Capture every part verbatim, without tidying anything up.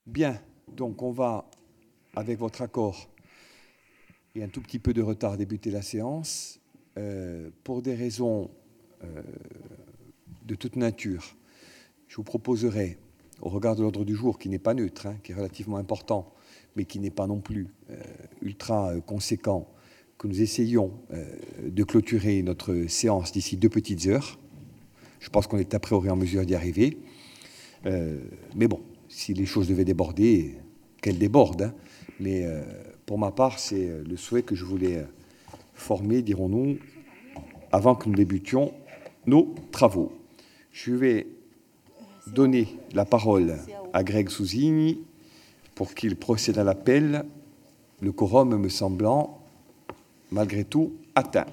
Bien, donc on va, avec votre accord et un tout petit peu de retard, débuter la séance. Euh, pour des raisons euh, de toute nature, je vous proposerai, au regard de l'ordre du jour, qui n'est pas neutre, hein, qui est relativement important, mais qui n'est pas non plus euh, ultra euh, conséquent, que nous essayions euh, de clôturer notre séance d'ici deux petites heures. Je pense qu'on est a priori en mesure d'y arriver. Euh, mais bon, si les choses devaient déborder, qu'elles débordent. Hein. Mais euh, pour ma part, c'est le souhait que je voulais former, dirons-nous, avant que nous débutions nos travaux. Je vais donner la parole à Greg Souzigny pour qu'il procède à l'appel, le quorum me semblant, malgré tout, atteint.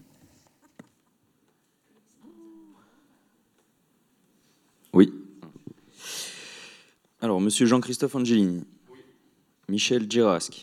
Oui. Alors, Monsieur Jean-Christophe Angelini. Oui. Michel Girasc.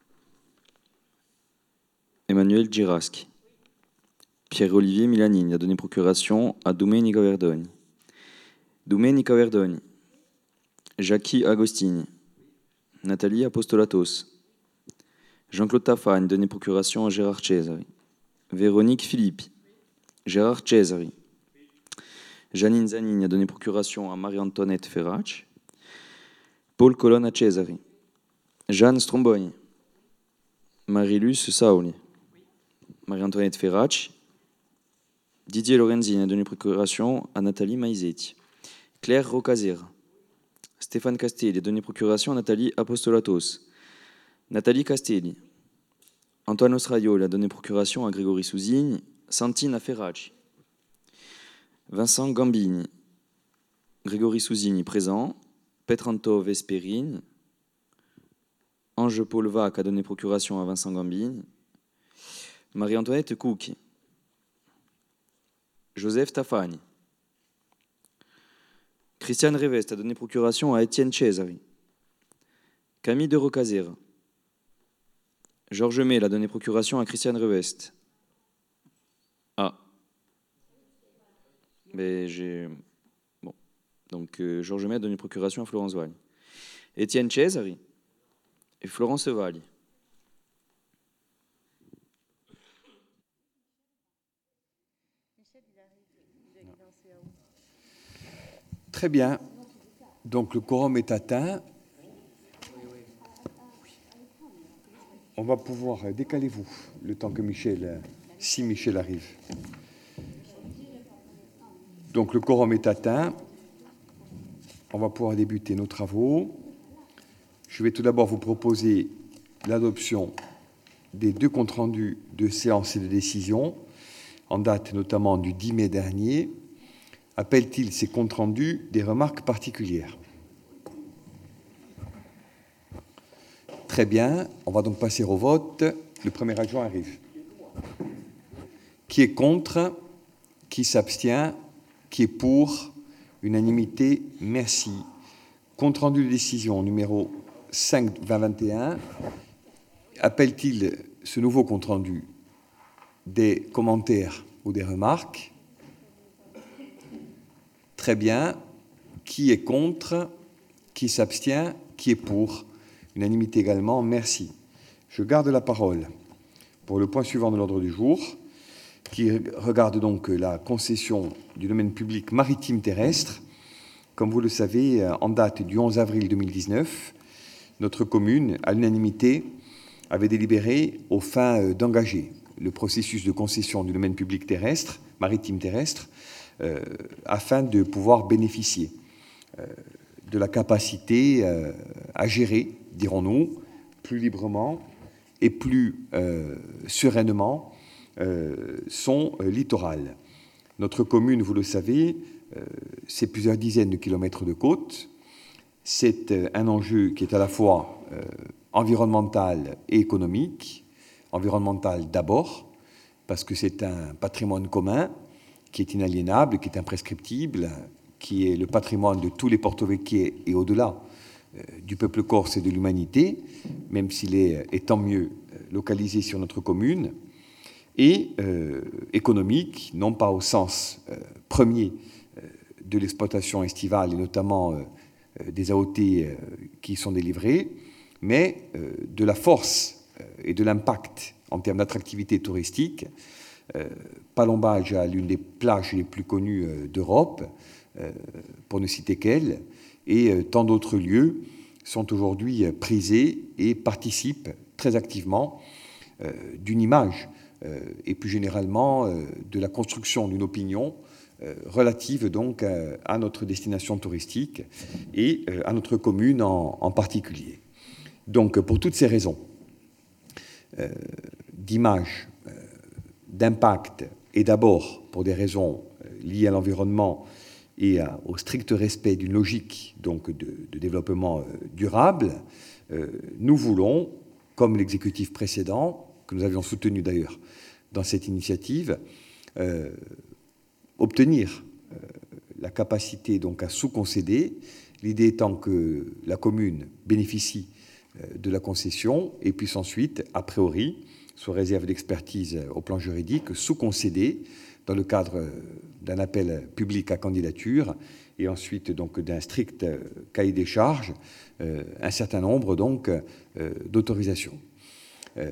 Emmanuel Girasc. Pierre-Olivier Milanini a donné procuration à Domenica Verdogne. Domenica Verdogne. Jackie Agostini. Nathalie Apostolatos. Jean-Claude Tafagne a donné procuration à Gérard Cesari. Véronique Philippi. Gérard Cesari. Janine Zanini a donné procuration à Marie-Antoinette Ferracci. Paul Colonna Cesari. Jeanne Stromboni. Marie-Luce Saoli. Marie-Antoinette Ferracci. Didier Lorenzini a donné procuration à Nathalie Maisetti. Claire Rocazera. Stéphane Castelli a donné procuration à Nathalie Apostolatos. Nathalie Castelli. Antoine Osraiol a donné procuration à Grégory Souzigny. Santina Ferracci. Vincent Gambini. Grégory Souzigny présent. Petranto Vesperine. Ange-Paul Vac a donné procuration à Vincent Gambini. Marie-Antoinette Cook. Joseph Tafagne. Christiane Revest a donné procuration à Étienne Cesari. Camille de Rocazera. Georges Mel a donné procuration à Christiane Revest. Ah. Mais j'ai... Bon. Donc, euh, Georges Mel a donné procuration à Florence Valle. Étienne Cesari et Florence Valle. Très bien. Donc le quorum est atteint. On va pouvoir, décalez-vous le temps que Michel, si Michel arrive. Donc le quorum est atteint. On va pouvoir débuter nos travaux. Je vais tout d'abord vous proposer l'adoption des deux comptes rendus de séance et de décision, en date notamment du dix mai dernier. Appelle-t-il ces comptes rendus des remarques particulières? Très bien, on va donc passer au vote. Le premier adjoint arrive. Qui est contre? Qui s'abstient? Qui est pour? Unanimité, merci. Compte rendu de décision numéro cinq vingt vingt et un. Appelle-t-il ce nouveau compte rendu des commentaires ou des remarques? Très bien. Qui est contre? Qui s'abstient? Qui est pour? Unanimité également, merci. Je garde la parole pour le point suivant de l'ordre du jour, qui regarde donc la concession du domaine public maritime terrestre. Comme vous le savez, en date du onze avril deux mille dix-neuf, notre commune, à l'unanimité, avait délibéré aux fins d'engager le processus de concession du domaine public terrestre, maritime terrestre, euh, afin de pouvoir bénéficier euh, de la capacité euh, à gérer, dirons-nous, plus librement et plus euh, sereinement euh, son euh, littoral. Notre commune, vous le savez, euh, c'est plusieurs dizaines de kilomètres de côte. C'est euh, un enjeu qui est à la fois euh, environnemental et économique. Environnemental d'abord, parce que c'est un patrimoine commun qui est inaliénable, qui est imprescriptible, qui est le patrimoine de tous les porto-vecchiais et au-delà euh, du peuple corse et de l'humanité, même s'il est, et tant mieux, localisé sur notre commune, et euh, économique, non pas au sens euh, premier euh, de l'exploitation estivale, et notamment euh, euh, des A O T euh, qui sont délivrés, mais euh, de la force euh, et de l'impact en termes d'attractivité touristique. Euh, Palombage a l'une des plages les plus connues euh, d'Europe, euh, pour ne citer qu'elle, et euh, tant d'autres lieux sont aujourd'hui euh, prisés et participent très activement euh, d'une image euh, et plus généralement euh, de la construction d'une opinion euh, relative donc à, à notre destination touristique et euh, à notre commune en, en particulier. Donc pour toutes ces raisons euh, d'image, euh, d'impact, et d'abord pour des raisons liées à l'environnement et à, au strict respect d'une logique donc, de, de développement euh, durable, euh, nous voulons, comme l'exécutif précédent, que nous avions soutenu d'ailleurs dans cette initiative, euh, obtenir euh, la capacité donc, à sous-concéder, l'idée étant que la commune bénéficie euh, de la concession et puisse ensuite, a priori, sous réserve d'expertise au plan juridique, sous-concéder dans le cadre d'un appel public à candidature et ensuite donc d'un strict cahier des charges, euh, un certain nombre donc euh, d'autorisations. Euh,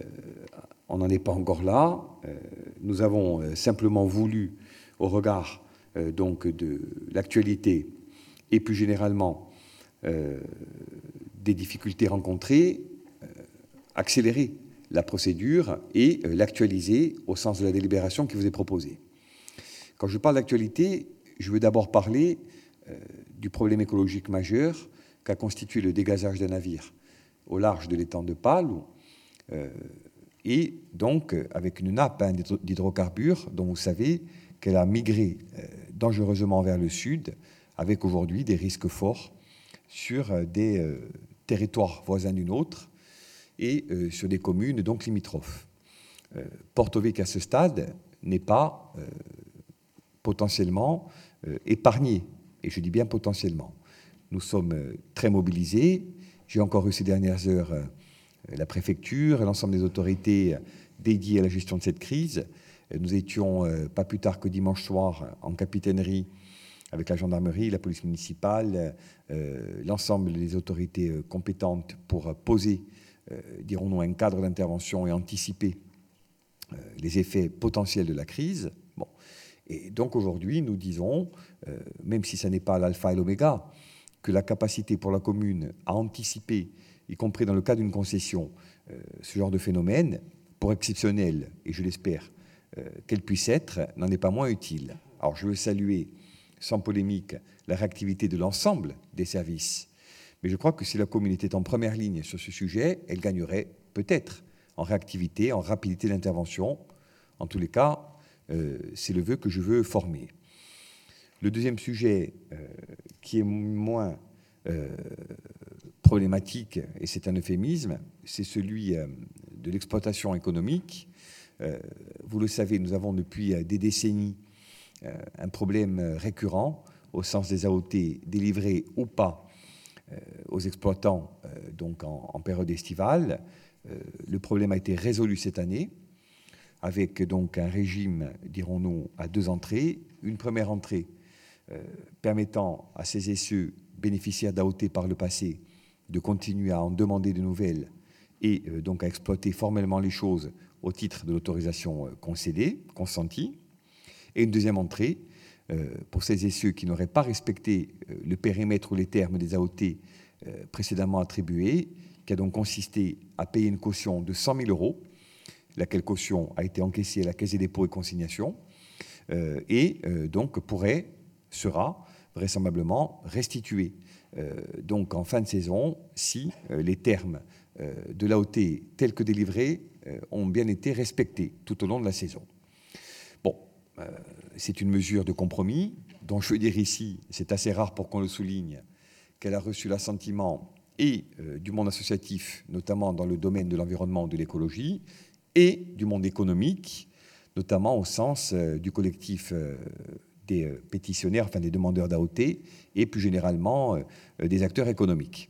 on n'en est pas encore là. Euh, nous avons simplement voulu, au regard euh, donc de l'actualité et plus généralement euh, des difficultés rencontrées, euh, accélérer la procédure et euh, l'actualiser au sens de la délibération qui vous est proposée. Quand je parle d'actualité, je veux d'abord parler euh, du problème écologique majeur qu'a constitué le dégazage d'un navire au large de l'étang de Palau, euh, et donc euh, avec une nappe hein, d'hydrocarbures dont vous savez qu'elle a migré euh, dangereusement vers le sud, avec aujourd'hui des risques forts sur euh, des euh, territoires voisins du nôtre et euh, sur des communes donc limitrophes. Euh, Porto Vecchio à ce stade n'est pas euh, potentiellement euh, épargné, et je dis bien potentiellement. Nous sommes euh, très mobilisés. J'ai encore eu ces dernières heures euh, la préfecture et l'ensemble des autorités euh, dédiées à la gestion de cette crise. Euh, nous étions euh, pas plus tard que dimanche soir en capitainerie avec la gendarmerie, la police municipale, euh, l'ensemble des autorités euh, compétentes pour euh, poser Euh, dirons-nous, un cadre d'intervention et anticiper euh, les effets potentiels de la crise. Bon. Et donc aujourd'hui, nous disons, euh, même si ce n'est pas l'alpha et l'oméga, que la capacité pour la commune à anticiper, y compris dans le cas d'une concession, euh, ce genre de phénomène, pour exceptionnel, et je l'espère, euh, qu'elle puisse être, n'en est pas moins utile. Alors je veux saluer, sans polémique, la réactivité de l'ensemble des services. Mais je crois que si la commune était en première ligne sur ce sujet, elle gagnerait peut-être en réactivité, en rapidité d'intervention. En tous les cas, euh, c'est le vœu que je veux former. Le deuxième sujet, euh, qui est moins euh, problématique, et c'est un euphémisme, c'est celui euh, de l'exploitation économique. Euh, vous le savez, nous avons depuis des décennies euh, un problème récurrent au sens des A O T délivrés ou pas Euh, aux exploitants euh, donc en, en période estivale. Euh, le problème a été résolu cette année avec donc un régime, dirons-nous, à deux entrées. Une première entrée euh, permettant à ces et ceux bénéficiaires d'A O T par le passé de continuer à en demander de nouvelles et euh, donc à exploiter formellement les choses au titre de l'autorisation euh, concédée, consentie. Et une deuxième entrée Euh, pour celles et ceux qui n'auraient pas respecté euh, le périmètre ou les termes des A O T euh, précédemment attribués, qui a donc consisté à payer une caution de cent mille euros, laquelle caution a été encaissée à la Caisse des dépôts et consignations, euh, et euh, donc pourrait, sera vraisemblablement restituée euh, donc en fin de saison si euh, les termes euh, de l'A O T tels que délivrés euh, ont bien été respectés tout au long de la saison. Bon, euh, c'est une mesure de compromis dont je veux dire ici, c'est assez rare pour qu'on le souligne, qu'elle a reçu l'assentiment et euh, du monde associatif, notamment dans le domaine de l'environnement, de l'écologie, et du monde économique, notamment au sens euh, du collectif euh, des euh, pétitionnaires, enfin des demandeurs d'A O T, et plus généralement euh, des acteurs économiques.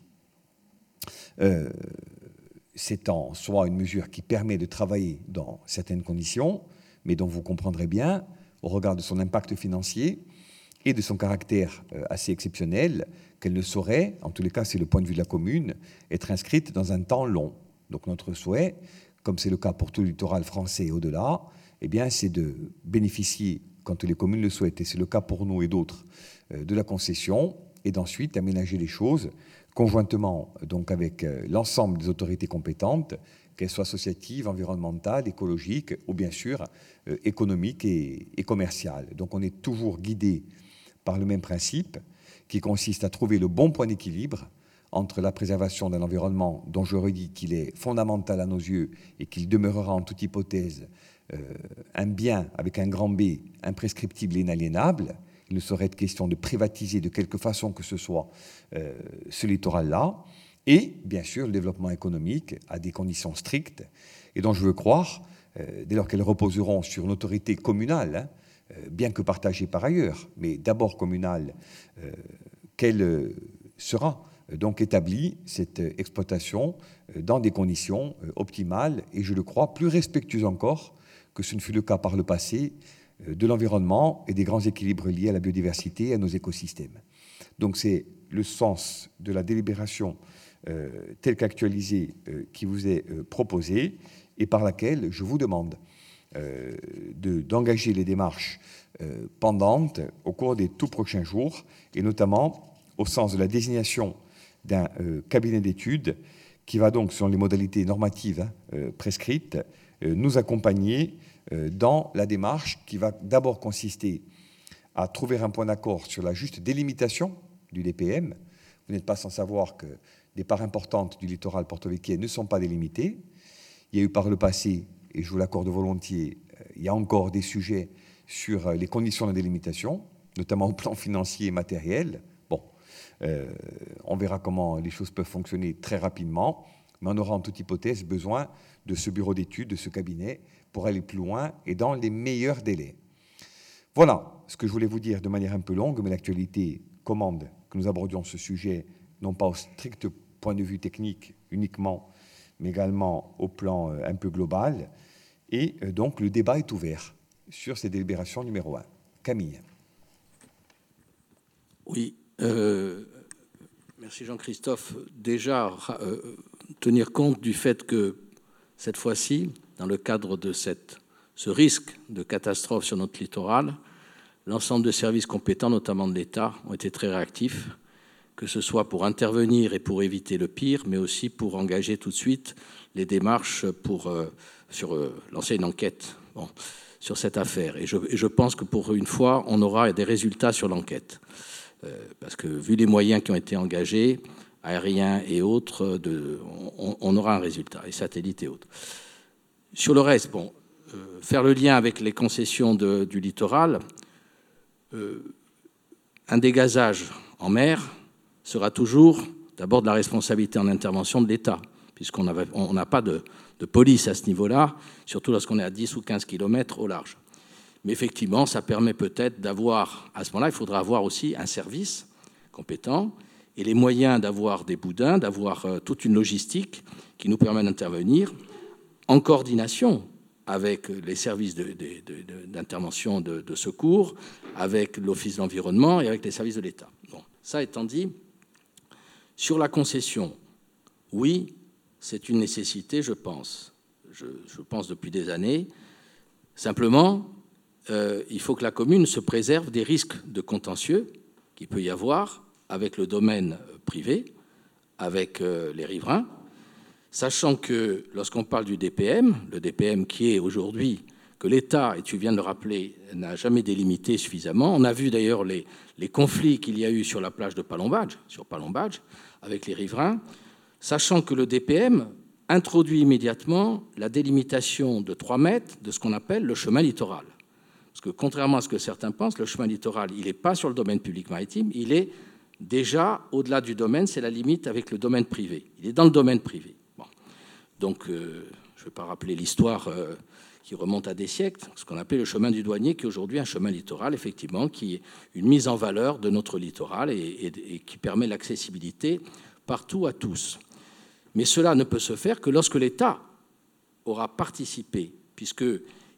Euh, c'est en soi une mesure qui permet de travailler dans certaines conditions, mais dont vous comprendrez bien, au regard de son impact financier, et de son caractère euh, assez exceptionnel, qu'elle ne saurait, en tous les cas c'est le point de vue de la commune, être inscrite dans un temps long. Donc notre souhait, comme c'est le cas pour tout le littoral français et au-delà, eh bien, c'est de bénéficier, quand les communes le souhaitent, et c'est le cas pour nous et d'autres, euh, de la concession, et d'ensuite aménager les choses conjointement donc, avec euh, l'ensemble des autorités compétentes, qu'elles soient associatives, environnementales, écologiques ou bien sûr euh, économiques et, et commerciales. Donc on est toujours guidé par le même principe qui consiste à trouver le bon point d'équilibre entre la préservation d'un environnement dont je redis qu'il est fondamental à nos yeux et qu'il demeurera en toute hypothèse euh, un bien avec un grand B, imprescriptible et inaliénable. Il ne saurait être question de privatiser de quelque façon que ce soit euh, ce littoral-là. Et, bien sûr, le développement économique à des conditions strictes et dont je veux croire, euh, dès lors qu'elles reposeront sur une autorité communale, hein, euh, bien que partagée par ailleurs, mais d'abord communale, euh, qu'elle euh, sera euh, donc établie, cette euh, exploitation, euh, dans des conditions euh, optimales et, je le crois, plus respectueuses encore que ce ne fut le cas par le passé euh, de l'environnement et des grands équilibres liés à la biodiversité et à nos écosystèmes. Donc c'est le sens de la délibération Euh, telle qu'actualisée euh, qui vous est euh, proposée et par laquelle je vous demande euh, de, d'engager les démarches euh, pendantes au cours des tout prochains jours et notamment au sens de la désignation d'un euh, cabinet d'études qui va donc, selon les modalités normatives hein, euh, prescrites, euh, nous accompagner euh, dans la démarche qui va d'abord consister à trouver un point d'accord sur la juste délimitation du D P M. Vous n'êtes pas sans savoir que des parts importantes du littoral portoricain ne sont pas délimitées. Il y a eu par le passé, et je vous l'accorde volontiers, il y a encore des sujets sur les conditions de délimitation, notamment au plan financier et matériel. Bon, euh, on verra comment les choses peuvent fonctionner très rapidement, mais on aura en toute hypothèse besoin de ce bureau d'études, de ce cabinet, pour aller plus loin et dans les meilleurs délais. Voilà ce que je voulais vous dire de manière un peu longue, mais l'actualité commande que nous abordions ce sujet, non pas au strict point de vue technique uniquement, mais également au plan un peu global. Et donc, le débat est ouvert sur ces délibérations numéro un. Camille. Oui, euh, merci Jean-Christophe. Déjà, euh, tenir compte du fait que cette fois-ci, dans le cadre de cette, ce risque de catastrophe sur notre littoral, l'ensemble des services compétents, notamment de l'État, ont été très réactifs, que ce soit pour intervenir et pour éviter le pire, mais aussi pour engager tout de suite les démarches pour euh, sur, euh, lancer une enquête bon, sur cette affaire. Et je, et je pense que pour une fois, on aura des résultats sur l'enquête. Euh, parce que vu les moyens qui ont été engagés, aériens et autres, de, on, on aura un résultat, et satellites et autres. Sur le reste, bon, euh, faire le lien avec les concessions de, du littoral, euh, un dégazage en mer sera toujours d'abord de la responsabilité en intervention de l'État, puisqu'on n'a pas de, de police à ce niveau-là, surtout lorsqu'on est à dix ou quinze kilomètres au large. Mais effectivement, ça permet peut-être d'avoir, à ce moment-là, il faudra avoir aussi un service compétent et les moyens d'avoir des boudins, d'avoir euh, toute une logistique qui nous permet d'intervenir en coordination avec les services de, de, de, d'intervention de, de secours, avec l'Office de l'environnement et avec les services de l'État. Bon, ça étant dit, sur la concession, oui, c'est une nécessité, je pense. Je, je pense depuis des années. Simplement, euh, il faut que la commune se préserve des risques de contentieux qu'il peut y avoir avec le domaine privé, avec euh, les riverains, sachant que lorsqu'on parle du D P M, le D P M qui est aujourd'hui, que l'État, et tu viens de le rappeler, n'a jamais délimité suffisamment. On a vu d'ailleurs les, les conflits qu'il y a eu sur la plage de Palombadge, sur Palombadge, avec les riverains, sachant que le D P M introduit immédiatement la délimitation de trois mètres de ce qu'on appelle le chemin littoral. Parce que contrairement à ce que certains pensent, le chemin littoral, il n'est pas sur le domaine public maritime, il est déjà au-delà du domaine, c'est la limite avec le domaine privé. Il est dans le domaine privé. Bon. Donc, euh, je ne vais pas rappeler l'histoire euh, qui remonte à des siècles, ce qu'on appelle le chemin du douanier, qui est aujourd'hui un chemin littoral, effectivement, qui est une mise en valeur de notre littoral et, et, et qui permet l'accessibilité partout à tous. Mais cela ne peut se faire que lorsque l'État aura participé, puisqu'il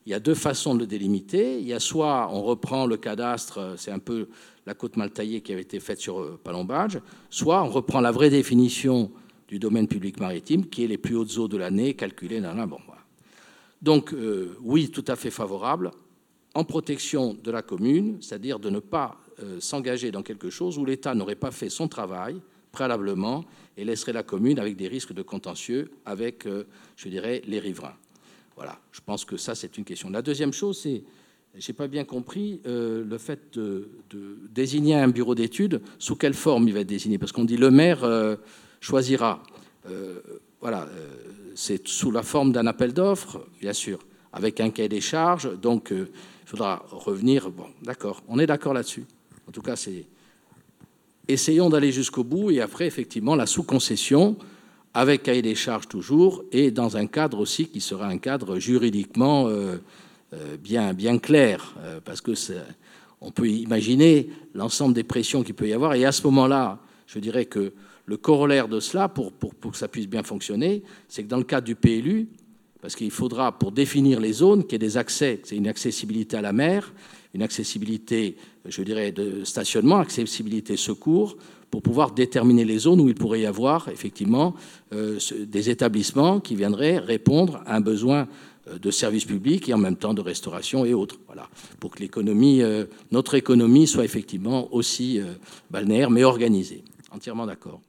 il y a deux façons de le délimiter. Il y a soit on reprend le cadastre, c'est un peu la côte mal taillée qui avait été faite sur Palombadge, soit on reprend la vraie définition du domaine public maritime, qui est les plus hautes eaux de l'année, calculées dans la... Bon, voilà. Donc, euh, oui, tout à fait favorable, en protection de la commune, c'est-à-dire de ne pas euh, s'engager dans quelque chose où l'État n'aurait pas fait son travail préalablement et laisserait la commune avec des risques de contentieux avec, euh, je dirais, les riverains. Voilà, je pense que ça, c'est une question. La deuxième chose, c'est, je n'ai pas bien compris, euh, le fait de, de désigner un bureau d'études, sous quelle forme il va être désigné? Parce qu'on dit le maire euh, choisira. Euh, voilà, euh, c'est sous la forme d'un appel d'offres, bien sûr, avec un cahier des charges, donc euh, il faudra revenir. Bon, d'accord, on est d'accord là-dessus. En tout cas, c'est... Essayons d'aller jusqu'au bout, et après, effectivement, la sous-concession, avec cahier des charges toujours, et dans un cadre aussi qui sera un cadre juridiquement euh, euh, bien, bien clair, euh, parce que c'est, on peut imaginer l'ensemble des pressions qu'il peut y avoir, et à ce moment-là, je dirais que le corollaire de cela, pour, pour, pour que ça puisse bien fonctionner, c'est que dans le cadre du P L U, parce qu'il faudra, pour définir les zones, qu'il y ait des accès, c'est une accessibilité à la mer, une accessibilité, je dirais, de stationnement, accessibilité secours, pour pouvoir déterminer les zones où il pourrait y avoir effectivement euh, des établissements qui viendraient répondre à un besoin de services publics et en même temps de restauration et autres. Voilà, pour que l'économie, euh, notre économie soit effectivement aussi euh, balnéaire, mais organisée. Entièrement d'accord.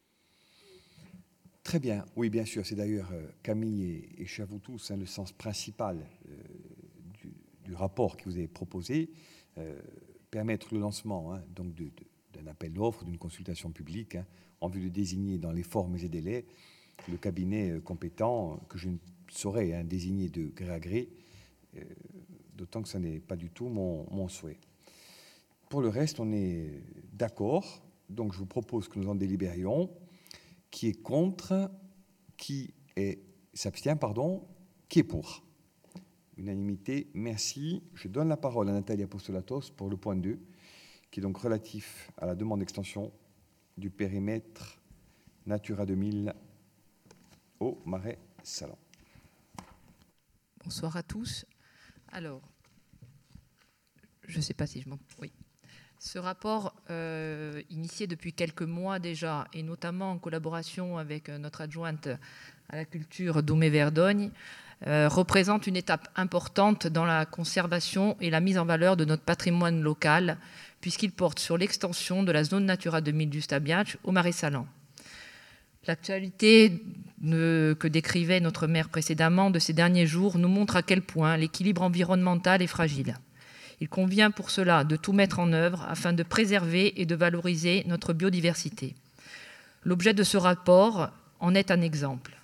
Très bien, oui, bien sûr. C'est d'ailleurs euh, Camille et, et Chavou-Tous, hein, le sens principal euh, du, du rapport que vous avez proposé, euh, permettre le lancement hein, donc de, de, d'un appel d'offres, d'une consultation publique, hein, en vue de désigner dans les formes et délais le cabinet euh, compétent que je ne saurais hein, désigner de gré à gré, euh, d'autant que ce n'est pas du tout mon, mon souhait. Pour le reste, on est d'accord, donc je vous propose que nous en délibérions. Qui est contre, qui est, s'abstient, pardon, qui est pour. Unanimité, merci. Je donne la parole à Nathalie Apostolatos pour le point deux, qui est donc relatif à la demande d'extension du périmètre Natura deux mille au Marais Salon. Bonsoir à tous. Alors, je ne sais pas si je m'en... Oui. Ce rapport, euh, initié depuis quelques mois déjà, et notamment en collaboration avec notre adjointe à la culture, Doumé Verdogne, euh, représente une étape importante dans la conservation et la mise en valeur de notre patrimoine local, puisqu'il porte sur l'extension de la zone Natura deux mille du Stabiac au Marais Salon. L'actualité que décrivait notre maire précédemment de ces derniers jours nous montre à quel point l'équilibre environnemental est fragile. Il convient pour cela de tout mettre en œuvre afin de préserver et de valoriser notre biodiversité. L'objet de ce rapport en est un exemple.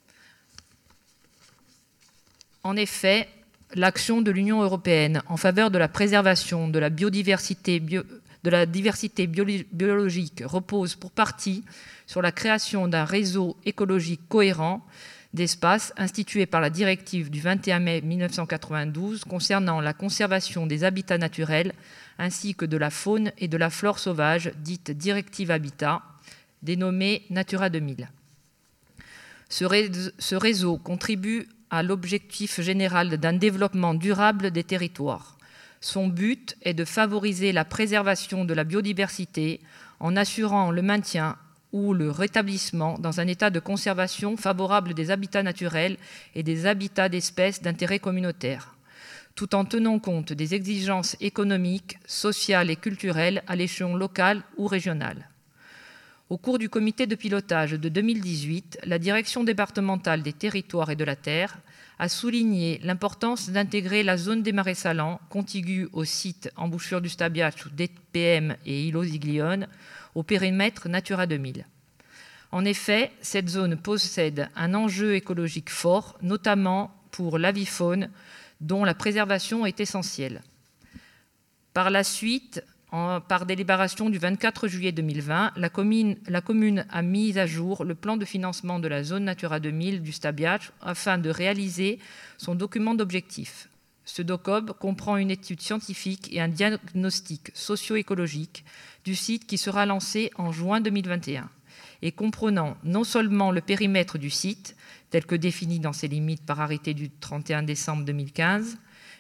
En effet, l'action de l'Union européenne en faveur de la préservation de la biodiversité, bio, de la diversité biologique repose pour partie sur la création d'un réseau écologique cohérent d'espace institué par la directive du vingt et un mai mille neuf cent quatre-vingt-douze concernant la conservation des habitats naturels ainsi que de la faune et de la flore sauvage, dite directive Habitat, dénommée Natura deux mille. Ce réseau, ce réseau contribue à l'objectif général d'un développement durable des territoires. Son but est de favoriser la préservation de la biodiversité en assurant le maintien ou le rétablissement dans un état de conservation favorable des habitats naturels et des habitats d'espèces d'intérêt communautaire, tout en tenant compte des exigences économiques, sociales et culturelles à l'échelon local ou régional. Au cours du comité de pilotage de deux mille dix-huit, la Direction départementale des territoires et de la terre a souligné l'importance d'intégrer la zone des Marais Salants, contiguë au site embouchure du Stabiac, D P M et Îlot Ziglione, au périmètre Natura deux mille. En effet, cette zone possède un enjeu écologique fort, notamment pour l'avifaune, dont la préservation est essentielle. Par la suite, en, par délibération du vingt-quatre juillet deux mille vingt, la commune, la commune a mis à jour le plan de financement de la zone Natura deux mille du Stabiac afin de réaliser son document d'objectifs. Ce DOCOB comprend une étude scientifique et un diagnostic socio-écologique du site qui sera lancé en juin deux mille vingt et un et comprenant non seulement le périmètre du site, tel que défini dans ses limites par arrêté du trente et un décembre deux mille quinze,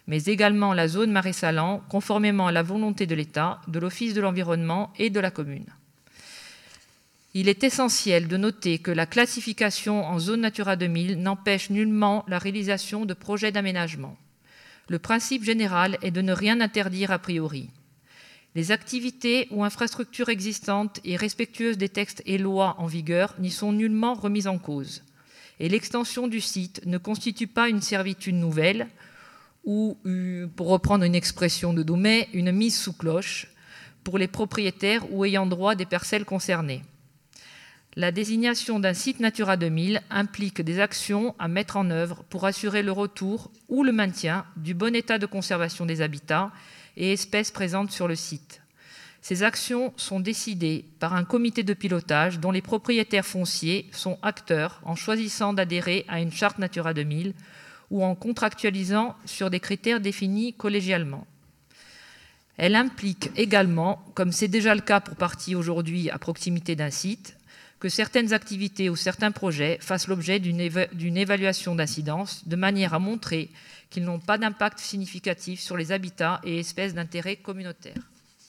mais également la zone marais salant, conformément à la volonté de l'État, de l'Office de l'environnement et de la commune. Il est essentiel de noter que la classification en zone Natura deux mille n'empêche nullement la réalisation de projets d'aménagement. Le principe général est de ne rien interdire a priori. Les activités ou infrastructures existantes et respectueuses des textes et lois en vigueur n'y sont nullement remises en cause. Et l'extension du site ne constitue pas une servitude nouvelle ou, pour reprendre une expression de Doumet, une mise sous cloche pour les propriétaires ou ayant droit des parcelles concernées. La désignation d'un site Natura deux mille implique des actions à mettre en œuvre pour assurer le retour ou le maintien du bon état de conservation des habitats et espèces présentes sur le site. Ces actions sont décidées par un comité de pilotage dont les propriétaires fonciers sont acteurs en choisissant d'adhérer à une charte Natura deux mille ou en contractualisant sur des critères définis collégialement. Elle implique également, comme c'est déjà le cas pour partie aujourd'hui à proximité d'un site, que certaines activités ou certains projets fassent l'objet d'une éva- d'une évaluation d'incidence de manière à montrer qu'ils n'ont pas d'impact significatif sur les habitats et espèces d'intérêt communautaire.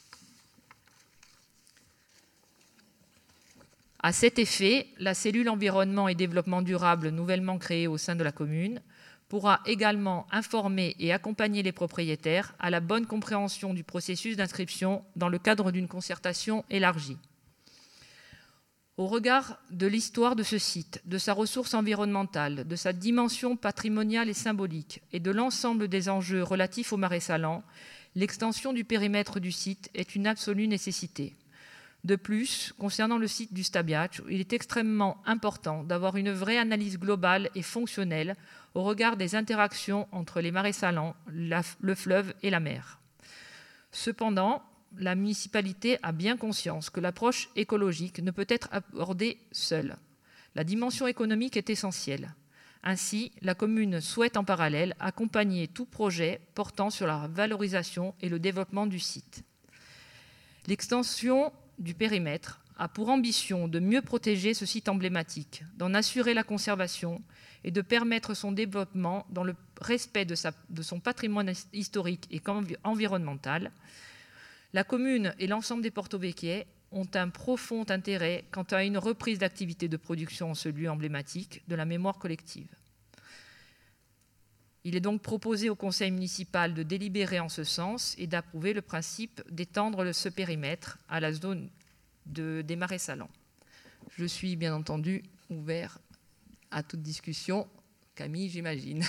À cet effet, la cellule environnement et développement durable nouvellement créée au sein de la commune pourra également informer et accompagner les propriétaires à la bonne compréhension du processus d'inscription dans le cadre d'une concertation élargie. Au regard de l'histoire de ce site, de sa ressource environnementale, de sa dimension patrimoniale et symbolique et de l'ensemble des enjeux relatifs au marais salant, l'extension du périmètre du site est une absolue nécessité. De plus, concernant le site du Stabiac, il est extrêmement important d'avoir une vraie analyse globale et fonctionnelle au regard des interactions entre les marais salants, la, le fleuve et la mer. Cependant, la municipalité a bien conscience que l'approche écologique ne peut être abordée seule. La dimension économique est essentielle. Ainsi, la commune souhaite en parallèle accompagner tout projet portant sur la valorisation et le développement du site. L'extension du périmètre a pour ambition de mieux protéger ce site emblématique, d'en assurer la conservation et de permettre son développement dans le respect de, sa, de son patrimoine historique et environnemental. La commune et l'ensemble des Porto-Vecchiais ont un profond intérêt quant à une reprise d'activité de production en ce lieu emblématique de la mémoire collective. Il est donc proposé au conseil municipal de délibérer en ce sens et d'approuver le principe d'étendre ce périmètre à la zone de, des marais salants. Je suis bien entendu ouvert à toute discussion. Camille, j'imagine.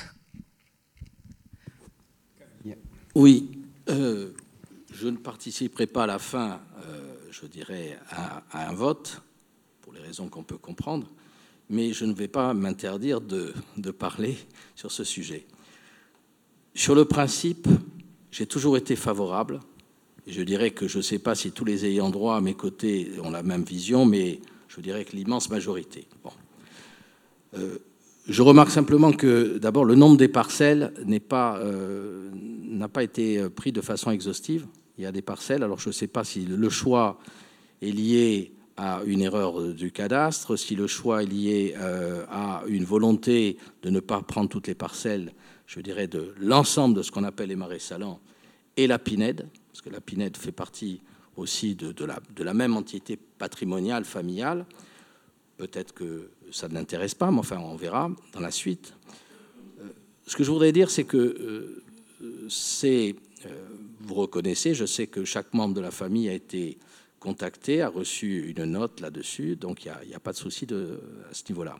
Oui. Euh... Je ne participerai pas à la fin, euh, je dirais, à, à un vote, pour les raisons qu'on peut comprendre, mais je ne vais pas m'interdire de, de parler sur ce sujet. Sur le principe, j'ai toujours été favorable, et je dirais que je ne sais pas si tous les ayants droit à mes côtés ont la même vision, mais je dirais que l'immense majorité. Bon. Euh, je remarque simplement que, d'abord, le nombre des parcelles n'est pas, euh, n'a pas été pris de façon exhaustive. Il y a des parcelles, alors je ne sais pas si le choix est lié à une erreur du cadastre, si le choix est lié euh, à une volonté de ne pas prendre toutes les parcelles, je dirais, de l'ensemble de ce qu'on appelle les marais salants et la Pinède, parce que la Pinède fait partie aussi de, de, la, de la même entité patrimoniale, familiale. Peut-être que ça ne l'intéresse pas, mais enfin, on verra dans la suite. Euh, ce que je voudrais dire, c'est que euh, c'est... Euh, vous reconnaissez, je sais que chaque membre de la famille a été contacté, a reçu une note là-dessus, donc il n'y a, a pas de souci de, à ce niveau-là.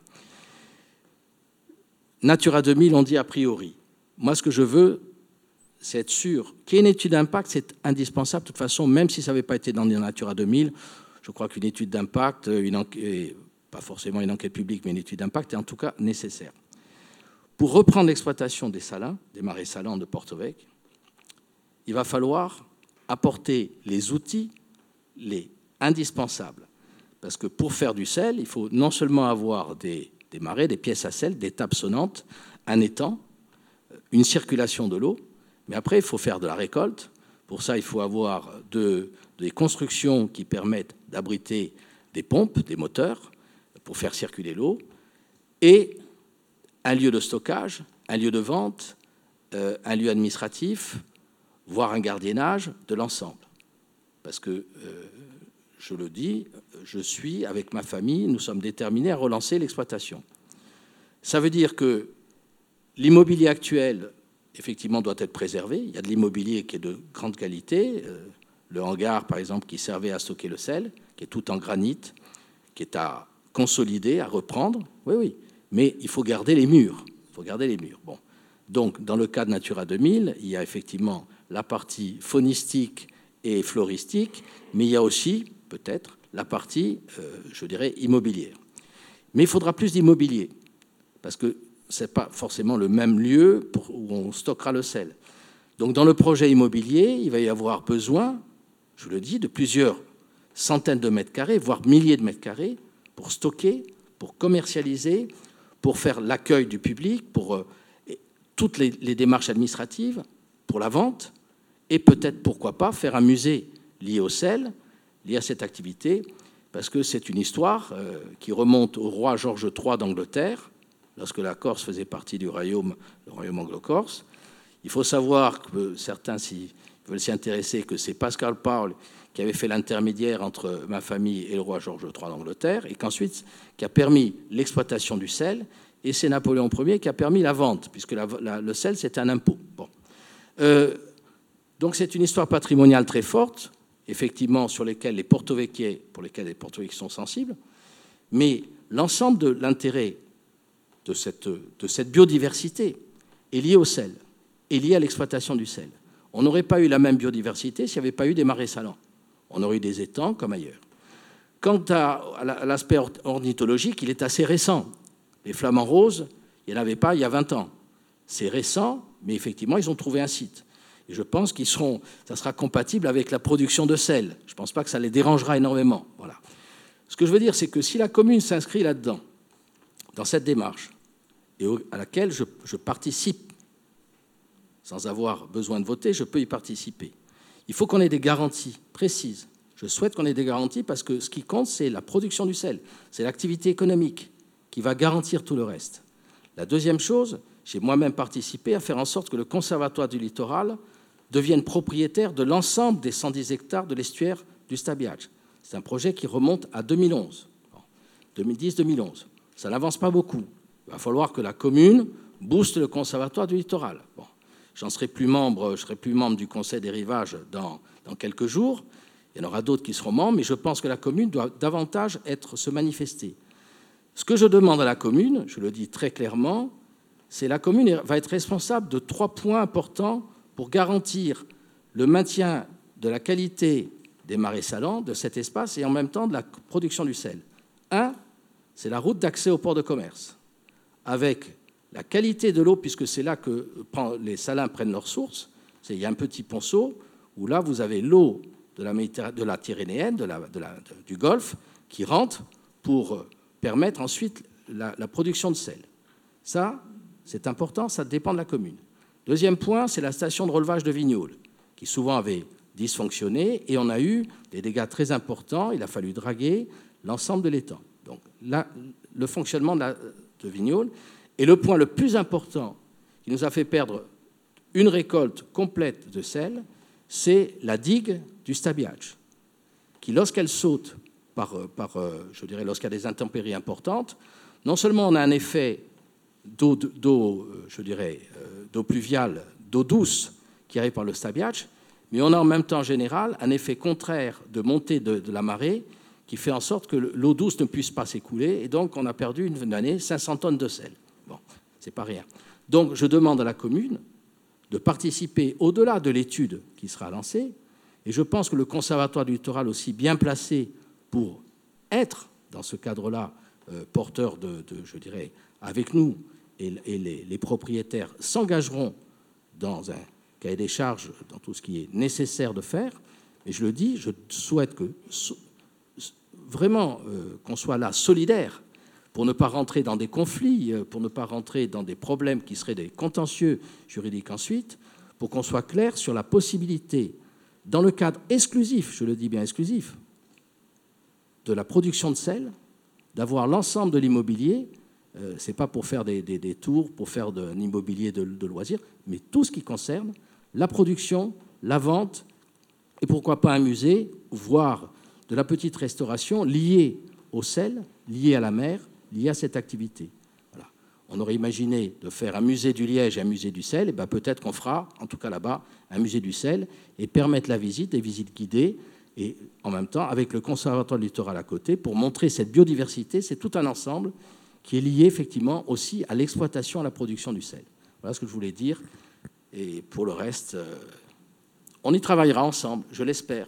Natura deux mille, on dit a priori. Moi, ce que je veux, c'est être sûr qu'il y ait une étude d'impact, c'est indispensable. De toute façon, même si ça n'avait pas été dans Natura deux mille, je crois qu'une étude d'impact, une enquête, pas forcément une enquête publique, mais une étude d'impact est en tout cas nécessaire. Pour reprendre l'exploitation des salins, des marais salants de Porto-Vecchio, il va falloir apporter les outils les indispensables. Parce que pour faire du sel, il faut non seulement avoir des, des marais, des pièces à sel, des tables sonnantes, un étang, une circulation de l'eau, mais après, il faut faire de la récolte. Pour ça, il faut avoir de, des constructions qui permettent d'abriter des pompes, des moteurs, pour faire circuler l'eau, et un lieu de stockage, un lieu de vente, euh, un lieu administratif, voire un gardiennage de l'ensemble. Parce que, euh, je le dis, je suis, avec ma famille, nous sommes déterminés à relancer l'exploitation. Ça veut dire que l'immobilier actuel, effectivement, doit être préservé. Il y a de l'immobilier qui est de grande qualité. Euh, le hangar, par exemple, qui servait à stocker le sel, qui est tout en granit, qui est à consolider, à reprendre. Oui, oui. Mais il faut garder les murs. Il faut garder les murs. Bon. Donc, dans le cas de Natura deux mille, il y a effectivement la partie faunistique et floristique, mais il y a aussi, peut-être, la partie, euh, je dirais, immobilière. Mais il faudra plus d'immobilier, parce que ce n'est pas forcément le même lieu pour, où on stockera le sel. Donc, dans le projet immobilier, il va y avoir besoin, je le dis, de plusieurs centaines de mètres carrés, voire milliers de mètres carrés, pour stocker, pour commercialiser, pour faire l'accueil du public, pour euh, toutes les, les démarches administratives, pour la vente, et peut-être, pourquoi pas, faire un musée lié au sel, lié à cette activité, parce que c'est une histoire euh, qui remonte au roi Georges trois d'Angleterre, lorsque la Corse faisait partie du royaume, le royaume anglo-corse. Il faut savoir que certains, s'ils veulent s'y intéresser, que c'est Pascal Paul qui avait fait l'intermédiaire entre ma famille et le roi Georges trois d'Angleterre, et qu'ensuite, qui a permis l'exploitation du sel, et c'est Napoléon Ier qui a permis la vente, puisque la, la, le sel, c'est un impôt. Bon. Euh, donc c'est une histoire patrimoniale très forte, effectivement, sur lesquelles les Porto-Vecchie, pour lesquels les Porto-Vecchie sont sensibles, mais l'ensemble de l'intérêt de cette, de cette biodiversité est lié au sel, est lié à l'exploitation du sel. On n'aurait pas eu la même biodiversité s'il n'y avait pas eu des marais salants. On aurait eu des étangs comme ailleurs. Quant à, à l'aspect ornithologique, il est assez récent. Les flamants roses, il n'y en avait pas il y a vingt ans. C'est récent, mais effectivement, ils ont trouvé un site. Et je pense qu'ils seront, ça sera compatible avec la production de sel. Je ne pense pas que ça les dérangera énormément. Voilà. Ce que je veux dire, c'est que si la commune s'inscrit là-dedans, dans cette démarche, et à laquelle je, je participe, sans avoir besoin de voter, je peux y participer. Il faut qu'on ait des garanties précises. Je souhaite qu'on ait des garanties parce que ce qui compte, c'est la production du sel. C'est l'activité économique qui va garantir tout le reste. La deuxième chose, j'ai moi-même participé à faire en sorte que le Conservatoire du littoral devienne propriétaire de l'ensemble des cent dix hectares de l'estuaire du Stabiac. C'est un projet qui remonte à deux mille onze, deux mille dix deux mille onze. Ça n'avance pas beaucoup. Il va falloir que la commune booste le Conservatoire du littoral. Bon. J'en serai plus membre, je serai plus membre du Conseil des rivages dans, dans quelques jours. Il y en aura d'autres qui seront membres, mais je pense que la commune doit davantage être, se manifester. Ce que je demande à la commune, je le dis très clairement, c'est la commune va être responsable de trois points importants pour garantir le maintien de la qualité des marais salants, de cet espace, et en même temps de la production du sel. Un, c'est la route d'accès au port de commerce, avec la qualité de l'eau, puisque c'est là que les salins prennent leur source. Il y a un petit ponceau où là, vous avez l'eau de la, de la Tyrrhénéenne, de la, de la, de, du Golfe, qui rentre pour permettre ensuite la, la production de sel. Ça, c'est important, ça dépend de la commune. Deuxième point, c'est la station de relevage de Vignoles, qui souvent avait dysfonctionné, et on a eu des dégâts très importants. Il a fallu draguer l'ensemble de l'étang. Donc là, le fonctionnement de, la, de Vignoles. Et le point le plus important qui nous a fait perdre une récolte complète de sel, c'est la digue du Stabiac, qui, lorsqu'elle saute, par, par, je dirais, lorsqu'il y a des intempéries importantes, non seulement on a un effet d'eau, d'eau je dirais, d'eau pluviale, d'eau douce qui arrive par le Stabiac, mais on a en même temps, en général, un effet contraire de montée de, de la marée qui fait en sorte que l'eau douce ne puisse pas s'écouler, et donc on a perdu une année cinq cents tonnes de sel. Bon, c'est pas rien. Donc, je demande à la commune de participer au-delà de l'étude qui sera lancée, et je pense que le Conservatoire du littoral, aussi bien placé pour être, dans ce cadre-là, euh, porteur de, de, je dirais, avec nous, et, et les, les propriétaires s'engageront dans un cahier des charges, dans tout ce qui est nécessaire de faire, et je le dis, je souhaite que, vraiment, euh, qu'on soit là solidaire, pour ne pas rentrer dans des conflits, pour ne pas rentrer dans des problèmes qui seraient des contentieux juridiques ensuite, pour qu'on soit clair sur la possibilité, dans le cadre exclusif, je le dis bien exclusif, de la production de sel, d'avoir l'ensemble de l'immobilier Euh, ce n'est pas pour faire des, des, des tours, pour faire de, un immobilier de, de loisirs, mais tout ce qui concerne la production, la vente, et pourquoi pas un musée, voire de la petite restauration liée au sel, liée à la mer, liée à cette activité. Voilà. On aurait imaginé de faire un musée du liège et un musée du sel, et ben peut-être qu'on fera, en tout cas là-bas, un musée du sel, et permettre la visite, des visites guidées, et en même temps avec le Conservatoire du littoral à côté, pour montrer cette biodiversité. C'est tout un ensemble qui est lié effectivement aussi à l'exploitation, à la production du sel. Voilà ce que je voulais dire. Et pour le reste, euh, on y travaillera ensemble, je l'espère.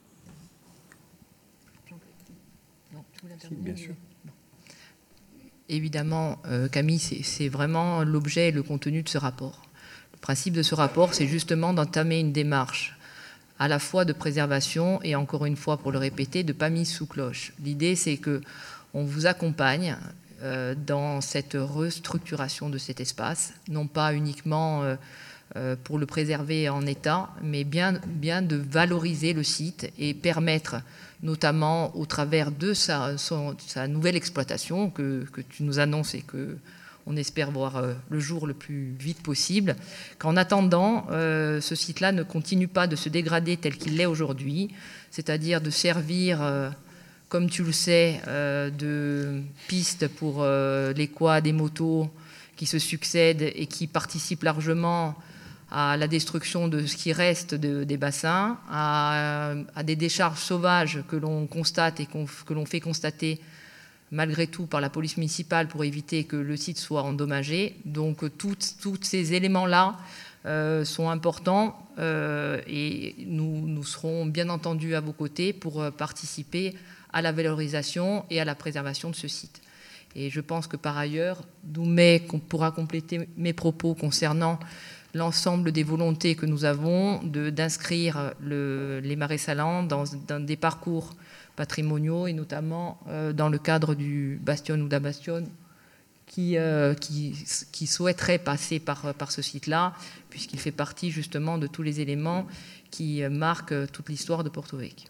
Si, bien sûr. Évidemment, euh, Camille, c'est vraiment l'objet et le contenu de ce rapport. Le principe de ce rapport, c'est justement d'entamer une démarche à la fois de préservation et, encore une fois, pour le répéter, de pas mise sous cloche. L'idée, c'est qu'on vous accompagne euh, dans cette restructuration de cet espace, non pas uniquement euh, euh, pour le préserver en état, mais bien, bien de valoriser le site et permettre, notamment au travers de sa, son, sa nouvelle exploitation que, que tu nous annonces et que on espère voir euh, le jour le plus vite possible, qu'en attendant, euh, ce site-là ne continue pas de se dégrader tel qu'il l'est aujourd'hui, c'est-à-dire de servir, euh, comme tu le sais, euh, de piste pour euh, les quads, des motos qui se succèdent et qui participent largement à la destruction de ce qui reste de, des bassins, à, à des décharges sauvages que l'on constate et qu'on, que l'on fait constater malgré tout par la police municipale pour éviter que le site soit endommagé. Donc tous ces éléments-là euh, sont importants euh, et nous, nous serons bien entendu à vos côtés pour euh, participer à la valorisation et à la préservation de ce site. Et je pense que par ailleurs, Doumé pourra compléter mes propos concernant l'ensemble des volontés que nous avons de, d'inscrire le, les marais salants dans, dans des parcours patrimoniaux et notamment euh, dans le cadre du Bastion ou d'Abastion qui, euh, qui, qui souhaiterait passer par, par ce site-là puisqu'il fait partie justement de tous les éléments qui marquent toute l'histoire de Porto Vecchio.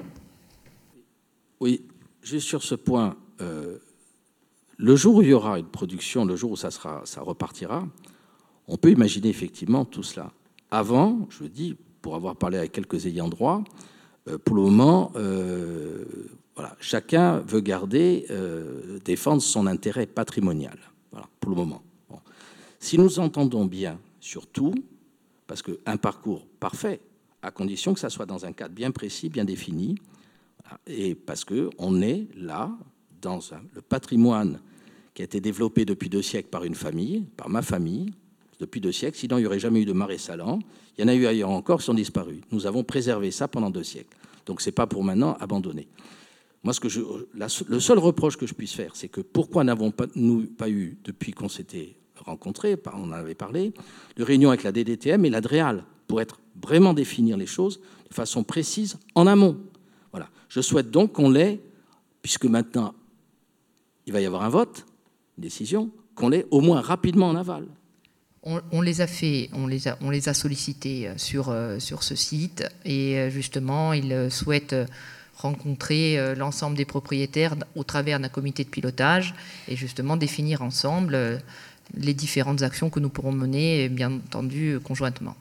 Oui, juste sur ce point, euh, le jour où il y aura une production, le jour où ça, sera, ça repartira, on peut imaginer effectivement tout cela. Avant, je dis, pour avoir parlé avec quelques ayants droit, euh, pour le moment, euh, voilà, chacun veut garder, euh, défendre son intérêt patrimonial. Voilà, pour le moment. Bon. Si nous entendons bien sur tout, parce qu'un parcours parfait, à condition que ça soit dans un cadre bien précis, bien défini, voilà, et parce qu'on est là, dans un, le patrimoine qui a été développé depuis deux siècles par une famille, par ma famille, depuis deux siècles, sinon il n'y aurait jamais eu de marais salants. Il y en a eu ailleurs encore qui sont disparus. Nous avons préservé ça pendant deux siècles. Donc ce n'est pas pour maintenant abandonner. Moi, ce que je, la, le seul reproche que je puisse faire, c'est que pourquoi n'avons pas, nous pas eu, depuis qu'on s'était rencontrés, on en avait parlé, de réunion avec la D D T M et la DREAL, pour être vraiment définir les choses de façon précise en amont. Voilà. Je souhaite donc qu'on l'ait, puisque maintenant il va y avoir un vote, une décision, qu'on l'ait au moins rapidement en aval. On, on les a fait, on les a, on les a sollicités sur, euh, sur ce site et justement, ils souhaitent rencontrer euh, l'ensemble des propriétaires au travers d'un comité de pilotage et justement définir ensemble euh, les différentes actions que nous pourrons mener, bien entendu, conjointement.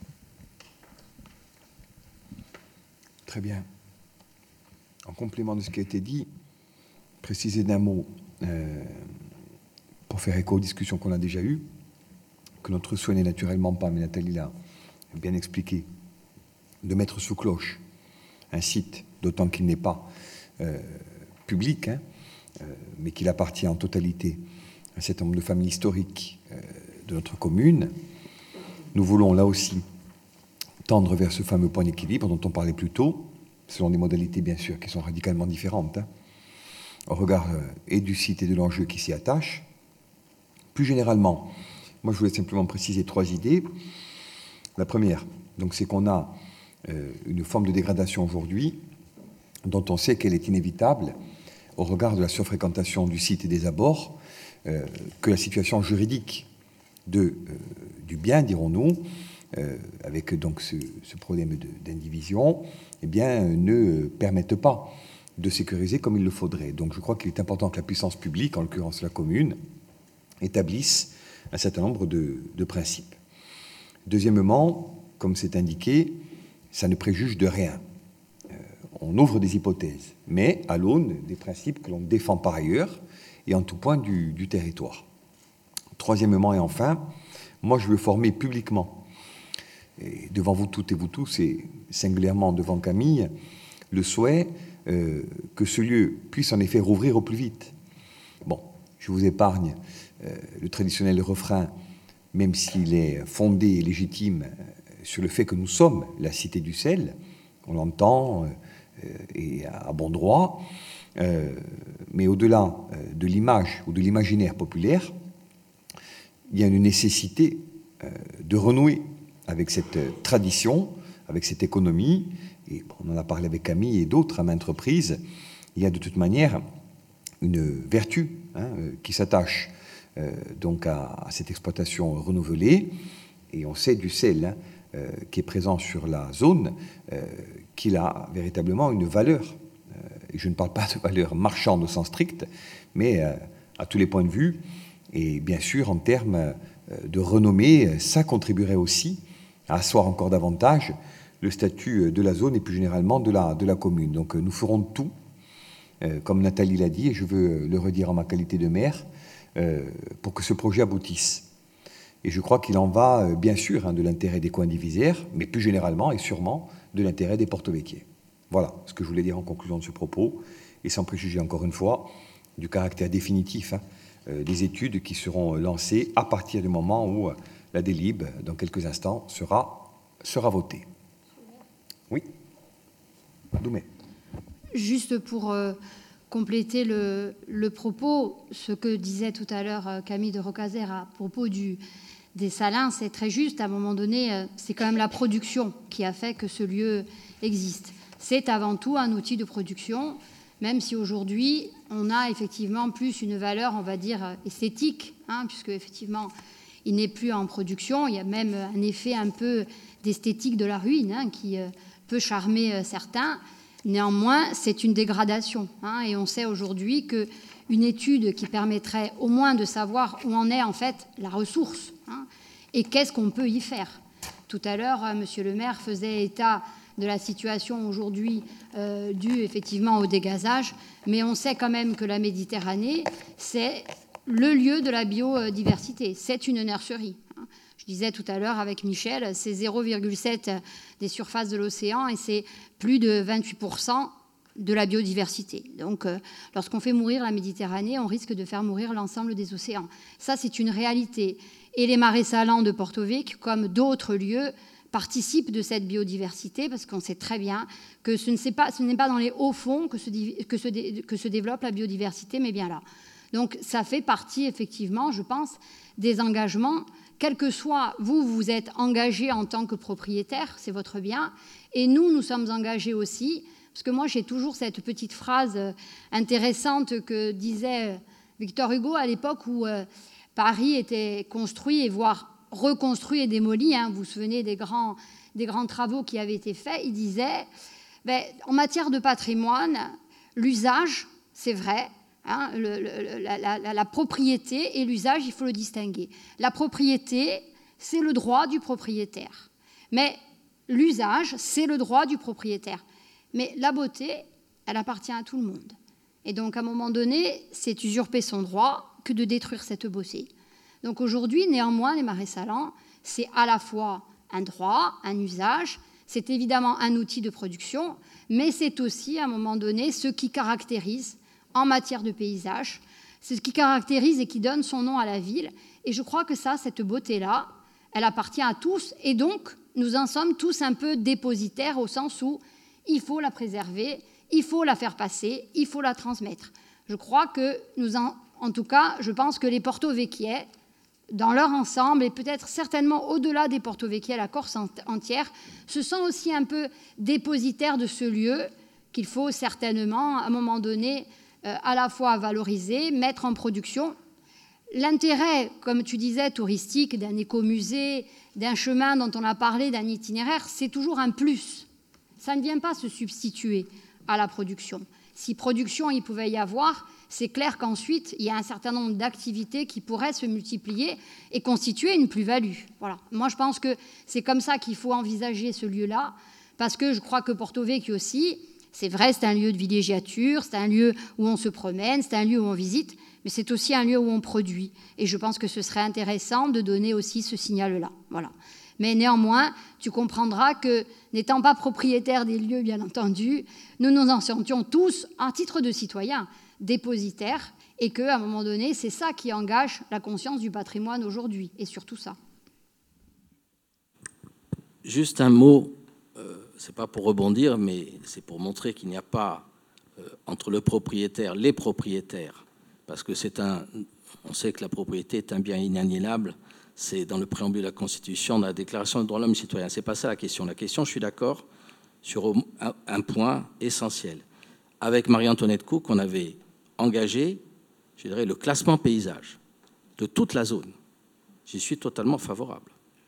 Très bien. En complément de ce qui a été dit, préciser d'un mot, euh, pour faire écho aux discussions qu'on a déjà eues, que notre souhait n'est naturellement pas, mais Nathalie l'a bien expliqué, de mettre sous cloche un site, d'autant qu'il n'est pas euh, public, hein, euh, mais qu'il appartient en totalité à un certain nombre de familles historiques euh, de notre commune. Nous voulons là aussi tendre vers ce fameux point d'équilibre dont on parlait plus tôt, selon des modalités bien sûr qui sont radicalement différentes, hein, au regard euh, et du site et de l'enjeu qui s'y attache. Plus généralement, moi, je voulais simplement préciser trois idées. La première, donc, c'est qu'on a euh, une forme de dégradation aujourd'hui dont on sait qu'elle est inévitable au regard de la surfréquentation du site et des abords, euh, que la situation juridique de, euh, du bien, dirons-nous, euh, avec donc ce, ce problème de, d'indivision, eh bien, ne permettent pas de sécuriser comme il le faudrait. Donc, je crois qu'il est important que la puissance publique, en l'occurrence la commune, établissent un certain nombre de, de principes. Deuxièmement, comme c'est indiqué, ça ne préjuge de rien. Euh, on ouvre des hypothèses, mais à l'aune des principes que l'on défend par ailleurs et en tout point du, du territoire. Troisièmement et enfin, moi je veux former publiquement, et devant vous toutes et vous tous, et singulièrement devant Camille, le souhait euh, que ce lieu puisse en effet rouvrir au plus vite. Bon, je vous épargne euh, le traditionnel refrain, même s'il est fondé et légitime sur le fait que nous sommes la cité du sel, on l'entend euh, et à bon droit, euh, mais au-delà de l'image ou de l'imaginaire populaire, il y a une nécessité euh, de renouer avec cette tradition, avec cette économie, et bon, on en a parlé avec Camille et d'autres à maintes reprises, il y a de toute manière une vertu hein, euh, qui s'attache euh, donc à, à cette exploitation renouvelée, et on sait du sel hein, euh, qui est présent sur la zone, euh, qu'il a véritablement une valeur. Euh, et je ne parle pas de valeur marchande au sens strict, mais euh, à tous les points de vue, et bien sûr en termes de renommée, ça contribuerait aussi à asseoir encore davantage le statut de la zone et plus généralement de la, de la commune. Donc nous ferons tout, euh, comme Nathalie l'a dit, et je veux le redire en ma qualité de maire, euh, pour que ce projet aboutisse. Et je crois qu'il en va, euh, bien sûr, hein, de l'intérêt des coins divisaires, mais plus généralement et sûrement de l'intérêt des Porto-Vecchie. Voilà ce que je voulais dire en conclusion de ce propos, et sans préjuger encore une fois du caractère définitif hein, euh, des études qui seront lancées à partir du moment où euh, la délib, dans quelques instants, sera, sera votée. Oui, Doumé. Juste pour euh, compléter le, le propos, ce que disait tout à l'heure euh, Camille de Rocazer à propos du, des salins, c'est très juste. À un moment donné, euh, c'est quand même la production qui a fait que ce lieu existe. C'est avant tout un outil de production, même si aujourd'hui, on a effectivement plus une valeur, on va dire, esthétique, hein, puisque effectivement, il n'est plus en production. Il y a même un effet un peu d'esthétique de la ruine hein, qui euh, peut charmer euh, certains. Néanmoins, c'est une dégradation. Hein, et on sait aujourd'hui qu'une étude qui permettrait au moins de savoir où en est en fait la ressource hein, et qu'est-ce qu'on peut y faire. Tout à l'heure, euh, Monsieur le maire faisait état de la situation aujourd'hui euh, due effectivement au dégazage, mais on sait quand même que la Méditerranée, c'est le lieu de la biodiversité, c'est une nurserie. Je disais tout à l'heure avec Michel, c'est zéro virgule sept des surfaces de l'océan et c'est plus de vingt-huit pour cent de la biodiversité. Donc, euh, lorsqu'on fait mourir la Méditerranée, on risque de faire mourir l'ensemble des océans. Ça, c'est une réalité. Et les marais salants de Porto-Vecchie, comme d'autres lieux, participent de cette biodiversité parce qu'on sait très bien que ce, ne pas, ce n'est pas dans les hauts fonds que se, que, se dé, que se développe la biodiversité, mais bien là. Donc, ça fait partie, effectivement, je pense, des engagements. Quel que soit, vous, vous êtes engagé en tant que propriétaire, c'est votre bien, et nous, nous sommes engagés aussi, parce que moi, j'ai toujours cette petite phrase intéressante que disait Victor Hugo à l'époque où euh, Paris était construit, et voire reconstruit et démoli, hein, vous vous souvenez des grands, des grands travaux qui avaient été faits, il disait, ben, en matière de patrimoine, l'usage, c'est vrai, Hein, le, le, la, la, la propriété et l'usage, il faut le distinguer. La propriété, c'est le droit du propriétaire. Mais l'usage, c'est le droit du propriétaire. Mais la beauté, elle appartient à tout le monde. Et donc, à un moment donné, c'est usurper son droit que de détruire cette beauté. Donc aujourd'hui, néanmoins, les marais salants, c'est à la fois un droit, un usage, c'est évidemment un outil de production, mais c'est aussi, à un moment donné, ce qui caractérise en matière de paysage. C'est ce qui caractérise et qui donne son nom à la ville. Et je crois que ça, cette beauté-là, elle appartient à tous. Et donc, nous en sommes tous un peu dépositaires au sens où il faut la préserver, il faut la faire passer, il faut la transmettre. Je crois que nous en... En tout cas, je pense que les Porto-Vecchie, dans leur ensemble, et peut-être certainement au-delà des Porto-Vecchie, la Corse entière, se sont aussi un peu dépositaires de ce lieu qu'il faut certainement, à un moment donné, Euh, à la fois valoriser, mettre en production. L'intérêt, comme tu disais, touristique, d'un écomusée, d'un chemin dont on a parlé, d'un itinéraire, c'est toujours un plus. Ça ne vient pas se substituer à la production. si production il pouvait y avoir, c'est clair qu'ensuite, il y a un certain nombre d'activités qui pourraient se multiplier et constituer une plus-value. Voilà. Moi, je pense que c'est comme ça qu'il faut envisager ce lieu-là, parce que je crois que Porto Vecchio aussi, c'est vrai, c'est un lieu de villégiature, c'est un lieu où on se promène, c'est un lieu où on visite, mais c'est aussi un lieu où on produit. Et je pense que ce serait intéressant de donner aussi ce signal-là. Voilà. Mais néanmoins, tu comprendras que, n'étant pas propriétaires des lieux, bien entendu, nous nous en sentions tous, à titre de citoyens, dépositaires, et qu'à un moment donné, c'est ça qui engage la conscience du patrimoine aujourd'hui, et surtout ça. Juste un mot, euh, c'est pas pour rebondir, mais c'est pour montrer qu'il n'y a pas euh, entre le propriétaire, les propriétaires, parce que c'est un, on sait que la propriété est un bien inaliénable. C'est dans le préambule de la Constitution, dans la Déclaration des droits de l'homme et citoyen. C'est pas ça la question. La question, je suis d'accord sur un point essentiel. Avec Marie-Antoinette Cook, on avait engagé, je dirais, le classement paysage de toute la zone. J'y suis totalement favorable.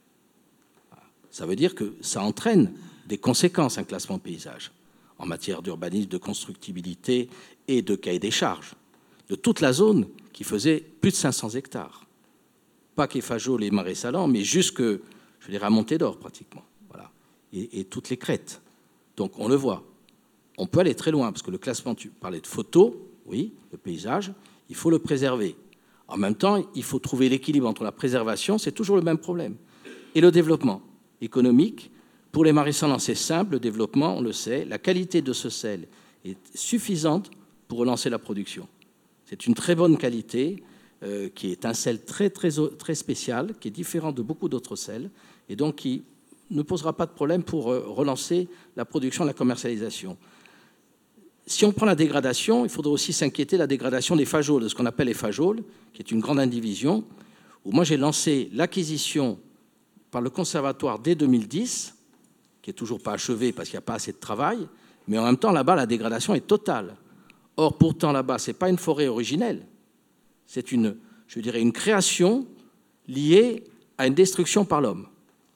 Ça veut dire que ça entraîne des conséquences, un classement paysage, en matière d'urbanisme, de constructibilité et de cahier des charges, de toute la zone qui faisait plus de cinq cents hectares. Pas qu'Effajol et Marais-Salan, mais jusque, je dirais, à Montedor, pratiquement. Voilà. Et, et toutes les crêtes. Donc, on le voit. On peut aller très loin, parce que le classement, tu parlais de photos, oui, le paysage, il faut le préserver. En même temps, il faut trouver l'équilibre entre la préservation, c'est toujours le même problème, et le développement économique. Pour les Marais-Salans, c'est simple, le développement, on le sait, la qualité de ce sel est suffisante pour relancer la production. C'est une très bonne qualité, euh, qui est un sel très, très, très spécial, qui est différent de beaucoup d'autres sels, et donc qui ne posera pas de problème pour euh, relancer la production, la commercialisation. Si on prend la dégradation, il faudrait aussi s'inquiéter de la dégradation des fajoles, de ce qu'on appelle les fajoles, qui est une grande indivision, où moi j'ai lancé l'acquisition par le conservatoire dès deux mille dix, qui n'est toujours pas achevée parce qu'il n'y a pas assez de travail, mais en même temps, là-bas, la dégradation est totale. Or, pourtant, là-bas, ce n'est pas une forêt originelle, c'est une, je dirais, une création liée à une destruction par l'homme.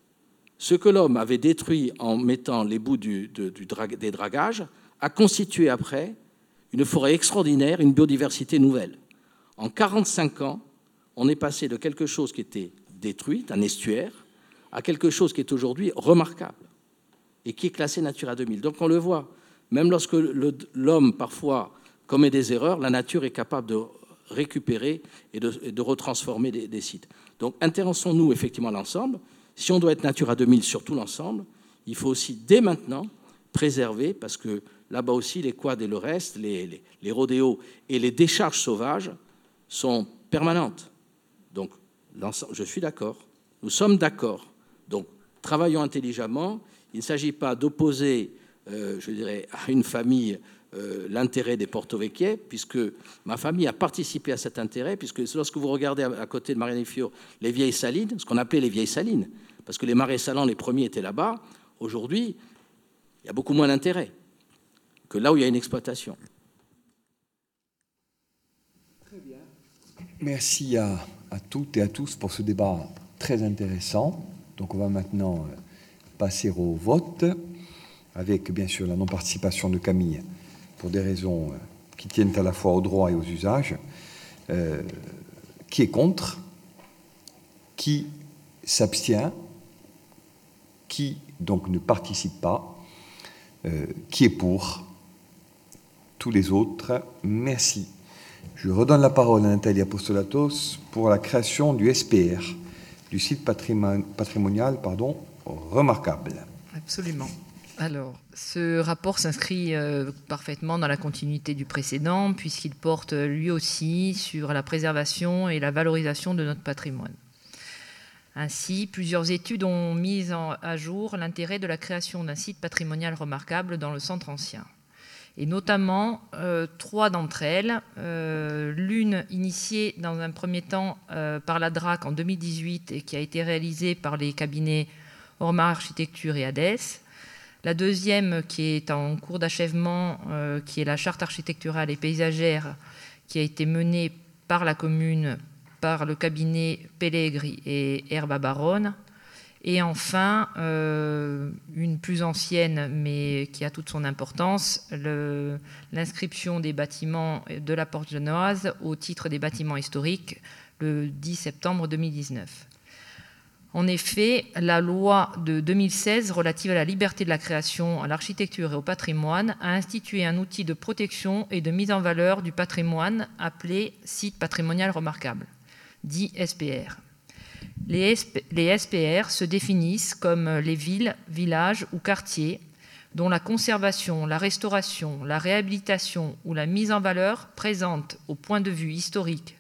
Ce que l'homme avait détruit en mettant les bouts du, de, du dra- des dragages a constitué après une forêt extraordinaire, une biodiversité nouvelle. En quarante-cinq ans, on est passé de quelque chose qui était détruit, un estuaire, à quelque chose qui est aujourd'hui remarquable et qui est classé Natura deux mille. Donc on le voit, même lorsque le, l'homme parfois commet des erreurs, la nature est capable de récupérer et de, et de retransformer des, des sites. Donc intéressons-nous effectivement à l'ensemble. Si on doit être Natura deux mille sur tout l'ensemble, il faut aussi dès maintenant préserver, parce que là-bas aussi les quads et le reste, les, les, les rodéos et les décharges sauvages sont permanentes. Donc je suis d'accord, nous sommes d'accord. Donc travaillons intelligemment. Il ne s'agit pas d'opposer, euh, je dirais, à une famille euh, l'intérêt des Porto-Vecchie, puisque ma famille a participé à cet intérêt, puisque lorsque vous regardez à, à côté de Mariani Fior les vieilles salines, ce qu'on appelait les vieilles salines, parce que les Marais-Salans, les premiers étaient là-bas, aujourd'hui, il y a beaucoup moins d'intérêt que là où il y a une exploitation. Très bien. Merci à, à toutes et à tous pour ce débat très intéressant. Donc on va maintenant passer au vote, avec bien sûr la non-participation de Camille pour des raisons qui tiennent à la fois au droit et aux usages. Euh, qui est contre? Qui s'abstient? Qui donc ne participe pas? euh, Qui est pour? Tous les autres, merci. Je redonne la parole à Nathalie Apostolatos pour la création du S P R, du site patrimon- patrimonial pardon, remarquable. Absolument. Alors, ce rapport s'inscrit euh, parfaitement dans la continuité du précédent, puisqu'il porte lui aussi sur la préservation et la valorisation de notre patrimoine. Ainsi, plusieurs études ont mis en, à jour l'intérêt de la création d'un site patrimonial remarquable dans le centre ancien. Et notamment, euh, trois d'entre elles, euh, l'une initiée dans un premier temps euh, par la D R A C en deux mille dix-huit et qui a été réalisée par les cabinets Ormar Architecture et Hades. La deuxième, qui est en cours d'achèvement, euh, qui est la charte architecturale et paysagère, qui a été menée par la commune, par le cabinet Pellegri et Herba Baronne. Et enfin, euh, une plus ancienne, mais qui a toute son importance, le, l'inscription des bâtiments de la Porte Genoise au titre des bâtiments historiques le dix septembre deux mille dix-neuf. En effet, la loi de deux mille seize relative à la liberté de la création, à l'architecture et au patrimoine a institué un outil de protection et de mise en valeur du patrimoine appelé site patrimonial remarquable, dit S P R. Les S P R se définissent comme les villes, villages ou quartiers dont la conservation, la restauration, la réhabilitation ou la mise en valeur présente au point de vue historique,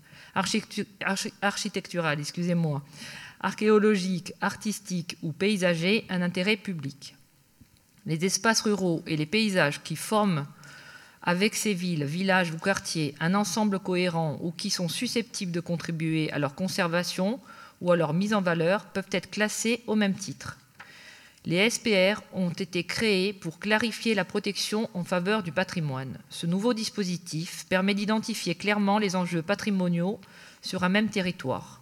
architectural, excusez-moi, archéologique, artistique ou paysager un intérêt public. Les espaces ruraux et les paysages qui forment avec ces villes, villages ou quartiers un ensemble cohérent ou qui sont susceptibles de contribuer à leur conservation ou à leur mise en valeur peuvent être classés au même titre. Les S P R ont été créés pour clarifier la protection en faveur du patrimoine. Ce nouveau dispositif permet d'identifier clairement les enjeux patrimoniaux sur un même territoire.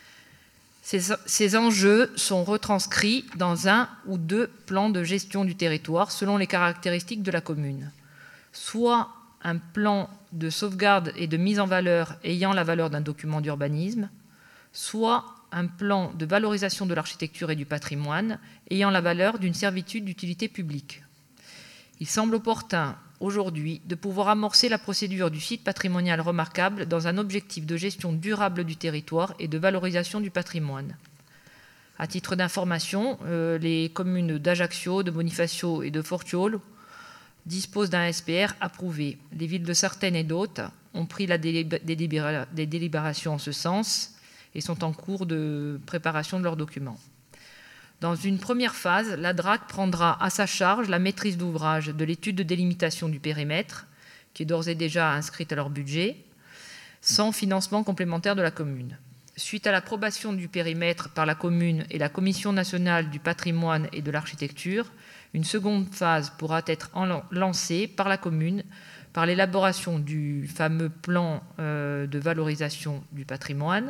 Ces, ces enjeux sont retranscrits dans un ou deux plans de gestion du territoire selon les caractéristiques de la commune. Soit un plan de sauvegarde et de mise en valeur ayant la valeur d'un document d'urbanisme, soit un plan de valorisation de l'architecture et du patrimoine ayant la valeur d'une servitude d'utilité publique. Il semble opportun aujourd'hui de pouvoir amorcer la procédure du site patrimonial remarquable dans un objectif de gestion durable du territoire et de valorisation du patrimoine. À titre d'information, euh, les communes d'Ajaccio, de Bonifacio et de Fortiolo disposent d'un S P R approuvé. Les villes de Sartène et d'autres ont pris la délib- des, délibéra- des délibérations en ce sens et sont en cours de préparation de leurs documents. Dans une première phase, la D R A C prendra à sa charge la maîtrise d'ouvrage de l'étude de délimitation du périmètre, qui est d'ores et déjà inscrite à leur budget, sans financement complémentaire de la commune. Suite à l'approbation du périmètre par la commune et la Commission nationale du patrimoine et de l'architecture, une seconde phase pourra être lancée par la commune par l'élaboration du fameux plan de valorisation du patrimoine.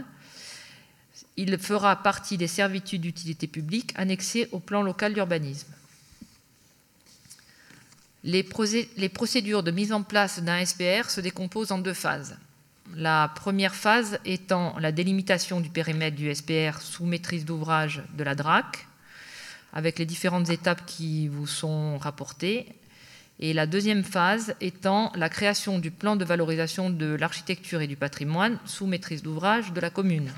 Il fera partie des servitudes d'utilité publique annexées au plan local d'urbanisme. Les, procé- les procédures de mise en place d'un S P R se décomposent en deux phases. La première phase étant la délimitation du périmètre du S P R sous maîtrise d'ouvrage de la D R A C, avec les différentes étapes qui vous sont rapportées. Et la deuxième phase étant la création du plan de valorisation de l'architecture et du patrimoine sous maîtrise d'ouvrage de la commune.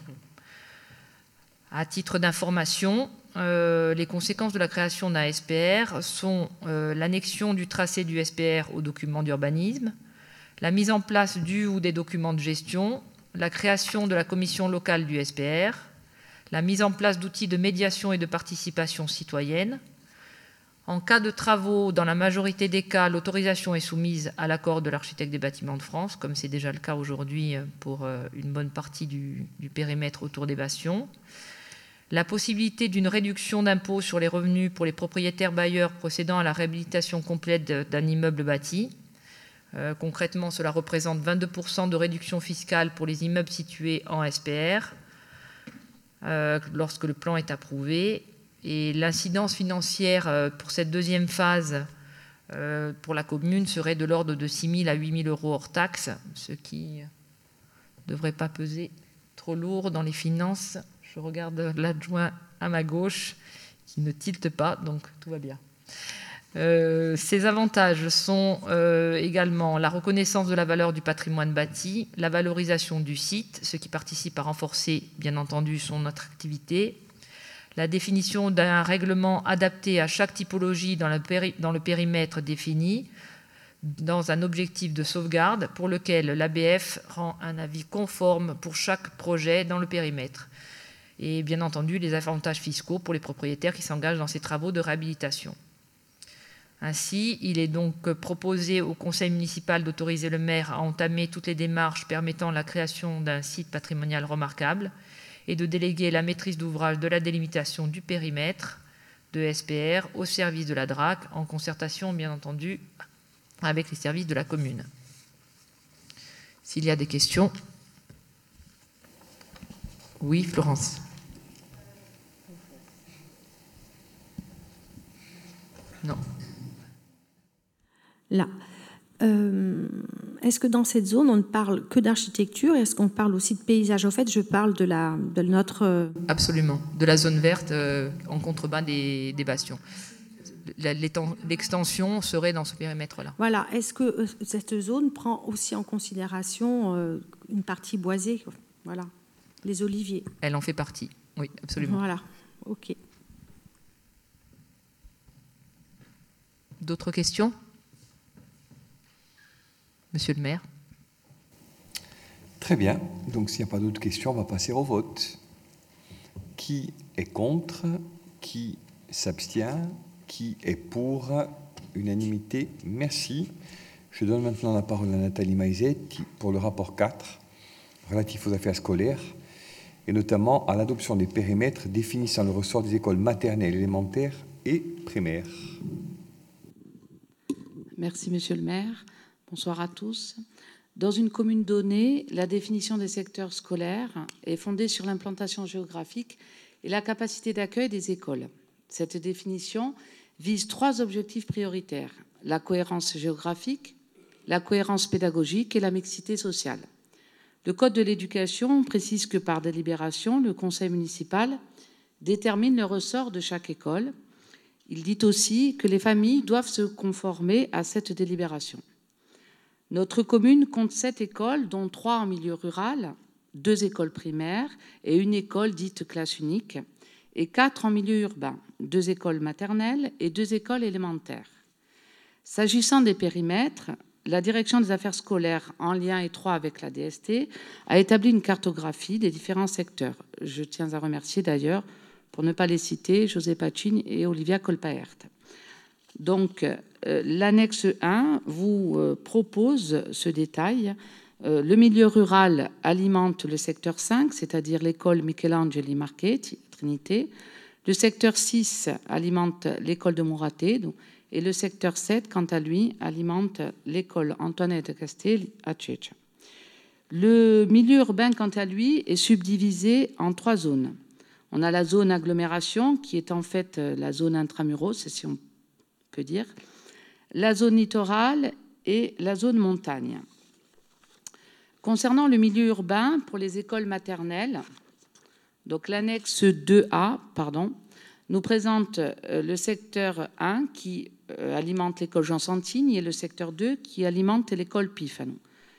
À titre d'information, euh, les conséquences de la création d'un S P R sont euh, l'annexion du tracé du S P R au document d'urbanisme, la mise en place du ou des documents de gestion, la création de la commission locale du S P R, la mise en place d'outils de médiation et de participation citoyenne. En cas de travaux, dans la majorité des cas, l'autorisation est soumise à l'accord de l'architecte des bâtiments de France, comme c'est déjà le cas aujourd'hui pour une bonne partie du, du périmètre autour des bastions. La possibilité d'une réduction d'impôt sur les revenus pour les propriétaires bailleurs procédant à la réhabilitation complète d'un immeuble bâti. Euh, concrètement, cela représente vingt-deux pour cent de réduction fiscale pour les immeubles situés en S P R euh, lorsque le plan est approuvé. Et l'incidence financière euh, pour cette deuxième phase euh, pour la commune serait de l'ordre de six mille à huit mille euros hors taxes, ce qui ne devrait pas peser trop lourd dans les finances. Je regarde l'adjoint à ma gauche qui ne tilte pas, donc tout va bien. Euh, ces avantages sont euh, également la reconnaissance de la valeur du patrimoine bâti, la valorisation du site, ce qui participe à renforcer, bien entendu, son attractivité, la définition d'un règlement adapté à chaque typologie dans, la péri- dans le périmètre défini, dans un objectif de sauvegarde pour lequel l'A B F rend un avis conforme pour chaque projet dans le périmètre. Et bien entendu, les avantages fiscaux pour les propriétaires qui s'engagent dans ces travaux de réhabilitation. Ainsi, il est donc proposé au conseil municipal d'autoriser le maire à entamer toutes les démarches permettant la création d'un site patrimonial remarquable et de déléguer la maîtrise d'ouvrage de la délimitation du périmètre de S P R au service de la D R A C, en concertation, bien entendu, avec les services de la commune. S'il y a des questions. Oui, Florence. Non. Là. Euh, est-ce que dans cette zone, on ne parle que d'architecture? Est-ce qu'on parle aussi de paysage? En fait, je parle de, la, de notre... Absolument. De la zone verte euh, en contrebas des, des bastions. L'extension serait dans ce périmètre-là. Voilà. Est-ce que euh, cette zone prend aussi en considération euh, une partie boisée? Voilà. Les oliviers. Elle en fait partie. Oui, absolument. Voilà. OK. D'autres questions? Monsieur le maire. Très bien. Donc, s'il n'y a pas d'autres questions, on va passer au vote. Qui est contre? Qui s'abstient? Qui est pour? Unanimité. Merci. Je donne maintenant la parole à Nathalie Maizet pour le rapport quatre relatif aux affaires scolaires et notamment à l'adoption des périmètres définissant le ressort des écoles maternelles, élémentaires et primaires. Merci, Monsieur le maire. Bonsoir à tous. Dans une commune donnée, la définition des secteurs scolaires est fondée sur l'implantation géographique et la capacité d'accueil des écoles. Cette définition vise trois objectifs prioritaires: la cohérence géographique, la cohérence pédagogique et la mixité sociale. Le Code de l'éducation précise que par délibération, le conseil municipal détermine le ressort de chaque école. Il dit aussi que les familles doivent se conformer à cette délibération. Notre commune compte sept écoles, dont trois en milieu rural, deux écoles primaires et une école dite classe unique, et quatre en milieu urbain, deux écoles maternelles et deux écoles élémentaires. S'agissant des périmètres, la direction des affaires scolaires, en lien étroit avec la D S T, a établi une cartographie des différents secteurs. Je tiens à remercier d'ailleurs, pour ne pas les citer, José Pacini et Olivia Colpaert. Donc, euh, l'annexe un vous euh, propose ce détail. Euh, le milieu rural alimente le secteur cinq, c'est-à-dire l'école Michelangeli Marchetti, Trinité. Le secteur six alimente l'école de Mouratet. Et le secteur sept, quant à lui, alimente l'école Antoinette de Castelli à Cecca. Le milieu urbain, quant à lui, est subdivisé en trois zones. On a la zone agglomération, qui est en fait la zone intramuros, si on peut dire, la zone littorale et la zone montagne. Concernant le milieu urbain, pour les écoles maternelles, donc l'annexe deux A, pardon, nous présente le secteur un qui alimente l'école Jean Santini et le secteur deux qui alimente l'école Pifano.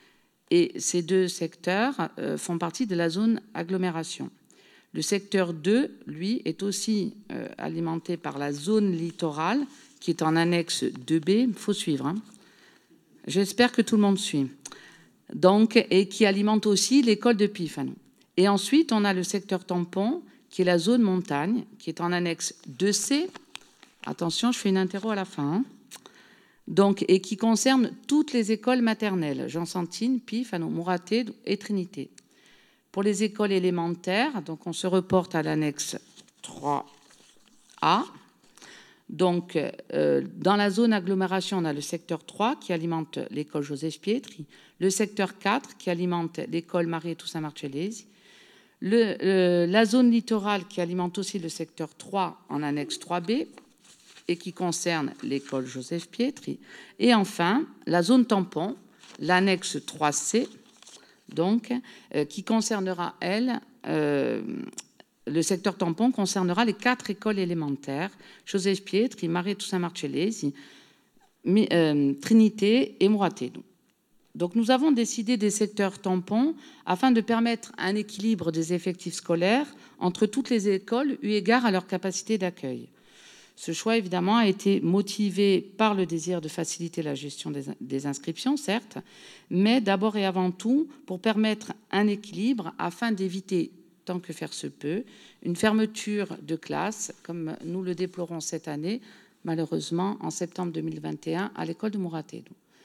Et ces deux secteurs font partie de la zone agglomération. Le secteur deux, lui, est aussi alimenté par la zone littorale qui est en annexe deux B. Il faut suivre. Hein. J'espère que tout le monde suit. Donc, et qui alimente aussi l'école de Pifano. Et ensuite, on a le secteur tampon, qui est la zone montagne, qui est en annexe deux C. Attention, je fais une interro à la fin. Hein. Donc, et qui concerne toutes les écoles maternelles, Jean Santine, Pifano, Mouratet et Trinité. Pour les écoles élémentaires, donc on se reporte à l'annexe trois A. Donc, euh, dans la zone agglomération, on a le secteur trois qui alimente l'école Joseph Pietri, le secteur quatre qui alimente l'école Marie Toussaint Marcellesi, le, euh, la zone littorale qui alimente aussi le secteur trois en annexe trois B et qui concerne l'école Joseph Pietri, et enfin la zone tampon, l'annexe trois C, donc, euh, qui concernera, elle, euh, le secteur tampon concernera les quatre écoles élémentaires, Joseph Pietri, Marie Toussaint Marcellesi, euh, Trinité et Mouratet. Donc nous avons décidé des secteurs tampons afin de permettre un équilibre des effectifs scolaires entre toutes les écoles eu égard à leur capacité d'accueil. Ce choix, évidemment, a été motivé par le désir de faciliter la gestion des, des inscriptions, certes, mais d'abord et avant tout pour permettre un équilibre afin d'éviter, tant que faire se peut, une fermeture de classe, comme nous le déplorons cette année, malheureusement, en septembre deux mille vingt et un, à l'école de Mouratet.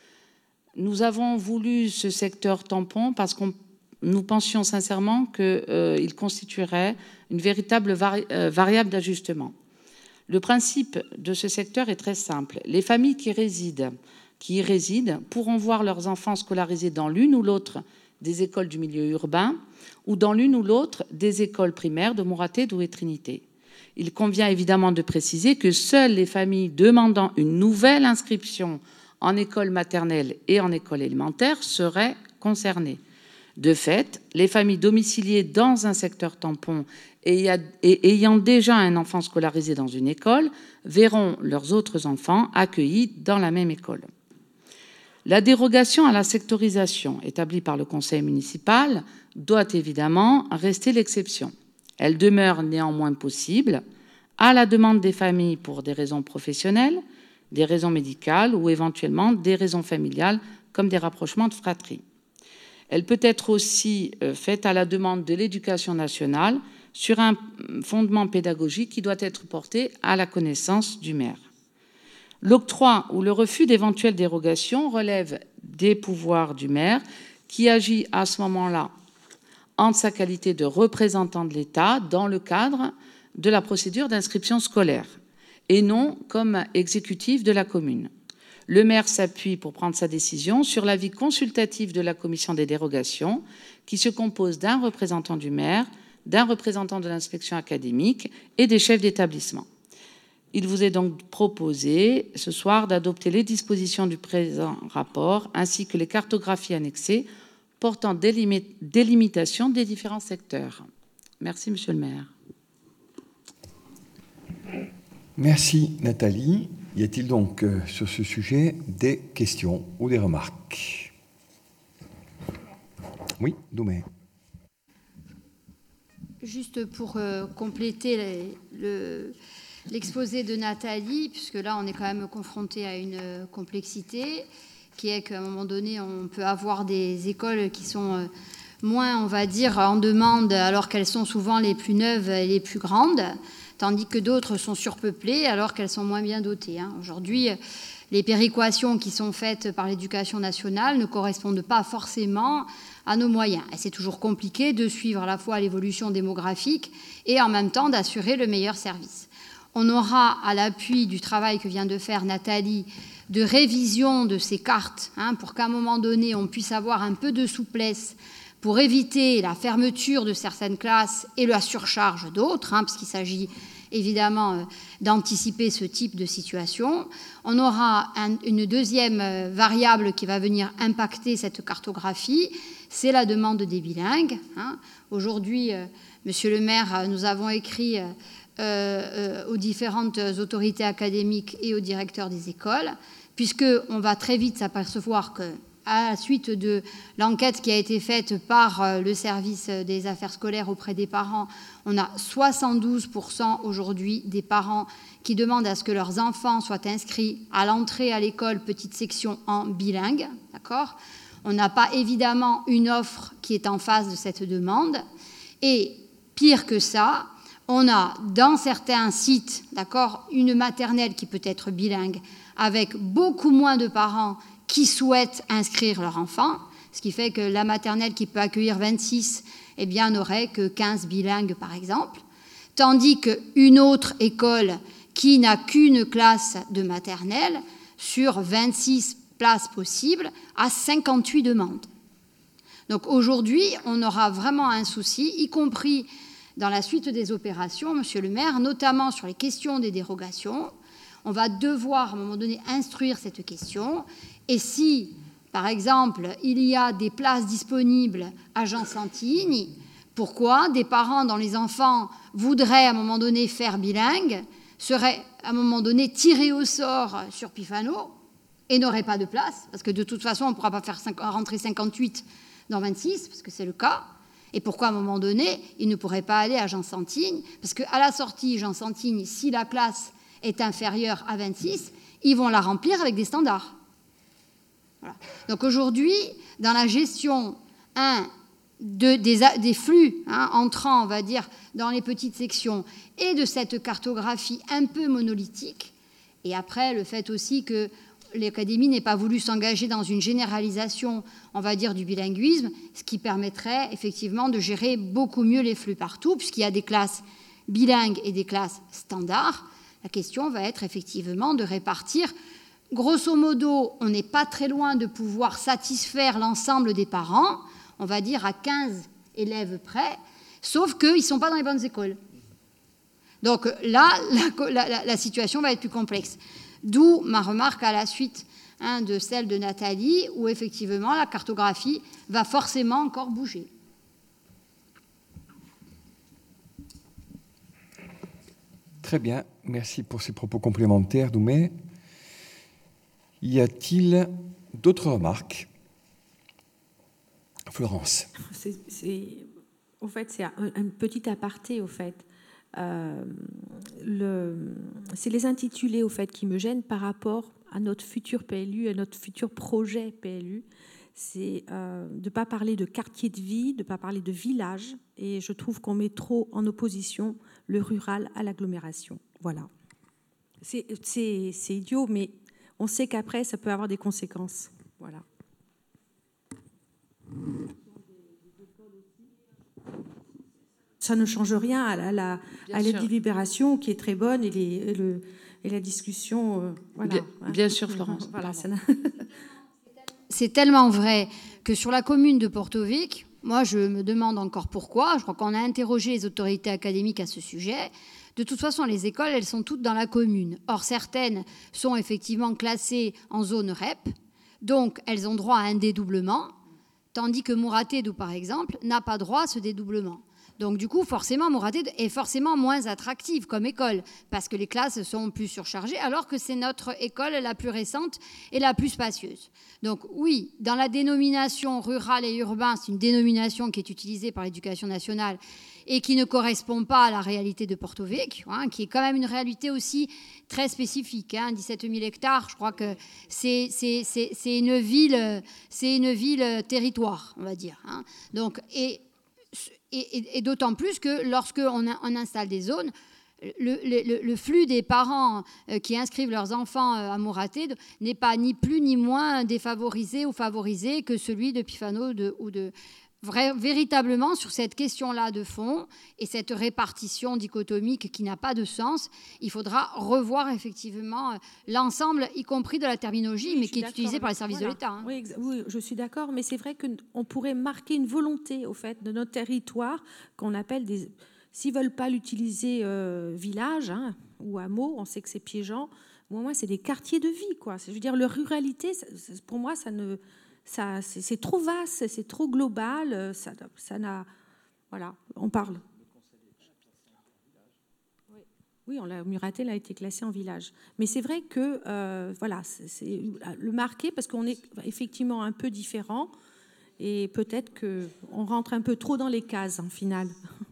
Nous avons voulu ce secteur tampon parce que nous pensions sincèrement qu'il euh, constituerait une véritable vari euh, variable d'ajustement. Le principe de ce secteur est très simple. Les familles qui résident, qui y résident pourront voir leurs enfants scolarisés dans l'une ou l'autre des écoles du milieu urbain ou dans l'une ou l'autre des écoles primaires de Mouratet ou de Trinité. Il convient évidemment de préciser que seules les familles demandant une nouvelle inscription en école maternelle et en école élémentaire seraient concernées. De fait, les familles domiciliées dans un secteur tampon et ayant déjà un enfant scolarisé dans une école verront leurs autres enfants accueillis dans la même école. La dérogation à la sectorisation établie par le conseil municipal doit évidemment rester l'exception. Elle demeure néanmoins possible à la demande des familles pour des raisons professionnelles, des raisons médicales ou éventuellement des raisons familiales comme des rapprochements de fratrie. Elle peut être aussi faite à la demande de l'Éducation nationale sur un fondement pédagogique qui doit être porté à la connaissance du maire. L'octroi ou le refus d'éventuelles dérogations relève des pouvoirs du maire qui agit à ce moment-là en sa qualité de représentant de l'État dans le cadre de la procédure d'inscription scolaire et non comme exécutif de la commune. Le maire s'appuie pour prendre sa décision sur l'avis consultatif de la commission des dérogations qui se compose d'un représentant du maire, d'un représentant de l'inspection académique et des chefs d'établissement. Il vous est donc proposé ce soir d'adopter les dispositions du présent rapport ainsi que les cartographies annexées portant délimitation des différents secteurs. Merci, Monsieur le maire. Merci, Nathalie. Y a-t-il donc euh, sur ce sujet des questions ou des remarques? Oui, Doumé. Juste pour euh, compléter les, le, l'exposé de Nathalie, puisque là, on est quand même confronté à une euh, complexité, qui est qu'à un moment donné, on peut avoir des écoles qui sont euh, moins, on va dire, en demande, alors qu'elles sont souvent les plus neuves et les plus grandes, tandis que d'autres sont surpeuplées alors qu'elles sont moins bien dotées. Hein. Aujourd'hui, les péréquations qui sont faites par l'Éducation nationale ne correspondent pas forcément à nos moyens. Et c'est toujours compliqué de suivre à la fois l'évolution démographique et en même temps d'assurer le meilleur service. On aura, à l'appui du travail que vient de faire Nathalie, de révision de ces cartes, hein, pour qu'à un moment donné, on puisse avoir un peu de souplesse pour éviter la fermeture de certaines classes et la surcharge d'autres, hein, parce qu'il s'agit évidemment euh, d'anticiper ce type de situation. On aura un, une deuxième euh, variable qui va venir impacter cette cartographie, c'est la demande des bilingues. Hein. Aujourd'hui, euh, Monsieur le maire, euh, nous avons écrit euh, euh, aux différentes autorités académiques et aux directeurs des écoles, puisqu'on va très vite s'apercevoir que à la suite de l'enquête qui a été faite par le service des affaires scolaires auprès des parents, on a soixante-douze pour cent aujourd'hui des parents qui demandent à ce que leurs enfants soient inscrits à l'entrée à l'école petite section en bilingue. D'accord ? On n'a pas évidemment une offre qui est en face de cette demande. Et pire que ça, on a dans certains sites, d'accord, une maternelle qui peut être bilingue avec beaucoup moins de parents qui souhaitent inscrire leur enfant, ce qui fait que la maternelle qui peut accueillir vingt-six, eh bien, n'aurait que quinze bilingues, par exemple, tandis qu'une autre école qui n'a qu'une classe de maternelle, sur vingt-six places possibles, a cinquante-huit demandes. Donc aujourd'hui, on aura vraiment un souci, y compris dans la suite des opérations, Monsieur le maire, notamment sur les questions des dérogations. On va devoir, à un moment donné, instruire cette question. Et si, par exemple, il y a des places disponibles à Jean-Santini, pourquoi des parents dont les enfants voudraient, à un moment donné, faire bilingue, seraient, à un moment donné, tirés au sort sur Pifano et n'auraient pas de place? Parce que de toute façon, on ne pourra pas faire rentrer cinquante-huit dans vingt-six, parce que c'est le cas. Et pourquoi, à un moment donné, ils ne pourraient pas aller à Jean-Santini? Parce qu'à la sortie, Jean-Santini, si la classe est inférieure à vingt-six, ils vont la remplir avec des standards. Voilà. Donc aujourd'hui, dans la gestion un, de, des, des flux hein, entrant, on va dire, dans les petites sections et de cette cartographie un peu monolithique, et après le fait aussi que l'Académie n'ait pas voulu s'engager dans une généralisation, on va dire, du bilinguisme, ce qui permettrait effectivement de gérer beaucoup mieux les flux partout, puisqu'il y a des classes bilingues et des classes standards. La question va être effectivement de répartir. Grosso modo, on n'est pas très loin de pouvoir satisfaire l'ensemble des parents, on va dire à quinze élèves près, sauf qu'ils ne sont pas dans les bonnes écoles. Donc là, la, la, la situation va être plus complexe. D'où ma remarque à la suite hein, de celle de Nathalie, où effectivement la cartographie va forcément encore bouger. Très bien, merci pour ces propos complémentaires, Doumé. Y a-t-il d'autres remarques? Florence. C'est, c'est, au fait, c'est un, un petit aparté, au fait. Euh, le, c'est les intitulés, au fait, qui me gênent par rapport à notre futur P L U, à notre futur projet P L U. C'est euh, de ne pas parler de quartier de vie, de ne pas parler de village. Et je trouve qu'on met trop en opposition le rural à l'agglomération. Voilà. C'est, c'est, c'est idiot, mais on sait qu'après, ça peut avoir des conséquences. Voilà. Ça ne change rien à la, la, à la délibération qui est très bonne et, les, et, le, et la discussion. Euh, voilà. Bien, bien sûr, Florence. Voilà, ça c'est tellement vrai que sur la commune de Porto-Vic, moi je me demande encore pourquoi. Je crois qu'on a interrogé les autorités académiques à ce sujet. De toute façon, les écoles, elles sont toutes dans la commune. Or, certaines sont effectivement classées en zone R E P, donc elles ont droit à un dédoublement, tandis que Mouratédou, par exemple, n'a pas droit à ce dédoublement. Donc du coup, forcément, Mouratédou est forcément moins attractive comme école, parce que les classes sont plus surchargées, alors que c'est notre école la plus récente et la plus spacieuse. Donc oui, dans la dénomination rurale et urbain, c'est une dénomination qui est utilisée par l'éducation nationale et qui ne correspond pas à la réalité de Porto-Vic, hein, qui est quand même une réalité aussi très spécifique. Hein, dix-sept mille hectares, je crois que c'est, c'est, c'est, c'est une ville, c'est une ville territoire, on va dire. Hein. Donc, et Et, et, et d'autant plus que lorsqu'on on installe des zones, le, le, le flux des parents qui inscrivent leurs enfants à Mouratédou n'est pas ni plus ni moins défavorisé ou favorisé que celui de Pifano de, ou de... Vrai, véritablement, sur cette question-là de fond et cette répartition dichotomique qui n'a pas de sens, il faudra revoir effectivement l'ensemble, y compris de la terminologie, oui, mais qui est utilisée par les services voilà. de l'État. Hein. Oui, oui, je suis d'accord, mais c'est vrai qu'on pourrait marquer une volonté, au fait, de notre territoire, qu'on appelle des... S'ils ne veulent pas l'utiliser euh, village hein, ou hameau, on sait que c'est piégeant, au moins c'est des quartiers de vie, quoi. Je veux dire, la ruralité, ça, pour moi, ça ne... Ça, c'est, c'est trop vaste, c'est trop global, ça, ça n'a... Voilà, on parle. Oui, on l'a, Muratel a été classé en village. Mais c'est vrai que, euh, voilà, c'est, c'est le marquer, parce qu'on est effectivement un peu différent, et peut-être qu'on rentre un peu trop dans les cases, en finale.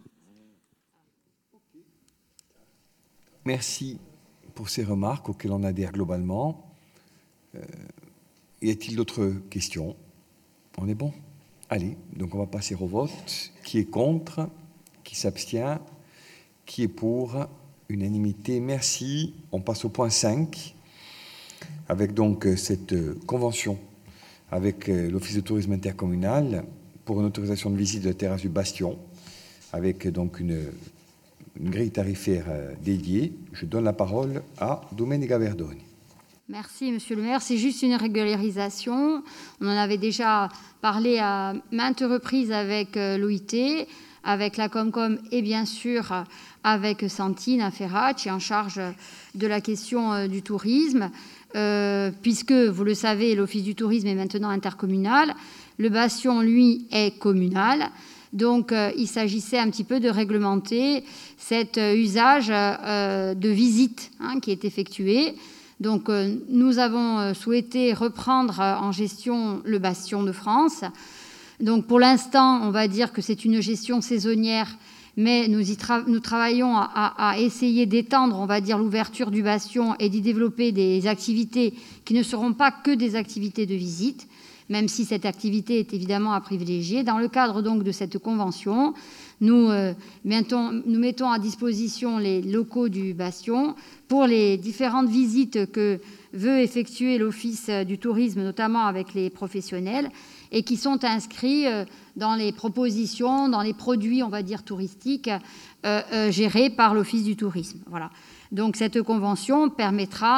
Merci pour ces remarques auxquelles on adhère globalement. Euh, Y a-t-il d'autres questions? On est bon? Allez, donc on va passer au vote. Qui est contre? Qui s'abstient? Qui est pour? Unanimité, merci. On passe au point cinq, avec donc cette convention avec l'Office de tourisme intercommunal pour une autorisation de visite de la terrasse du Bastion, avec donc une, une grille tarifaire dédiée. Je donne la parole à Domenica Verdoni. Merci, Monsieur le maire. C'est juste une régularisation. On en avait déjà parlé à maintes reprises avec l'O I T, avec la Comcom et bien sûr avec Santine Ferrat, qui est en charge de la question du tourisme, euh, puisque, vous le savez, l'Office du tourisme est maintenant intercommunal. Le Bastion, lui, est communal. Donc, euh, il s'agissait un petit peu de réglementer cet euh, usage euh, de visite hein, qui est effectué. Donc, euh, nous avons euh, souhaité reprendre euh, en gestion le Bastion de France. Donc, pour l'instant, on va dire que c'est une gestion saisonnière, mais nous, y tra- nous travaillons à, à, à essayer d'étendre, on va dire, l'ouverture du Bastion et d'y développer des activités qui ne seront pas que des activités de visite, même si cette activité est évidemment à privilégier. Dans le cadre donc de cette convention, nous, euh, mettons, nous mettons à disposition les locaux du Bastion pour les différentes visites que veut effectuer l'Office du tourisme, notamment avec les professionnels, et qui sont inscrits euh, dans les propositions, dans les produits, on va dire, touristiques euh, euh, gérés par l'Office du tourisme. Voilà. Donc cette convention permettra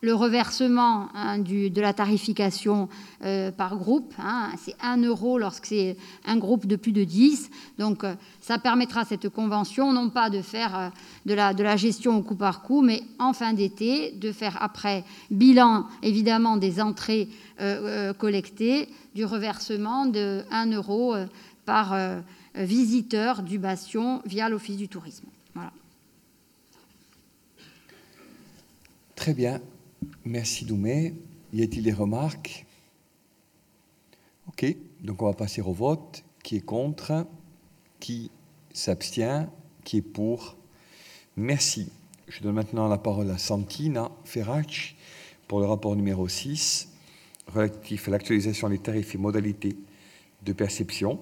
le reversement hein, du, de la tarification euh, par groupe. Hein, c'est un euro lorsque c'est un groupe de plus de dix. Donc, euh, ça permettra cette convention, non pas de faire euh, de, la, de la gestion au coup par coup, mais en fin d'été, de faire après bilan, évidemment, des entrées euh, euh, collectées, du reversement de un euro euh, par euh, visiteur du bastion via l'Office du tourisme. Voilà. Très bien. Merci Doumé. Y a-t-il des remarques? Ok, donc on va passer au vote. Qui est contre? Qui s'abstient? Qui est pour? Merci. Je donne maintenant la parole à Santina Ferracci pour le rapport numéro six, relatif à l'actualisation des tarifs et modalités de perception.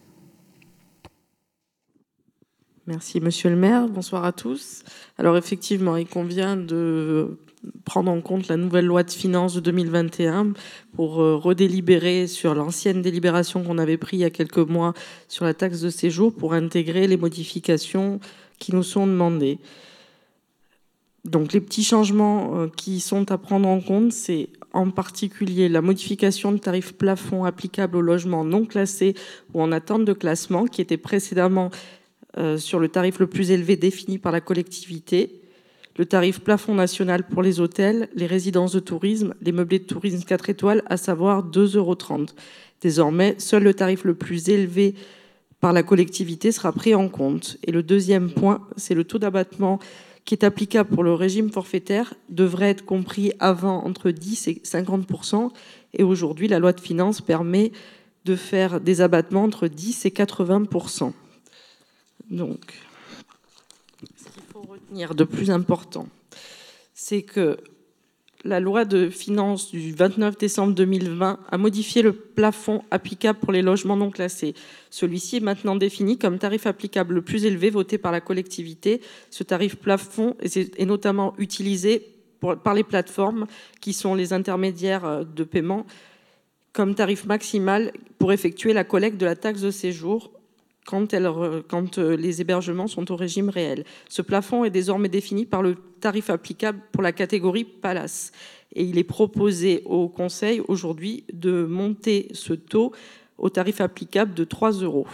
Merci Monsieur le maire, bonsoir à tous. Alors effectivement, il convient de prendre en compte la nouvelle loi de finances de deux mille vingt et un pour redélibérer sur l'ancienne délibération qu'on avait prise il y a quelques mois sur la taxe de séjour pour intégrer les modifications qui nous sont demandées. Donc les petits changements qui sont à prendre en compte, c'est en particulier la modification de tarif plafond applicable aux logements non classés ou en attente de classement qui était précédemment euh, sur le tarif le plus élevé défini par la collectivité, le tarif plafond national pour les hôtels, les résidences de tourisme, les meublés de tourisme quatre étoiles, à savoir deux euros trente. Désormais, seul le tarif le plus élevé par la collectivité sera pris en compte. Et le deuxième point, c'est le taux d'abattement qui est applicable pour le régime forfaitaire devrait être compris avant entre dix et cinquante pour cent. Et aujourd'hui, la loi de finances permet de faire des abattements entre dix et quatre-vingts pour cent. Donc, ce qu'il faut retenir de plus important, c'est que la loi de finances du vingt-neuf décembre deux mille vingt a modifié le plafond applicable pour les logements non classés. Celui-ci est maintenant défini comme tarif applicable le plus élevé voté par la collectivité. Ce tarif plafond est notamment utilisé pour, par les plateformes qui sont les intermédiaires de paiement comme tarif maximal pour effectuer la collecte de la taxe de séjour quand, elle, quand les hébergements sont au régime réel. Ce plafond est désormais défini par le tarif applicable pour la catégorie Palace. Et il est proposé au Conseil aujourd'hui de monter ce taux au tarif applicable de trois euros.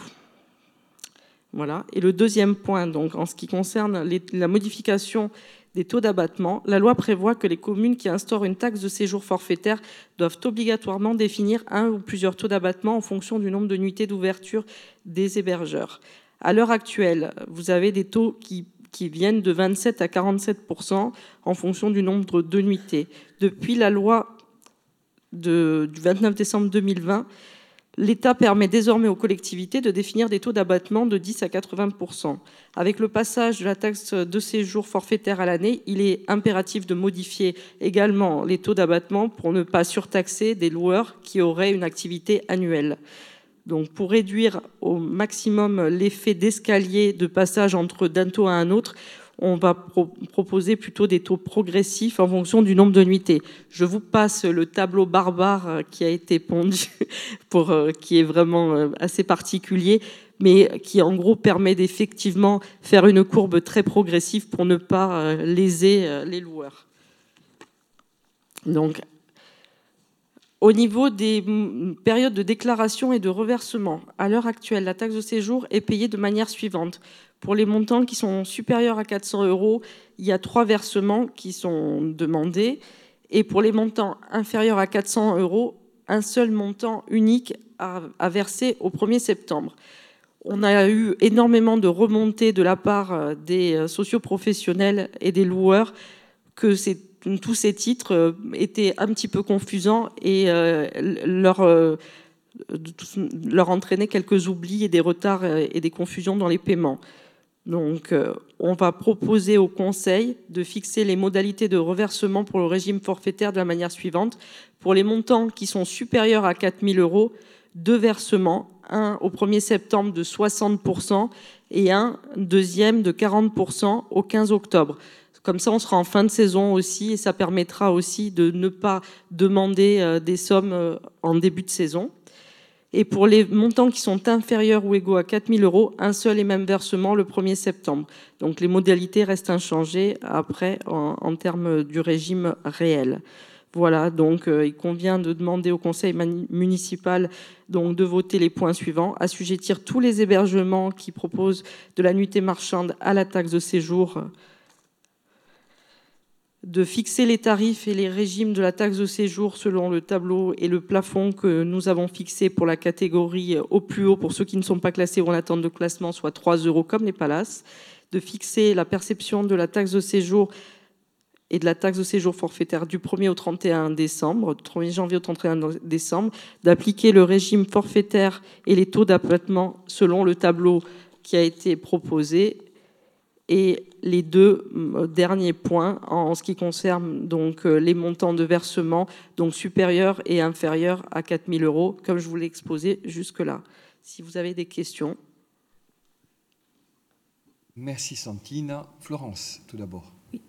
Voilà. Et le deuxième point, donc, en ce qui concerne les, la modification des taux d'abattement, la loi prévoit que les communes qui instaurent une taxe de séjour forfaitaire doivent obligatoirement définir un ou plusieurs taux d'abattement en fonction du nombre de nuitées d'ouverture des hébergeurs. À l'heure actuelle, vous avez des taux qui, qui viennent de vingt-sept à quarante-sept pour cent en fonction du nombre de nuitées. Depuis la loi de, du vingt-neuf décembre deux mille vingt, l'État permet désormais aux collectivités de définir des taux d'abattement de dix à quatre-vingts pour cent. Avec le passage de la taxe de séjour forfaitaire à l'année, il est impératif de modifier également les taux d'abattement pour ne pas surtaxer des loueurs qui auraient une activité annuelle. Donc, pour réduire au maximum l'effet d'escalier de passage entre d'un taux à un autre, on va pro- proposer plutôt des taux progressifs en fonction du nombre de nuitées. Je vous passe le tableau barbare qui a été pondu, pour, euh, qui est vraiment euh, assez particulier, mais qui en gros permet d'effectivement faire une courbe très progressive pour ne pas euh, léser euh, les loueurs. Donc, au niveau des périodes de déclaration et de reversement, à l'heure actuelle, la taxe de séjour est payée de manière suivante. Pour les montants qui sont supérieurs à quatre cents euros, il y a trois versements qui sont demandés. Et pour les montants inférieurs à quatre cents euros, un seul montant unique à, à verser au premier septembre. On a eu énormément de remontées de la part des socioprofessionnels et des loueurs que c'est tous ces titres étaient un petit peu confusants et euh, leur, euh, leur entraînaient quelques oublis et des retards et des confusions dans les paiements. Donc, euh, on va proposer au Conseil de fixer les modalités de reversement pour le régime forfaitaire de la manière suivante. Pour les montants qui sont supérieurs à quatre mille euros, deux versements, un au premier septembre de soixante pour cent et un deuxième de quarante pour cent au quinze octobre. Comme ça, on sera en fin de saison aussi et ça permettra aussi de ne pas demander des sommes en début de saison. Et pour les montants qui sont inférieurs ou égaux à quatre mille euros, un seul et même versement le premier septembre. Donc les modalités restent inchangées après en, en termes du régime réel. Voilà, donc euh, il convient de demander au conseil municipal donc, de voter les points suivants. Assujettir tous les hébergements qui proposent de la nuitée marchande à la taxe de séjour, de fixer les tarifs et les régimes de la taxe de séjour selon le tableau et le plafond que nous avons fixé pour la catégorie au plus haut, pour ceux qui ne sont pas classés ou en attente de classement, soit trois euros comme les palaces, de fixer la perception de la taxe de séjour et de la taxe de séjour forfaitaire du premier au trente et un décembre, du premier janvier au trente et un décembre, d'appliquer le régime forfaitaire et les taux d'abattement selon le tableau qui a été proposé. Et les deux derniers points en ce qui concerne donc les montants de versement, donc supérieurs et inférieurs à quatre mille euros, comme je vous l'ai exposé jusque-là. Si vous avez des questions. Merci Santine. Florence, tout d'abord. Oui.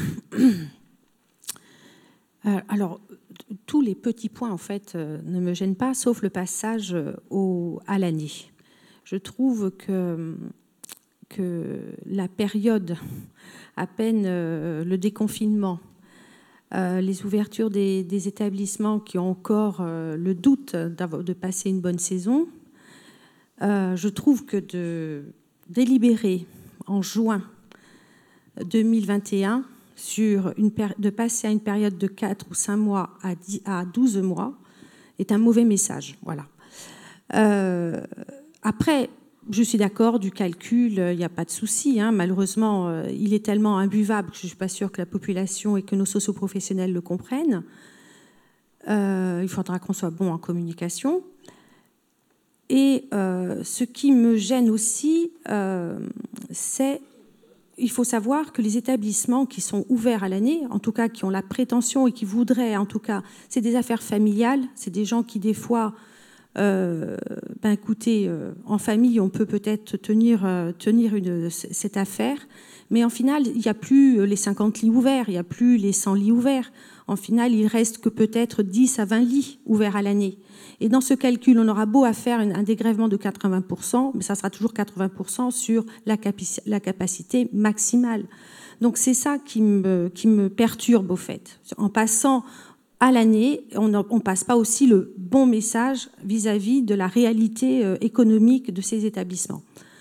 Alors, tous les petits points, en fait, ne me gênent pas, sauf le passage au, à l'année. Je trouve que... que la période, à peine euh, le déconfinement, euh, les ouvertures des, des établissements qui ont encore euh, le doute de passer une bonne saison, euh, je trouve que de délibérer en juin deux mille vingt et un sur une de passer à une période de quatre ou cinq mois à, dix, à douze mois est un mauvais message. Voilà. Euh, après, je suis d'accord, du calcul, il n'y a pas de souci. Hein. Malheureusement, euh, il est tellement imbuvable que je ne suis pas sûre que la population et que nos socioprofessionnels le comprennent. Euh, il faudra qu'on soit bon en communication. Et euh, ce qui me gêne aussi, euh, c'est il faut savoir que les établissements qui sont ouverts à l'année, en tout cas qui ont la prétention et qui voudraient, en tout cas, c'est des affaires familiales, c'est des gens qui, des fois... Euh, ben écoutez, euh, en famille, on peut peut-être tenir, euh, tenir une, cette affaire, mais en final, il n'y a plus les cinquante lits ouverts, il n'y a plus les cent lits ouverts. En final, il reste que peut-être dix à vingt lits ouverts à l'année. Et dans ce calcul, on aura beau à faire un dégrèvement de quatre-vingts pour cent, mais ça sera toujours quatre-vingts pour cent sur la, capi- la capacité maximale. Donc c'est ça qui me, qui me perturbe au fait. En passant à l'année, on ne passe pas aussi le bon message vis-à-vis de la réalité économique de ces établissements.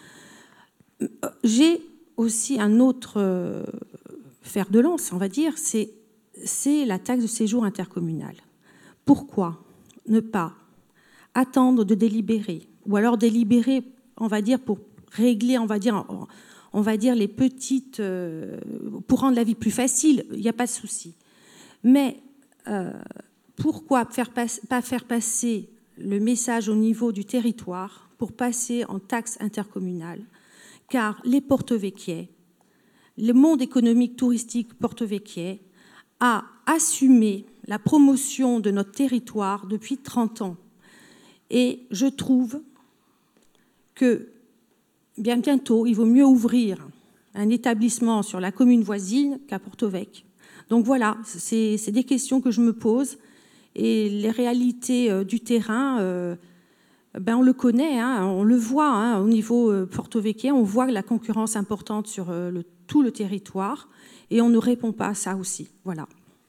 J'ai aussi un autre fer de lance, on va dire, c'est, c'est la taxe de séjour intercommunale. Pourquoi ne pas attendre de délibérer, ou alors délibérer, on va dire, pour régler, on va dire, on va dire les petites, pour rendre la vie plus facile, il n'y a pas de souci. Mais Euh, pourquoi faire pas, pas faire passer le message au niveau du territoire pour passer en taxe intercommunale? Car les porto-vecchiais, le monde économique touristique porto-vecchiais a assumé la promotion de notre territoire depuis trente ans. Et je trouve que bien bientôt, il vaut mieux ouvrir un établissement sur la commune voisine qu'à Porto-Vecchio. Donc voilà, c'est, c'est des questions que je me pose. Et les réalités euh, du terrain, euh, ben on le connaît, hein, on le voit hein, au niveau euh, porto-vecchien, on voit la concurrence importante sur euh, le, tout le territoire et on ne répond pas à ça aussi. Voilà.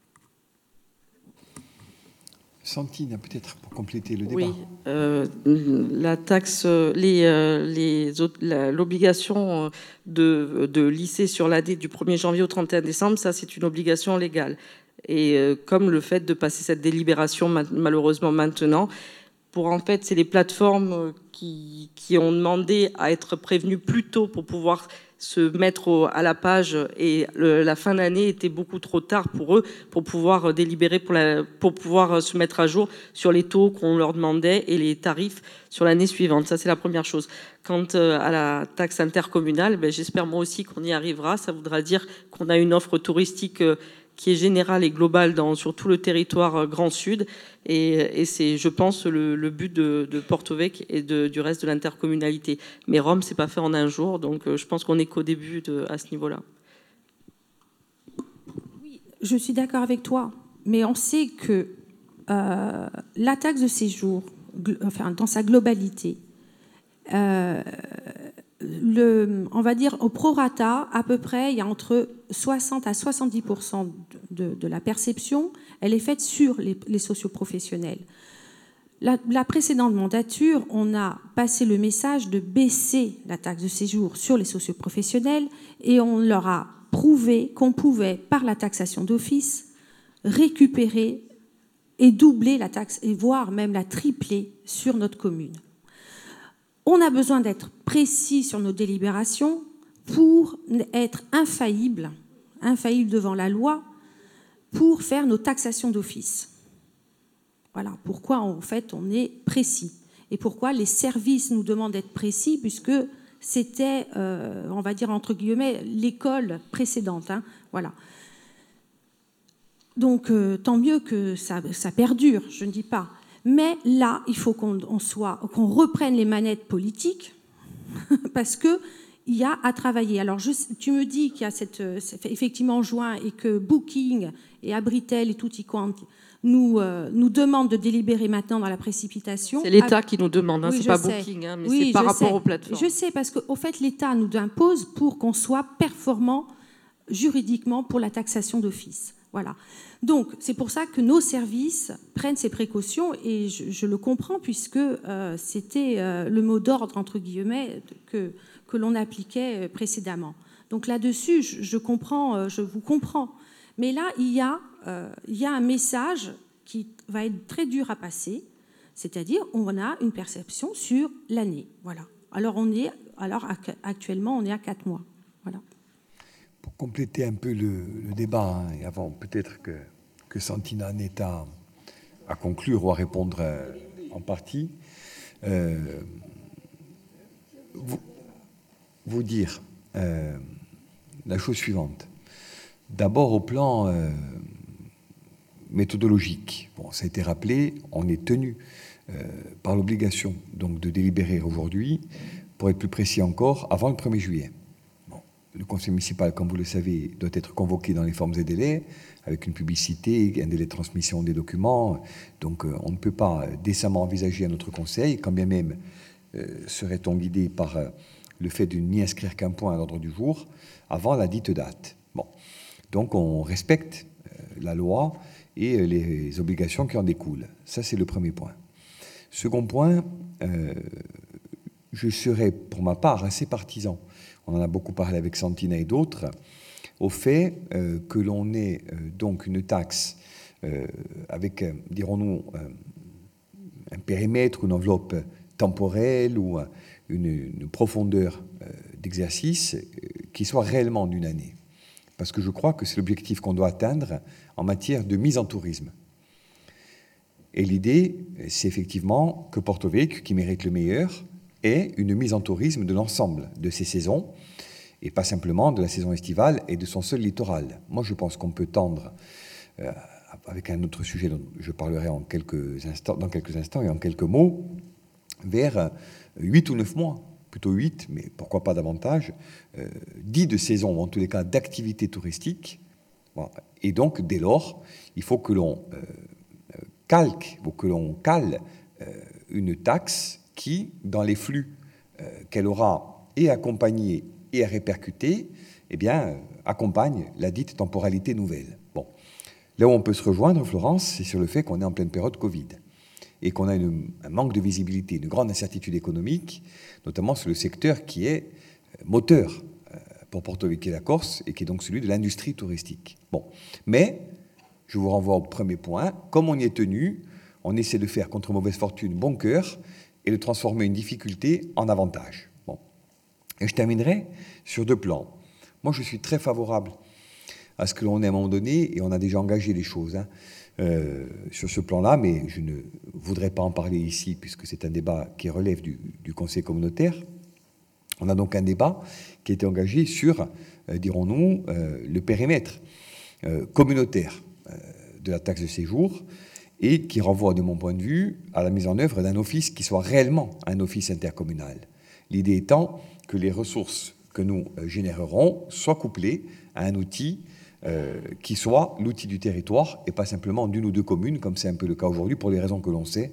Santine, peut-être pour compléter le débat. Oui, euh, la taxe, les, les, la, l'obligation de, de lycée sur l'année du premier janvier au trente et un décembre, ça c'est une obligation légale. Et euh, comme le fait de passer cette délibération malheureusement maintenant, pour en fait, c'est les plateformes qui, qui ont demandé à être prévenues plus tôt pour pouvoir se mettre au, à la page, et le, la fin d'année était beaucoup trop tard pour eux pour pouvoir délibérer, pour, la, pour pouvoir se mettre à jour sur les taux qu'on leur demandait et les tarifs sur l'année suivante. Ça, c'est la première chose. Quant à la taxe intercommunale, ben, j'espère moi aussi qu'on y arrivera. Ça voudra dire qu'on a une offre touristique qui est générale et globale dans, sur tout le territoire Grand Sud. Et, et c'est, je pense, le, le but de, de Porto-Vecchio et de, du reste de l'intercommunalité. Mais Rome, c'est pas fait en un jour, donc je pense qu'on n'est qu'au début de, à ce niveau-là. Oui, je suis d'accord avec toi, mais on sait que euh, la taxe de séjour enfin, dans sa globalité. Euh, le, on va dire au prorata, à peu près, il y a entre soixante à soixante-dix pour cent de, de la perception, elle est faite sur les, les socioprofessionnels. La, la précédente mandature, on a passé le message de baisser la taxe de séjour sur les socioprofessionnels et on leur a prouvé qu'on pouvait, par la taxation d'office, récupérer et doubler la taxe, et voire même la tripler sur notre commune. On a besoin d'être précis sur nos délibérations pour être infaillible, infaillible devant la loi, pour faire nos taxations d'office. Voilà pourquoi en fait on est précis et pourquoi les services nous demandent d'être précis, puisque c'était, euh, on va dire entre guillemets, l'école précédente. Hein, voilà. Donc euh, tant mieux que ça, ça perdure, je ne dis pas. Mais là, il faut qu'on on soit, qu'on reprenne les manettes politiques parce que il y a à travailler. Alors, je, tu me dis qu'il y a cette, effectivement en juin et que Booking et Abritel et Tutti Quanti nous, euh, nous demandent de délibérer maintenant dans la précipitation. C'est l'État qui nous demande, hein, oui, c'est pas sais. Booking, hein, mais oui, c'est par rapport sais. aux plateformes. Je sais, parce qu'au fait, l'État nous impose pour qu'on soit performant juridiquement pour la taxation d'office. Voilà. Donc, c'est pour ça que nos services prennent ces précautions, et je, je le comprends, puisque euh, c'était euh, le mot d'ordre, entre guillemets, que, que l'on appliquait précédemment. Donc là-dessus, je, je comprends, je vous comprends. Mais là, il y a, euh, il y a un message qui va être très dur à passer, c'est-à-dire on a une perception sur l'année. Voilà. Alors, on est, alors actuellement, on est à quatre mois. Voilà. Pour compléter un peu le, le débat, hein, et avant peut-être que, que Santina n'ait à, à conclure ou à répondre euh, en partie, euh, vous, vous dire euh, la chose suivante. D'abord au plan euh, méthodologique. Bon, ça a été rappelé, on est tenu euh, par l'obligation donc de délibérer aujourd'hui, pour être plus précis encore, avant le premier juillet. Le conseil municipal, comme vous le savez, doit être convoqué dans les formes et délais, avec une publicité, un délai de transmission des documents. Donc on ne peut pas décemment envisager à notre conseil, quand bien même euh, serait-on guidé par euh, le fait de n'y inscrire qu'un point à l'ordre du jour, avant la dite date. Bon. Donc on respecte euh, la loi et euh, les obligations qui en découlent. Ça, c'est le premier point. Second point, euh, je serais pour ma part assez partisan, on en a beaucoup parlé avec Santina et d'autres, au fait euh, que l'on ait euh, donc une taxe euh, avec, euh, dirons-nous, euh, un périmètre, une enveloppe temporelle ou euh, une, une profondeur euh, d'exercice euh, qui soit réellement d'une année. Parce que je crois que c'est l'objectif qu'on doit atteindre en matière de mise en tourisme. Et l'idée, c'est effectivement que Porto Vecchio, qui mérite le meilleur, et une mise en tourisme de l'ensemble de ces saisons, et pas simplement de la saison estivale et de son seul littoral. Moi, je pense qu'on peut tendre, euh, avec un autre sujet dont je parlerai en quelques instants, dans quelques instants et en quelques mots, vers huit ou neuf mois, plutôt huit, mais pourquoi pas davantage, euh, dix de saison, ou en tous les cas d'activité touristique. Bon, et donc, dès lors, il faut que l'on euh, calque, ou que l'on cale euh, une taxe qui, dans les flux euh, qu'elle aura et accompagnés et à répercuter, eh bien, euh, accompagne la dite temporalité nouvelle. Bon. Là où on peut se rejoindre, Florence, c'est sur le fait qu'on est en pleine période Covid et qu'on a une, un manque de visibilité, une grande incertitude économique, notamment sur le secteur qui est euh, moteur euh, pour Porto Vecchio et la Corse, et qui est donc celui de l'industrie touristique. Bon. Mais, je vous renvoie au premier point, comme on y est tenu, on essaie de faire contre mauvaise fortune bon cœur, et de transformer une difficulté en avantage. Bon. Et je terminerai sur deux plans. Moi, je suis très favorable à ce que l'on ait à un moment donné, et on a déjà engagé les choses hein, euh, sur ce plan-là, mais je ne voudrais pas en parler ici, puisque c'est un débat qui relève du, du conseil communautaire. On a donc un débat qui a été engagé sur, euh, dirons-nous, euh, le périmètre euh, communautaire euh, de la taxe de séjour, et qui renvoie, de mon point de vue, à la mise en œuvre d'un office qui soit réellement un office intercommunal. L'idée étant que les ressources que nous générerons soient couplées à un outil euh, qui soit l'outil du territoire et pas simplement d'une ou deux communes, comme c'est un peu le cas aujourd'hui, pour les raisons que l'on sait,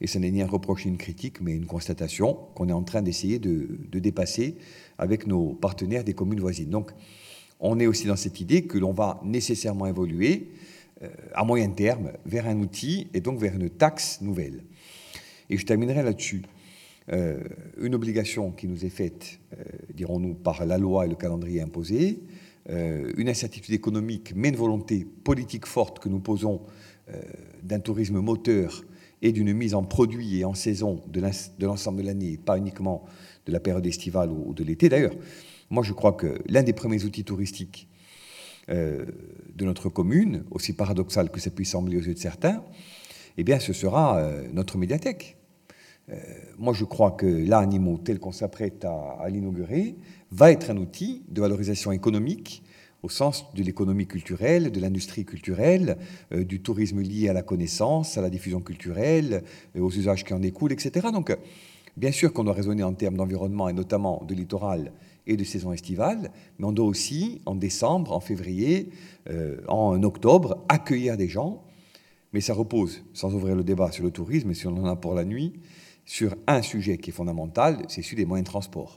Et ce n'est ni un reproche ni une critique, mais une constatation qu'on est en train d'essayer de, de dépasser avec nos partenaires des communes voisines. Donc, on est aussi dans cette idée que l'on va nécessairement évoluer euh, à moyen terme vers un outil et donc vers une taxe nouvelle. Et je terminerai là-dessus. Euh, une obligation qui nous est faite, euh, dirons-nous, par la loi et le calendrier imposé, euh, une incertitude économique, mais une volonté politique forte que nous posons euh, d'un tourisme moteur et d'une mise en produit et en saison de l'ensemble de l'année, pas uniquement de la période estivale ou de l'été. D'ailleurs, moi je crois que l'un des premiers outils touristiques euh, de notre commune, aussi paradoxal que ça puisse sembler aux yeux de certains, eh bien ce sera euh, notre médiathèque. Euh, moi je crois que l'Animo, tel qu'on s'apprête à, à l'inaugurer, va être un outil de valorisation économique au sens de l'économie culturelle, de l'industrie culturelle, euh, du tourisme lié à la connaissance, à la diffusion culturelle, euh, aux usages qui en découlent, et cetera. Donc, bien sûr qu'on doit raisonner en termes d'environnement et notamment de littoral et de saison estivale, mais on doit aussi, en décembre, en février, euh, en octobre, accueillir des gens. Mais ça repose, sans ouvrir le débat sur le tourisme, si on en a pour la nuit, sur un sujet qui est fondamental, c'est celui des moyens de transport.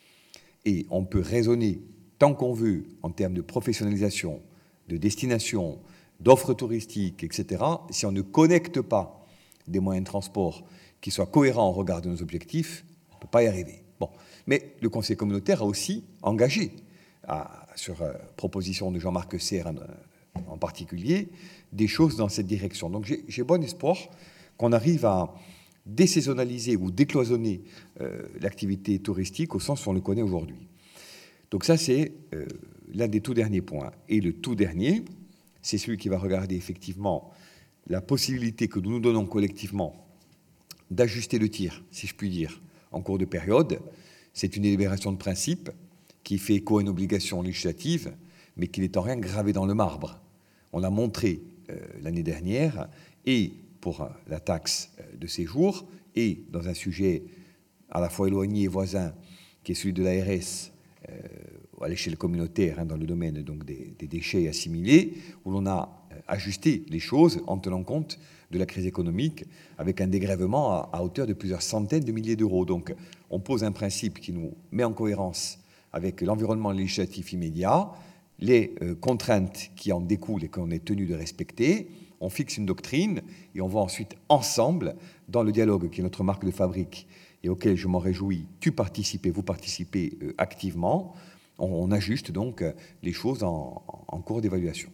Et on peut raisonner tant qu'on veut en termes de professionnalisation, de destination, d'offres touristiques, et cetera, si on ne connecte pas des moyens de transport qui soient cohérents au regard de nos objectifs, on ne peut pas y arriver. Bon. Mais le Conseil communautaire a aussi engagé, à, sur euh, proposition de Jean-Marc Serre en, en particulier, des choses dans cette direction. Donc j'ai, j'ai bon espoir qu'on arrive à désaisonnaliser ou décloisonner euh, l'activité touristique au sens où on le connaît aujourd'hui. Donc ça, c'est euh, l'un des tout derniers points. Et le tout dernier, c'est celui qui va regarder effectivement la possibilité que nous nous donnons collectivement d'ajuster le tir, si je puis dire, en cours de période. C'est une délibération de principe qui fait écho à une obligation législative, mais qui n'est en rien gravée dans le marbre. On l'a montré euh, l'année dernière, et pour euh, la taxe euh, de séjour, et dans un sujet à la fois éloigné et voisin, qui est celui de l'A R S, euh, à l'échelle communautaire, hein, dans le domaine donc, des, des déchets assimilés, où l'on a euh, ajusté les choses en tenant compte de la crise économique, avec un dégrèvement à, à hauteur de plusieurs centaines de milliers d'euros. Donc, on pose un principe qui nous met en cohérence avec l'environnement législatif immédiat, les euh, contraintes qui en découlent et qu'on est tenu de respecter. On fixe une doctrine et on va ensuite ensemble, dans le dialogue qui est notre marque de fabrique et auquel je m'en réjouis, tu participes et vous participez euh, activement, on, on ajuste donc euh, les choses en, en cours d'évaluation.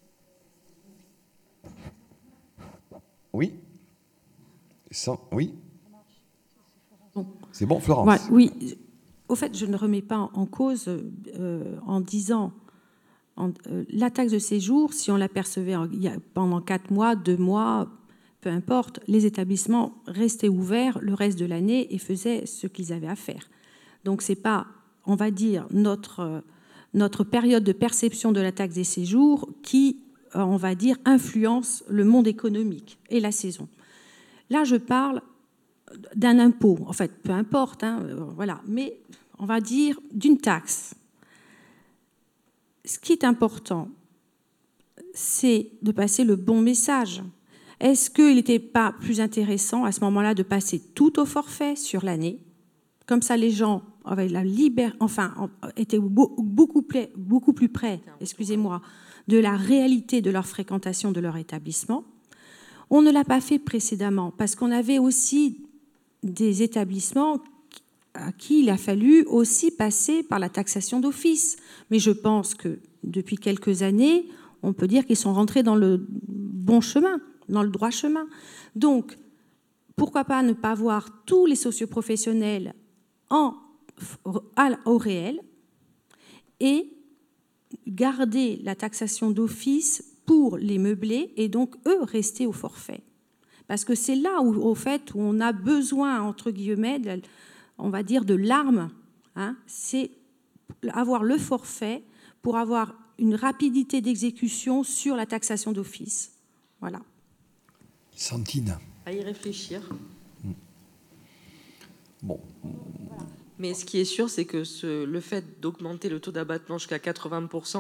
Oui Sans, Oui bon. C'est bon, Florence? Ouais, oui. Au fait, je ne remets pas en cause euh, en disant en, euh, la taxe de séjour, si on l'apercevait pendant quatre mois, deux mois, peu importe, les établissements restaient ouverts le reste de l'année et faisaient ce qu'ils avaient à faire. Donc c'est pas, on va dire, notre, notre période de perception de la taxe des séjours qui, on va dire, influence le monde économique et la saison. Là, je parle d'un impôt, en fait, peu importe, hein, voilà, mais on va dire d'une taxe. Ce qui est important, c'est de passer le bon message. Est-ce qu'il n'était pas plus intéressant à ce moment-là de passer tout au forfait sur l'année? Comme ça, les gens avaient la libère, enfin, étaient beaucoup plus, beaucoup plus près, excusez-moi, de la réalité de leur fréquentation de leur établissement. On ne l'a pas fait précédemment parce qu'on avait aussi des établissements à qui il a fallu aussi passer par la taxation d'office. Mais je pense que depuis quelques années, on peut dire qu'ils sont rentrés dans le bon chemin, dans le droit chemin. Donc, pourquoi pas ne pas voir tous les socioprofessionnels en, au réel et garder la taxation d'office pour les meublés et donc, eux, rester au forfait. Parce que c'est là où, au fait, où on a besoin, entre guillemets, de, on va dire, de l'arme, hein, c'est avoir le forfait pour avoir une rapidité d'exécution sur la taxation d'office. Voilà. Santine. À y réfléchir. Mmh. Bon. Mais ce qui est sûr, c'est que ce, le fait d'augmenter le taux d'abattement jusqu'à quatre-vingts pour cent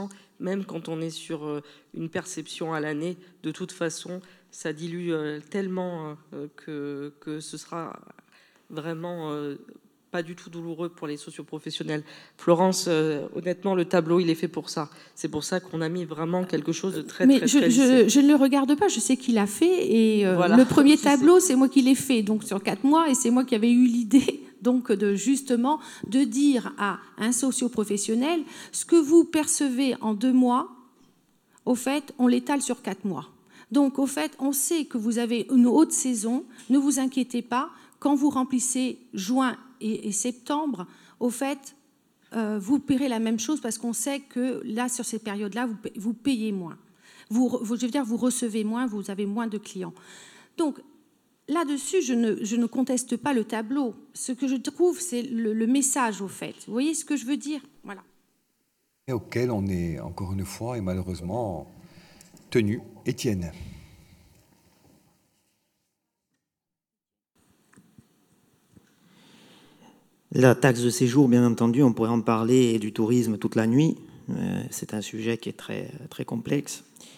même quand on est sur euh, une perception à l'année, de toute façon, ça dilue euh, tellement euh, que, que ce sera vraiment euh, pas du tout douloureux pour les socioprofessionnels. Florence, euh, honnêtement, le tableau, il est fait pour ça. C'est pour ça qu'on a mis vraiment quelque chose de très, Mais très, je, très je, je ne le regarde pas, je sais qu'il a fait. Et euh, voilà, le premier tableau, c'est moi qui l'ai fait, donc sur quatre mois, et c'est moi qui avais eu l'idée, donc, de justement, de dire à un socioprofessionnel, ce que vous percevez en deux mois, au fait, on l'étale sur quatre mois. Donc, au fait, on sait que vous avez une haute saison, ne vous inquiétez pas, quand vous remplissez juin et, et septembre, au fait, euh, vous paierez la même chose parce qu'on sait que là, sur ces périodes-là, vous, vous payez moins. Vous, vous, je veux dire, vous recevez moins, vous avez moins de clients. Donc, là-dessus, je ne, je ne conteste pas le tableau. Ce que je trouve, c'est le, le message, au fait. Vous voyez ce que je veux dire? Voilà. Et auquel on est, encore une fois, et malheureusement, tenu. Étienne. La taxe de séjour, bien entendu, on pourrait en parler, et du tourisme toute la nuit. Euh, c'est un sujet qui est très, très complexe.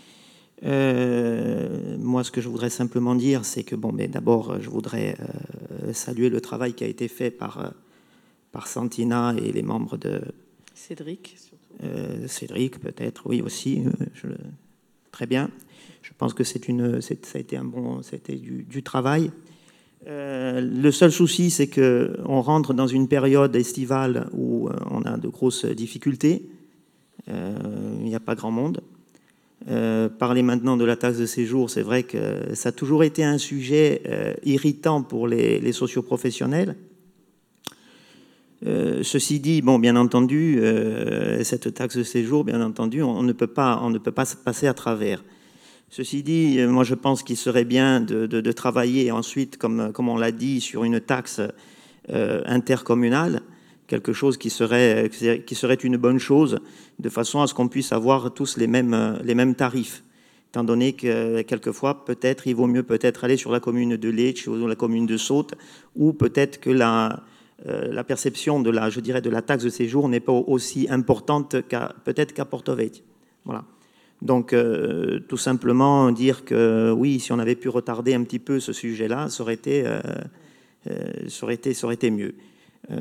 Euh, moi, ce que je voudrais simplement dire, c'est que, bon, mais d'abord, je voudrais euh, saluer le travail qui a été fait par, euh, par Santina et les membres de... Cédric, surtout. Euh, Cédric, peut-être, oui, aussi. Euh, je, très bien. Je pense que c'est une, c'est, ça a été un bon, ça a été du, du travail. Euh, le seul souci, c'est qu'on rentre dans une période estivale où on a de grosses difficultés. Euh, il n'y a pas grand monde. Euh, parler maintenant de la taxe de séjour, c'est vrai que ça a toujours été un sujet euh, irritant pour les, les socioprofessionnels. Euh, ceci dit, bon, bien entendu, euh, cette taxe de séjour, bien entendu, on ne peut pas, on ne peut pas se passer à travers. Ceci dit, moi je pense qu'il serait bien de, de, de travailler ensuite, comme, comme on l'a dit, sur une taxe euh, intercommunale, quelque chose qui serait, qui serait une bonne chose, de façon à ce qu'on puisse avoir tous les mêmes, les mêmes tarifs. Étant donné que quelquefois, peut-être, il vaut mieux peut-être aller sur la commune de Lecce ou la commune de Sautes, où peut-être que la, euh, la perception de la, je dirais, de la taxe de séjour n'est pas aussi importante qu'à, peut-être qu'à Porto Vecchio. Voilà. Donc, euh, tout simplement dire que, oui, si on avait pu retarder un petit peu ce sujet-là, ça aurait été, euh, euh, ça aurait été, ça aurait été mieux. Euh,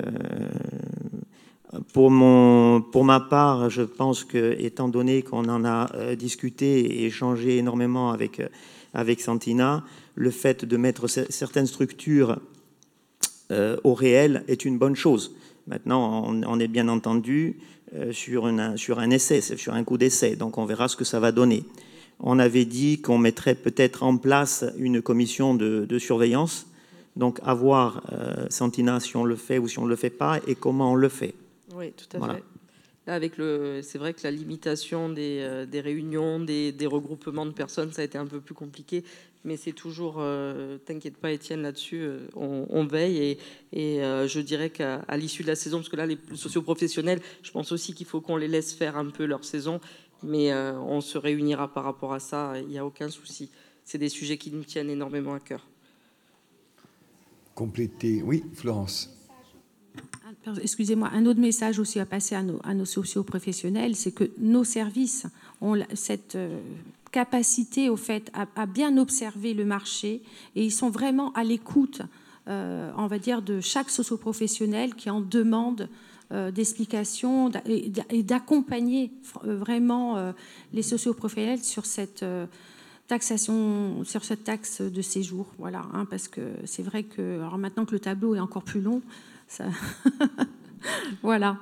pour, mon, pour ma part, je pense que, étant donné qu'on en a euh, discuté et échangé énormément avec, avec Santina, le fait de mettre certaines structures euh, au réel est une bonne chose. Maintenant, on, on est bien entendu euh, sur, une, sur un essai, sur un coup d'essai, donc on verra ce que ça va donner. On avait dit qu'on mettrait peut-être en place une commission de, de surveillance, donc à voir, euh, Santina, si on le fait ou si on ne le fait pas, et comment on le fait. Oui, tout à voilà. fait. Là, avec le, c'est vrai que la limitation des, euh, des réunions, des, des regroupements de personnes, ça a été un peu plus compliqué, mais c'est toujours, euh, t'inquiète pas Étienne là-dessus, euh, on, on veille, et, et euh, je dirais qu'à à l'issue de la saison, parce que là les socioprofessionnels, je pense aussi qu'il faut qu'on les laisse faire un peu leur saison, mais euh, on se réunira par rapport à ça, il n'y a aucun souci. C'est des sujets qui nous tiennent énormément à cœur. Compléter, oui, Florence. Excusez-moi, un autre message aussi à passer à nos, à nos socio-professionnels, c'est que nos services ont cette capacité, au fait, à, à bien observer le marché, et ils sont vraiment à l'écoute, euh, on va dire, de chaque socio-professionnel qui en demande euh, d'explications et d'accompagner vraiment euh, les socio-professionnels sur cette euh, taxation, sur cette taxe de séjour. Voilà, hein, parce que c'est vrai que, alors maintenant que le tableau est encore plus long, ça... voilà.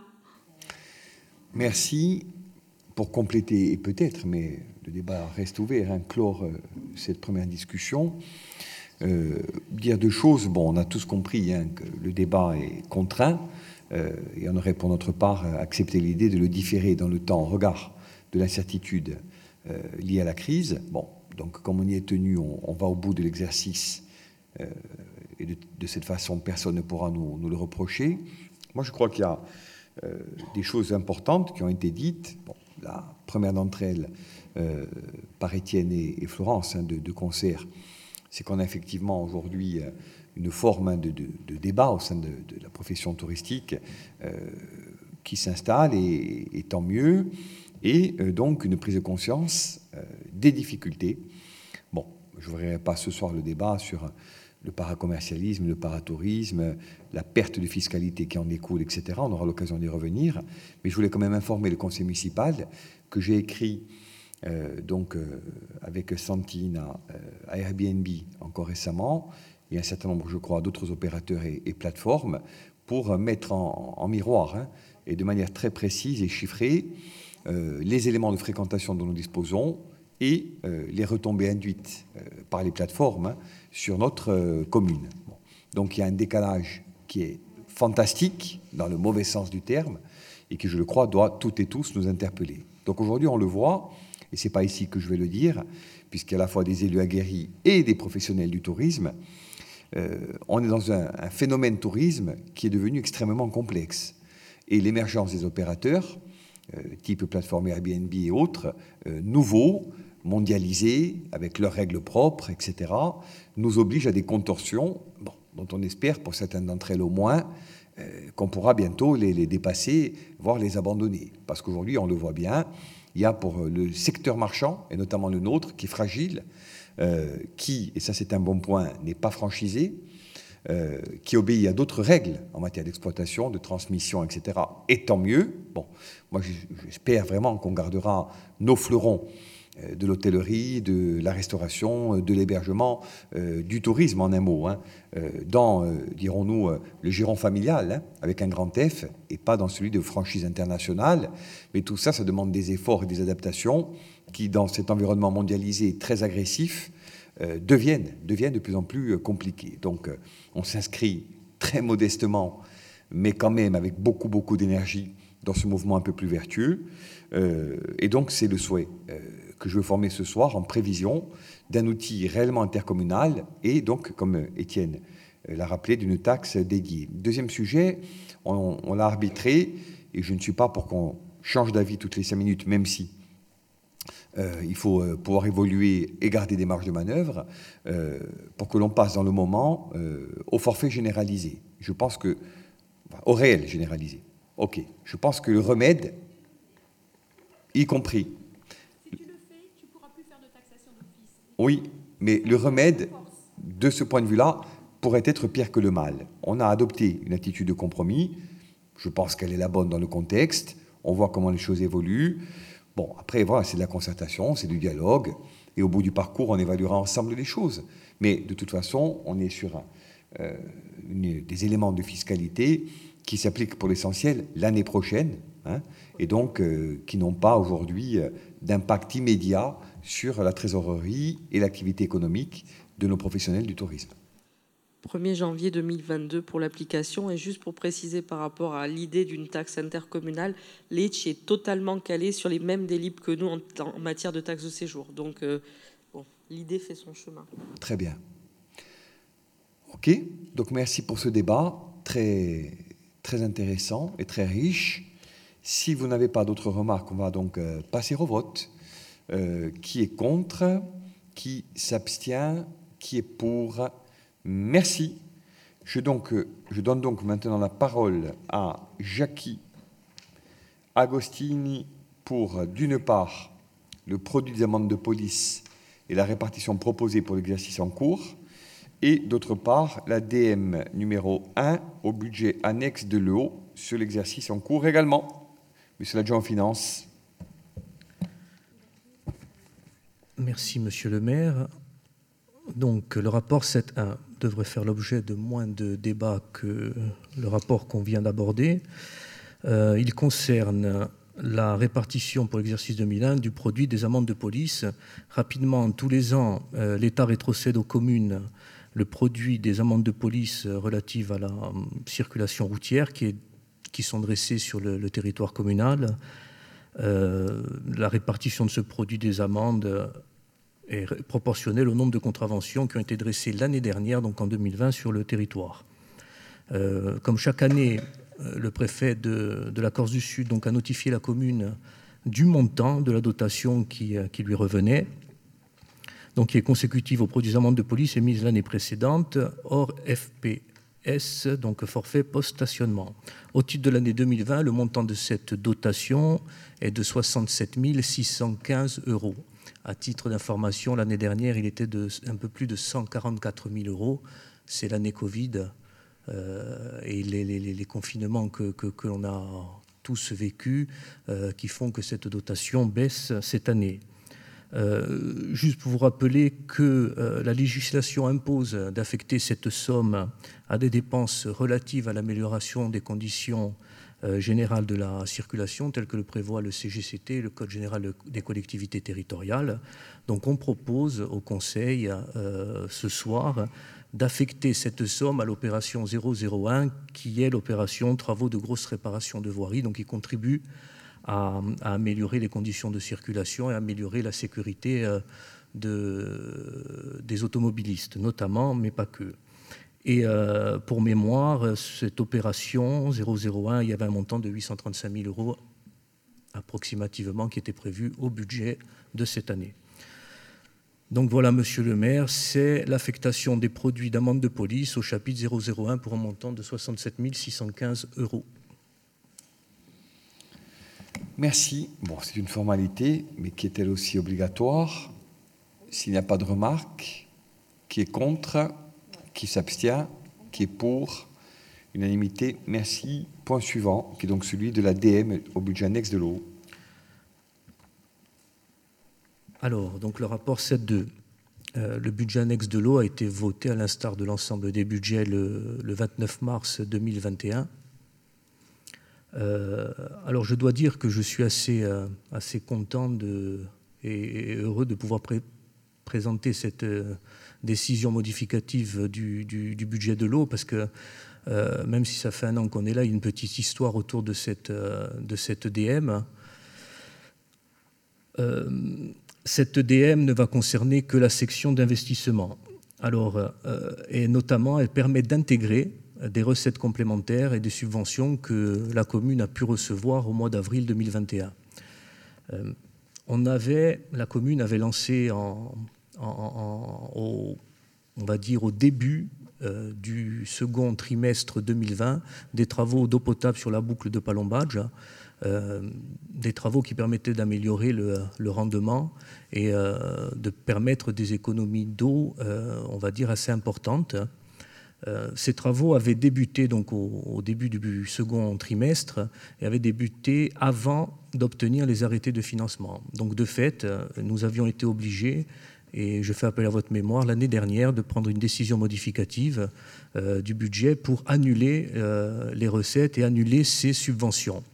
Merci. Pour compléter, et peut-être, mais le débat reste ouvert, hein, clore euh, cette première discussion, euh, dire deux choses. Bon, on a tous compris hein, que le débat est contraint, euh, et on aurait pour notre part accepté l'idée de le différer dans le temps au regard de l'incertitude euh, liée à la crise. Bon, donc comme on y est tenu, on, on va au bout de l'exercice, euh, et de, de cette façon, personne ne pourra nous, nous le reprocher. Moi, je crois qu'il y a euh, des choses importantes qui ont été dites. Bon, la première d'entre elles, euh, par Étienne et, et Florence, hein, de, de concert, c'est qu'on a effectivement aujourd'hui une forme hein, de, de, de débat au sein de, de la profession touristique euh, qui s'installe, et, et tant mieux. et euh, donc une prise de conscience euh, des difficultés. Bon, je n'ouvrirai pas ce soir le débat sur le paracommercialisme, le paratourisme, la perte de fiscalité qui en découle, et cetera. On aura l'occasion d'y revenir. Mais je voulais quand même informer le conseil municipal que j'ai écrit euh, donc, euh, avec Santine à, à Airbnb encore récemment, et un certain nombre, je crois, d'autres opérateurs et, et plateformes, pour mettre en, en miroir, hein, et de manière très précise et chiffrée, euh, les éléments de fréquentation dont nous disposons et euh, les retombées induites euh, par les plateformes, hein, sur notre euh, commune. Bon. Donc il y a un décalage qui est fantastique, dans le mauvais sens du terme, et qui, je le crois, doit toutes et tous nous interpeller. Donc aujourd'hui, on le voit, et ce n'est pas ici que je vais le dire, puisqu'il y a à la fois des élus aguerris et des professionnels du tourisme, euh, on est dans un, un phénomène tourisme qui est devenu extrêmement complexe. Et l'émergence des opérateurs, euh, type plateforme Airbnb et autres, euh, nouveaux, mondialisés, avec leurs règles propres, et cetera, nous oblige à des contorsions, bon, dont on espère, pour certaines d'entre elles au moins, euh, qu'on pourra bientôt les, les dépasser, voire les abandonner. Parce qu'aujourd'hui, on le voit bien, il y a pour le secteur marchand, et notamment le nôtre, qui est fragile, euh, qui, et ça c'est un bon point, n'est pas franchisé, euh, qui obéit à d'autres règles en matière d'exploitation, de transmission, et cetera. Et tant mieux. Bon, moi j'espère vraiment qu'on gardera nos fleurons de l'hôtellerie, de la restauration, de l'hébergement, euh, du tourisme en un mot, hein, euh, dans, euh, dirons-nous, euh, le giron familial, hein, avec un grand F, et pas dans celui de franchise internationale. Mais tout ça, ça demande des efforts et des adaptations qui, dans cet environnement mondialisé très agressif, euh, deviennent, deviennent de plus en plus euh, compliqués. Donc, euh, on s'inscrit très modestement, mais quand même avec beaucoup, beaucoup d'énergie dans ce mouvement un peu plus vertueux. Euh, et donc, c'est le souhait euh, que je veux former ce soir en prévision d'un outil réellement intercommunal et donc, comme Étienne l'a rappelé, d'une taxe dédiée. Deuxième sujet, on, on l'a arbitré, et je ne suis pas pour qu'on change d'avis toutes les cinq minutes, même si euh, il faut euh, pouvoir évoluer et garder des marges de manœuvre, euh, pour que l'on passe dans le moment euh, au forfait généralisé. Je pense que, enfin, au réel généralisé. OK. Je pense que le remède, y compris... Oui, mais le remède, de ce point de vue-là, pourrait être pire que le mal. On a adopté une attitude de compromis. Je pense qu'elle est la bonne dans le contexte. On voit comment les choses évoluent. Bon, après, voilà, c'est de la concertation, c'est du dialogue. Et au bout du parcours, on évaluera ensemble les choses. Mais de toute façon, on est sur un, euh, une, des éléments de fiscalité qui s'appliquent pour l'essentiel l'année prochaine, hein, et donc euh, qui n'ont pas aujourd'hui euh, d'impact immédiat sur la trésorerie et l'activité économique de nos professionnels du tourisme. premier janvier deux mille vingt-deux pour l'application. Et juste pour préciser par rapport à l'idée d'une taxe intercommunale, l'E T Ch est totalement calé sur les mêmes délibes que nous en, en matière de taxe de séjour. Donc, euh, bon, l'idée fait son chemin. Très bien. OK. Donc, merci pour ce débat très, très intéressant et très riche. Si vous n'avez pas d'autres remarques, on va donc euh, passer au vote. Euh, qui est contre, qui s'abstient, qui est pour. Merci. Je, donc, je donne donc maintenant la parole à Jackie Agostini pour, d'une part, le produit des amendes de police et la répartition proposée pour l'exercice en cours, et d'autre part, la D M numéro un au budget annexe de l'E O sur l'exercice en cours également. Monsieur l'adjoint aux finances. Merci, Monsieur le maire. Donc, le rapport sept un devrait faire l'objet de moins de débats que le rapport qu'on vient d'aborder. Euh, il concerne la répartition pour l'exercice deux mille un du produit des amendes de police. Rapidement, tous les ans, euh, l'État rétrocède aux communes le produit des amendes de police relatives à la euh, circulation routière qui, est, qui sont dressées sur le, le territoire communal. Euh, la répartition de ce produit des amendes est proportionnelle au nombre de contraventions qui ont été dressées l'année dernière, donc en deux mille vingt, sur le territoire. Euh, comme chaque année, le préfet de, de la Corse du Sud donc, a notifié la commune du montant de la dotation qui, qui lui revenait, donc qui est consécutive aux produits amendes de police émises l'année précédente, hors F P S, donc forfait post-stationnement. Au titre de l'année deux mille vingt, le montant de cette dotation est de soixante-sept mille six cent quinze euros. À titre d'information, l'année dernière, il était de un peu plus de cent quarante-quatre mille euros. C'est l'année Covid euh, et les, les, les confinements que, que, que l'on a tous vécus euh, qui font que cette dotation baisse cette année. Euh, juste pour vous rappeler que euh, la législation impose d'affecter cette somme à des dépenses relatives à l'amélioration des conditions euh, générales de la circulation, telles que le prévoit le C G C T, le Code général des collectivités territoriales. Donc on propose au Conseil euh, ce soir d'affecter cette somme à l'opération zéro zéro un, qui est l'opération travaux de grosses réparations de voirie, donc qui contribue À, à améliorer les conditions de circulation et à améliorer la sécurité euh, de, des automobilistes, notamment, mais pas que. Et euh, pour mémoire, cette opération zéro zéro un, il y avait un montant de huit cent trente-cinq mille euros approximativement qui était prévu au budget de cette année. Donc voilà, Monsieur le maire, c'est l'affectation des produits d'amende de police au chapitre zéro zéro un pour un montant de soixante-sept mille six cent quinze euros. Merci. Bon, c'est une formalité, mais qui est elle aussi obligatoire? S'il n'y a pas de remarque, qui est contre, qui s'abstient, qui est pour? Unanimité. Merci. Point suivant, qui est donc celui de la D M au budget annexe de l'eau. Alors, donc le rapport sept deux. Euh, le budget annexe de l'eau a été voté à l'instar de l'ensemble des budgets le, le vingt-neuf mars deux mille vingt et un. Euh, alors je dois dire que je suis assez, euh, assez content de, et, et heureux de pouvoir pré présenter cette euh, décision modificative du, du, du budget de l'eau, parce que euh, même si ça fait un an qu'on est là, il y a une petite histoire autour de cette, euh, de cette D M. Euh, cette D M ne va concerner que la section d'investissement. Alors, euh, et notamment, elle permet d'intégrer des recettes complémentaires et des subventions que la commune a pu recevoir au mois d'avril deux mille vingt et un. Euh, on avait, la commune avait lancé, en, en, en, au, on va dire au début euh, du second trimestre deux mille vingt, des travaux d'eau potable sur la boucle de Palombadge, euh, des travaux qui permettaient d'améliorer le, le rendement et euh, de permettre des économies d'eau, euh, on va dire, assez importantes. Euh, ces travaux avaient débuté donc au, au début du second trimestre et avaient débuté avant d'obtenir les arrêtés de financement. Donc de fait, euh, nous avions été obligés, et je fais appel à votre mémoire, l'année dernière de prendre une décision modificative euh, du budget pour annuler euh, les recettes et annuler ces subventions.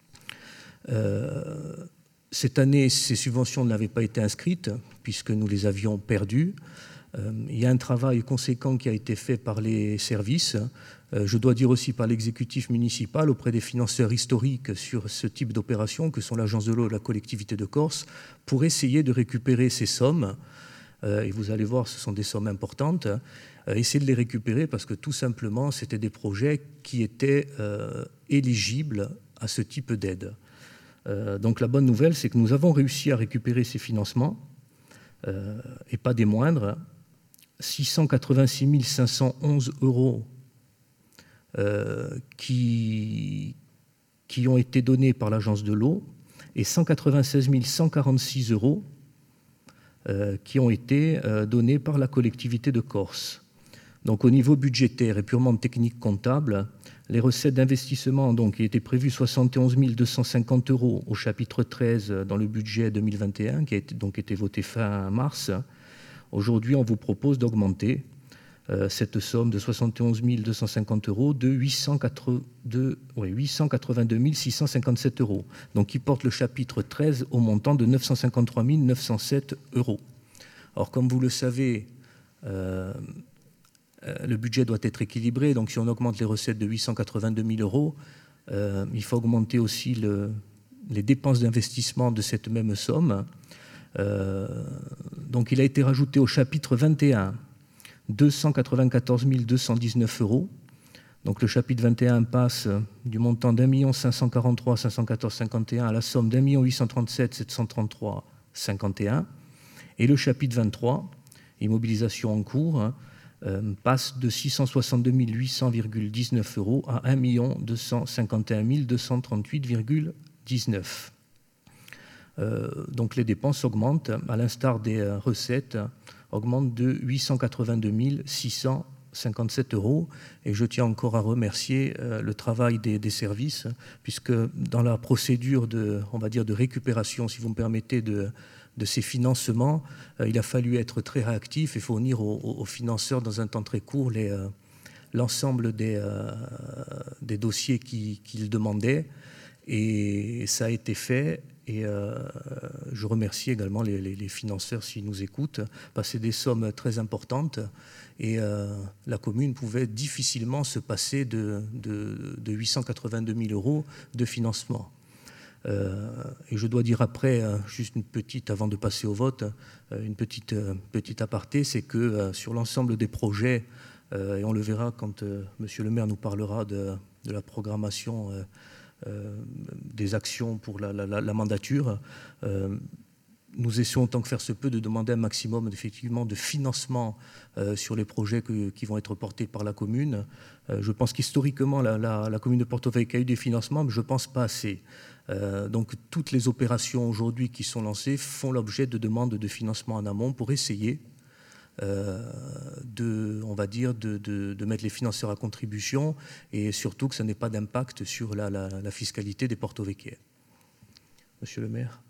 Euh, cette année, ces subventions n'avaient pas été inscrites puisque nous les avions perdues. Euh, il y a un travail conséquent qui a été fait par les services, euh, je dois dire aussi par l'exécutif municipal auprès des financeurs historiques sur ce type d'opération que sont l'Agence de l'eau et la collectivité de Corse, pour essayer de récupérer ces sommes. Euh, et vous allez voir, ce sont des sommes importantes. Euh, essayer de les récupérer parce que tout simplement, c'était des projets qui étaient euh, éligibles à ce type d'aide. Euh, donc la bonne nouvelle, c'est que nous avons réussi à récupérer ces financements, euh, et pas des moindres. six cent quatre-vingt-six mille cinq cent onze euros euh, qui, qui ont été donnés par l'Agence de l'eau et cent quatre-vingt-seize mille cent quarante-six euros euh, qui ont été euh, donnés par la collectivité de Corse. Donc au niveau budgétaire et purement technique comptable, les recettes d'investissement donc, qui étaient prévues soixante et onze mille deux cent cinquante euros au chapitre treize dans le budget deux mille vingt et un, qui a été, donc été voté fin mars. Aujourd'hui, on vous propose d'augmenter euh, cette somme de soixante et onze mille deux cent cinquante euros de huit cent quatre-vingt-deux, oui, huit cent quatre-vingt-deux mille six cent cinquante-sept euros, donc qui porte le chapitre treize au montant de neuf cent cinquante-trois mille neuf cent sept euros. Alors, comme vous le savez, euh, euh, le budget doit être équilibré, donc si on augmente les recettes de huit cent quatre-vingt-deux mille euros, euh, il faut augmenter aussi le, les dépenses d'investissement de cette même somme. Euh, donc il a été rajouté au chapitre vingt et un deux cent quatre-vingt-quatorze mille deux cent dix-neuf euros. Donc le chapitre vingt et un passe du montant d'un million cinq cent quarante-trois cinq cent quatorze cinquante et un à la somme d'un million huit cent trente-sept sept cent trente-trois cinquante et un. Et le chapitre vingt-trois, immobilisation en cours, euh, passe de six cent soixante-deux mille huit cents virgule dix-neuf euros à un million deux cent cinquante et un mille deux cent trente-huit virgule dix-neuf. Euh, donc les dépenses augmentent, à l'instar des euh, recettes, augmentent de huit cent quatre-vingt-deux mille six cent cinquante-sept euros. Et je tiens encore à remercier euh, le travail des, des services, puisque dans la procédure de, on va dire, de récupération, si vous me permettez, de, de ces financements, euh, il a fallu être très réactif et fournir aux, aux financeurs dans un temps très court les, euh, l'ensemble des, euh, des dossiers qu'ils qu'ils demandaient. Et ça a été fait. Et euh, je remercie également les, les, les financeurs s'ils nous écoutent, parce que c'est des sommes très importantes et euh, la commune pouvait difficilement se passer de, de, de huit cent quatre-vingt-deux mille euros de financement. Euh, et je dois dire après, euh, juste une petite, avant de passer au vote, euh, une petite, euh, petite aparté, c'est que euh, sur l'ensemble des projets, euh, et on le verra quand euh, Monsieur le maire nous parlera de, de la programmation euh, Euh, des actions pour la, la, la mandature, euh, nous essayons tant que faire se peut de demander un maximum effectivement de financement euh, sur les projets que, qui vont être portés par la commune. Euh, je pense qu'historiquement la, la, la commune de Porto-Vecchio a eu des financements, mais je ne pense pas assez. Euh, donc toutes les opérations aujourd'hui qui sont lancées font l'objet de demandes de financement en amont pour essayer Euh, de, on va dire, de, de, de mettre les financeurs à contribution et surtout que ça n'ait pas d'impact sur la, la, la fiscalité des porto-vecchiais. Monsieur le maire.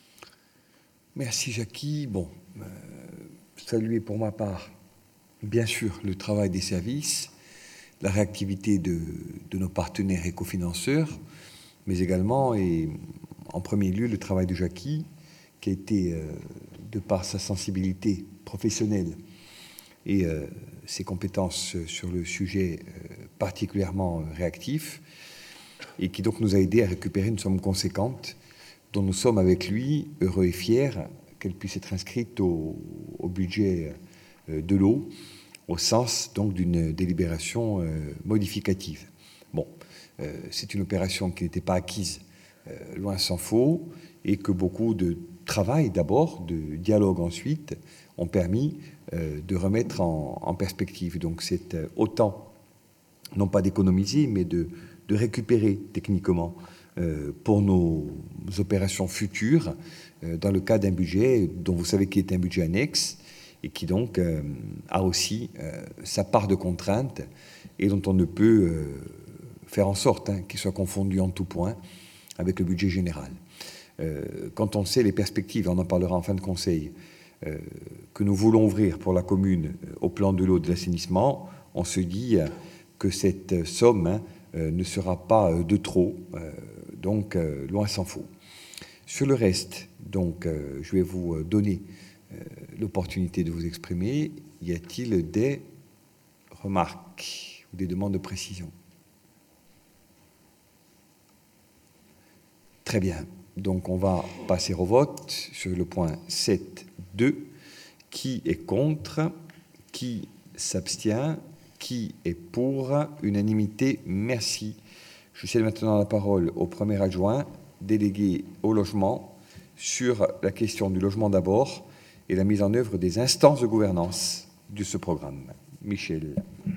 Merci Jackie. Bon, euh, saluer pour ma part, bien sûr, le travail des services, la réactivité de, de nos partenaires et cofinanceurs, mais également, et en premier lieu, le travail de Jackie, qui a été, euh, de par sa sensibilité professionnelle et euh, ses compétences sur le sujet euh, particulièrement réactifs, et qui donc nous a aidé à récupérer une somme conséquente dont nous sommes avec lui heureux et fiers qu'elle puisse être inscrite au, au budget euh, de l'eau, au sens donc d'une délibération euh, modificative. Bon, euh, c'est une opération qui n'était pas acquise, euh, loin s'en faut, et que beaucoup de travail d'abord, de dialogue ensuite, ont permis euh, de remettre en, en perspective. Donc c'est euh, autant, non pas d'économiser, mais de, de récupérer techniquement euh, pour nos opérations futures, euh, dans le cas d'un budget dont vous savez qu'il est un budget annexe, et qui donc euh, a aussi euh, sa part de contraintes, et dont on ne peut euh, faire en sorte hein, qu'il soit confondu en tout point avec le budget général. Euh, quand on sait les perspectives, on en parlera en fin de conseil, euh, que nous voulons ouvrir pour la commune euh, au plan de l'eau et de l'assainissement, on se dit euh, que cette somme hein, euh, ne sera pas euh, de trop, euh, donc euh, loin s'en faut. Sur le reste, donc, euh, je vais vous donner euh, l'opportunité de vous exprimer. Y a-t-il des remarques ou des demandes de précision? Très bien. Donc on va passer au vote sur le point sept deux. Qui est contre? Qui s'abstient? Qui est pour? Unanimité, merci. Je cède maintenant la parole au premier adjoint délégué au logement sur la question du logement d'abord et la mise en œuvre des instances de gouvernance de ce programme. Michel.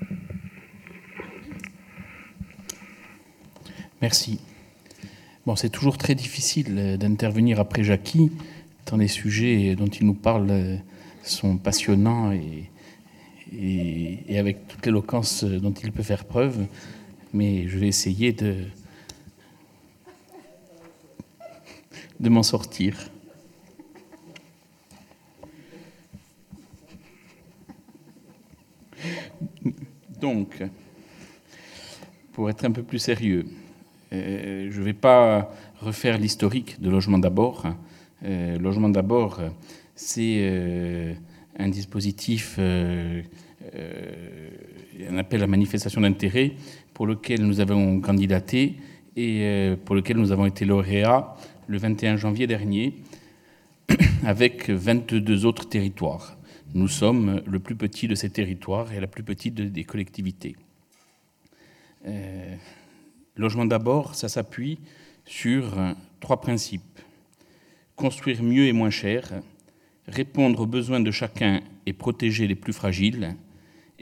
Merci. Bon, c'est toujours très difficile d'intervenir après Jackie, tant les sujets dont il nous parle sont passionnants et, et, et avec toute l'éloquence dont il peut faire preuve, mais je vais essayer de, de m'en sortir. Donc, pour être un peu plus sérieux, Euh, je ne vais pas refaire l'historique de Logement d'abord. Euh, Logement d'abord, c'est euh, un dispositif, euh, euh, un appel à manifestation d'intérêt pour lequel nous avons candidaté et euh, pour lequel nous avons été lauréats le vingt et un janvier dernier avec vingt-deux autres territoires. Nous sommes le plus petit de ces territoires et la plus petite des collectivités. Euh, Logement d'abord, ça s'appuie sur trois principes. Construire mieux et moins cher, répondre aux besoins de chacun et protéger les plus fragiles,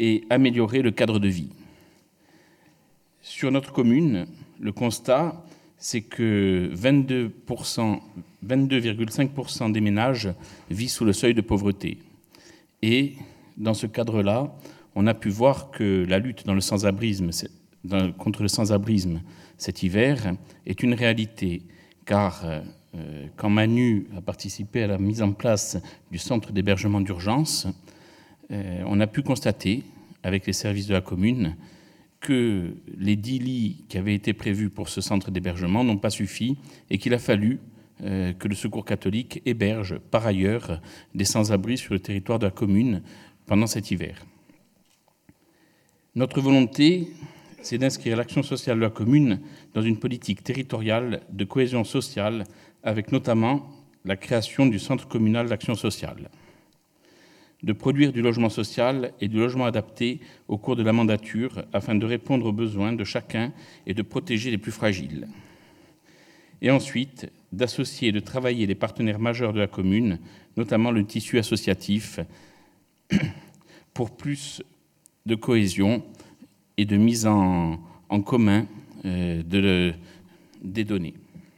et améliorer le cadre de vie. Sur notre commune, le constat, c'est que vingt-deux pour cent, vingt-deux virgule cinq pour cent des ménages vivent sous le seuil de pauvreté. Et dans ce cadre-là, on a pu voir que la lutte dans le sans-abrisme, dans, contre le sans-abrisme cet hiver est une réalité, car euh, quand Manu a participé à la mise en place du centre d'hébergement d'urgence, euh, on a pu constater, avec les services de la commune, que les dix lits qui avaient été prévus pour ce centre d'hébergement n'ont pas suffi et qu'il a fallu euh, que le Secours catholique héberge par ailleurs des sans-abri sur le territoire de la commune pendant cet hiver. Notre volonté, c'est d'inscrire l'action sociale de la commune dans une politique territoriale de cohésion sociale, avec notamment la création du Centre communal d'action sociale, de produire du logement social et du logement adapté au cours de la mandature afin de répondre aux besoins de chacun et de protéger les plus fragiles. Et ensuite, d'associer et de travailler les partenaires majeurs de la commune, notamment le tissu associatif, pour plus de cohésion et de mise en, en commun euh, de, des données.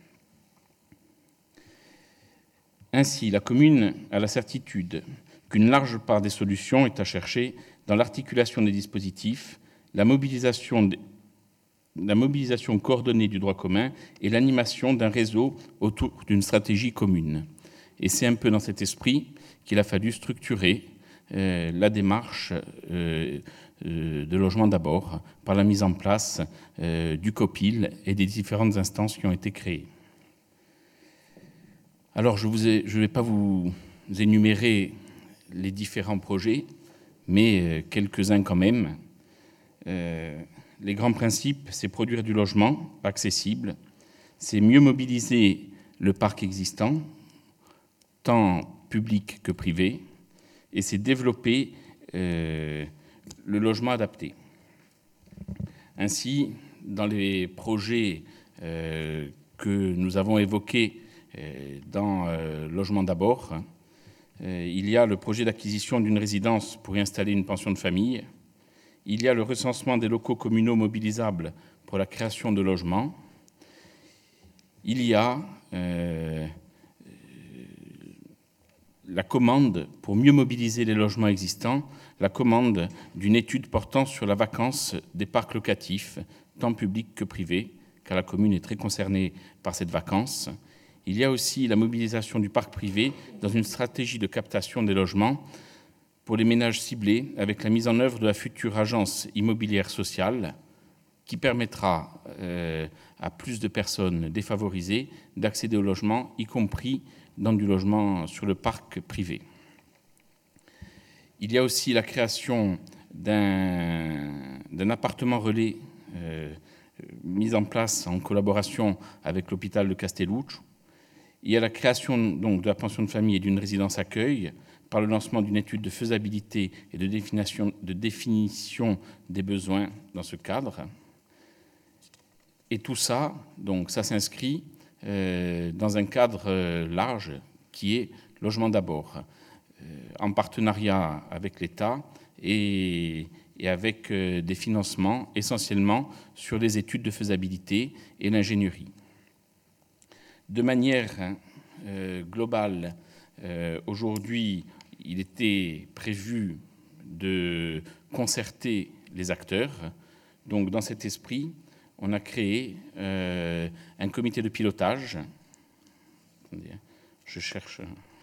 Ainsi, la commune a la certitude qu'une large part des solutions est à chercher dans l'articulation des dispositifs, la mobilisation, des, la mobilisation coordonnée du droit commun et l'animation d'un réseau autour d'une stratégie commune. Et c'est un peu dans cet esprit qu'il a fallu structurer euh, la démarche euh, euh, de logement d'abord, par la mise en place euh, du COPIL et des différentes instances qui ont été créées. Alors, je ne vais pas vous énumérer les différents projets, mais quelques-uns quand même. Euh, les grands principes, c'est produire du logement accessible, c'est mieux mobiliser le parc existant, tant public que privé, et c'est développer euh, le logement adapté. Ainsi, dans les projets euh, que nous avons évoqués euh, dans euh, Logement d'abord, euh, il y a le projet d'acquisition d'une résidence pour y installer une pension de famille, il y a le recensement des locaux communaux mobilisables pour la création de logements, il y a euh, la commande, pour mieux mobiliser les logements existants, la commande d'une étude portant sur la vacance des parcs locatifs, tant publics que privés, car la commune est très concernée par cette vacance. Il y a aussi la mobilisation du parc privé dans une stratégie de captation des logements pour les ménages ciblés, avec la mise en œuvre de la future agence immobilière sociale, qui permettra euh, à plus de personnes défavorisées d'accéder au logement, y compris dans du logement sur le parc privé. Il y a aussi la création d'un, d'un appartement relais euh, mis en place en collaboration avec l'hôpital de Castelluccio. Il y a la création donc, de la pension de famille et d'une résidence accueil par le lancement d'une étude de faisabilité et de définition, de définition des besoins dans ce cadre. Et tout ça, donc, ça s'inscrit euh, dans un cadre euh, large qui est Logement d'abord, euh, en partenariat avec l'État et, et avec euh, des financements essentiellement sur les études de faisabilité et l'ingénierie. De manière euh, globale, euh, aujourd'hui, il était prévu de concerter les acteurs. Donc, dans cet esprit, on a créé euh, un comité de pilotage. Attendez, je cherche.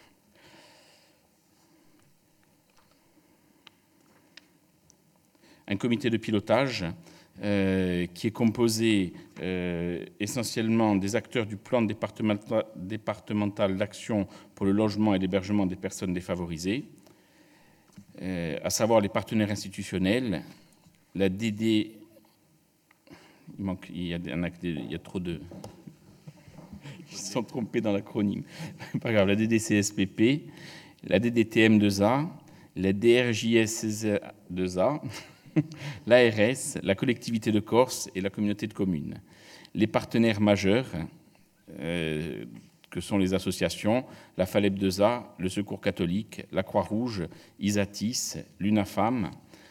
Un comité de pilotage euh, qui est composé euh, essentiellement des acteurs du plan départemental, départemental d'action pour le logement et l'hébergement des personnes défavorisées, euh, à savoir les partenaires institutionnels, la D D. Il, manque, il, y a, il y a trop de... Ils se sont trompés dans l'acronyme. Pas grave, la D D C S P P, la D D T M deux A, la D R J S deux A, l'A R S, la collectivité de Corse et la communauté de communes. Les partenaires majeurs, euh, que sont les associations, la Faleb deux A, le Secours catholique, la Croix-Rouge, Isatis, l'UNAFAM,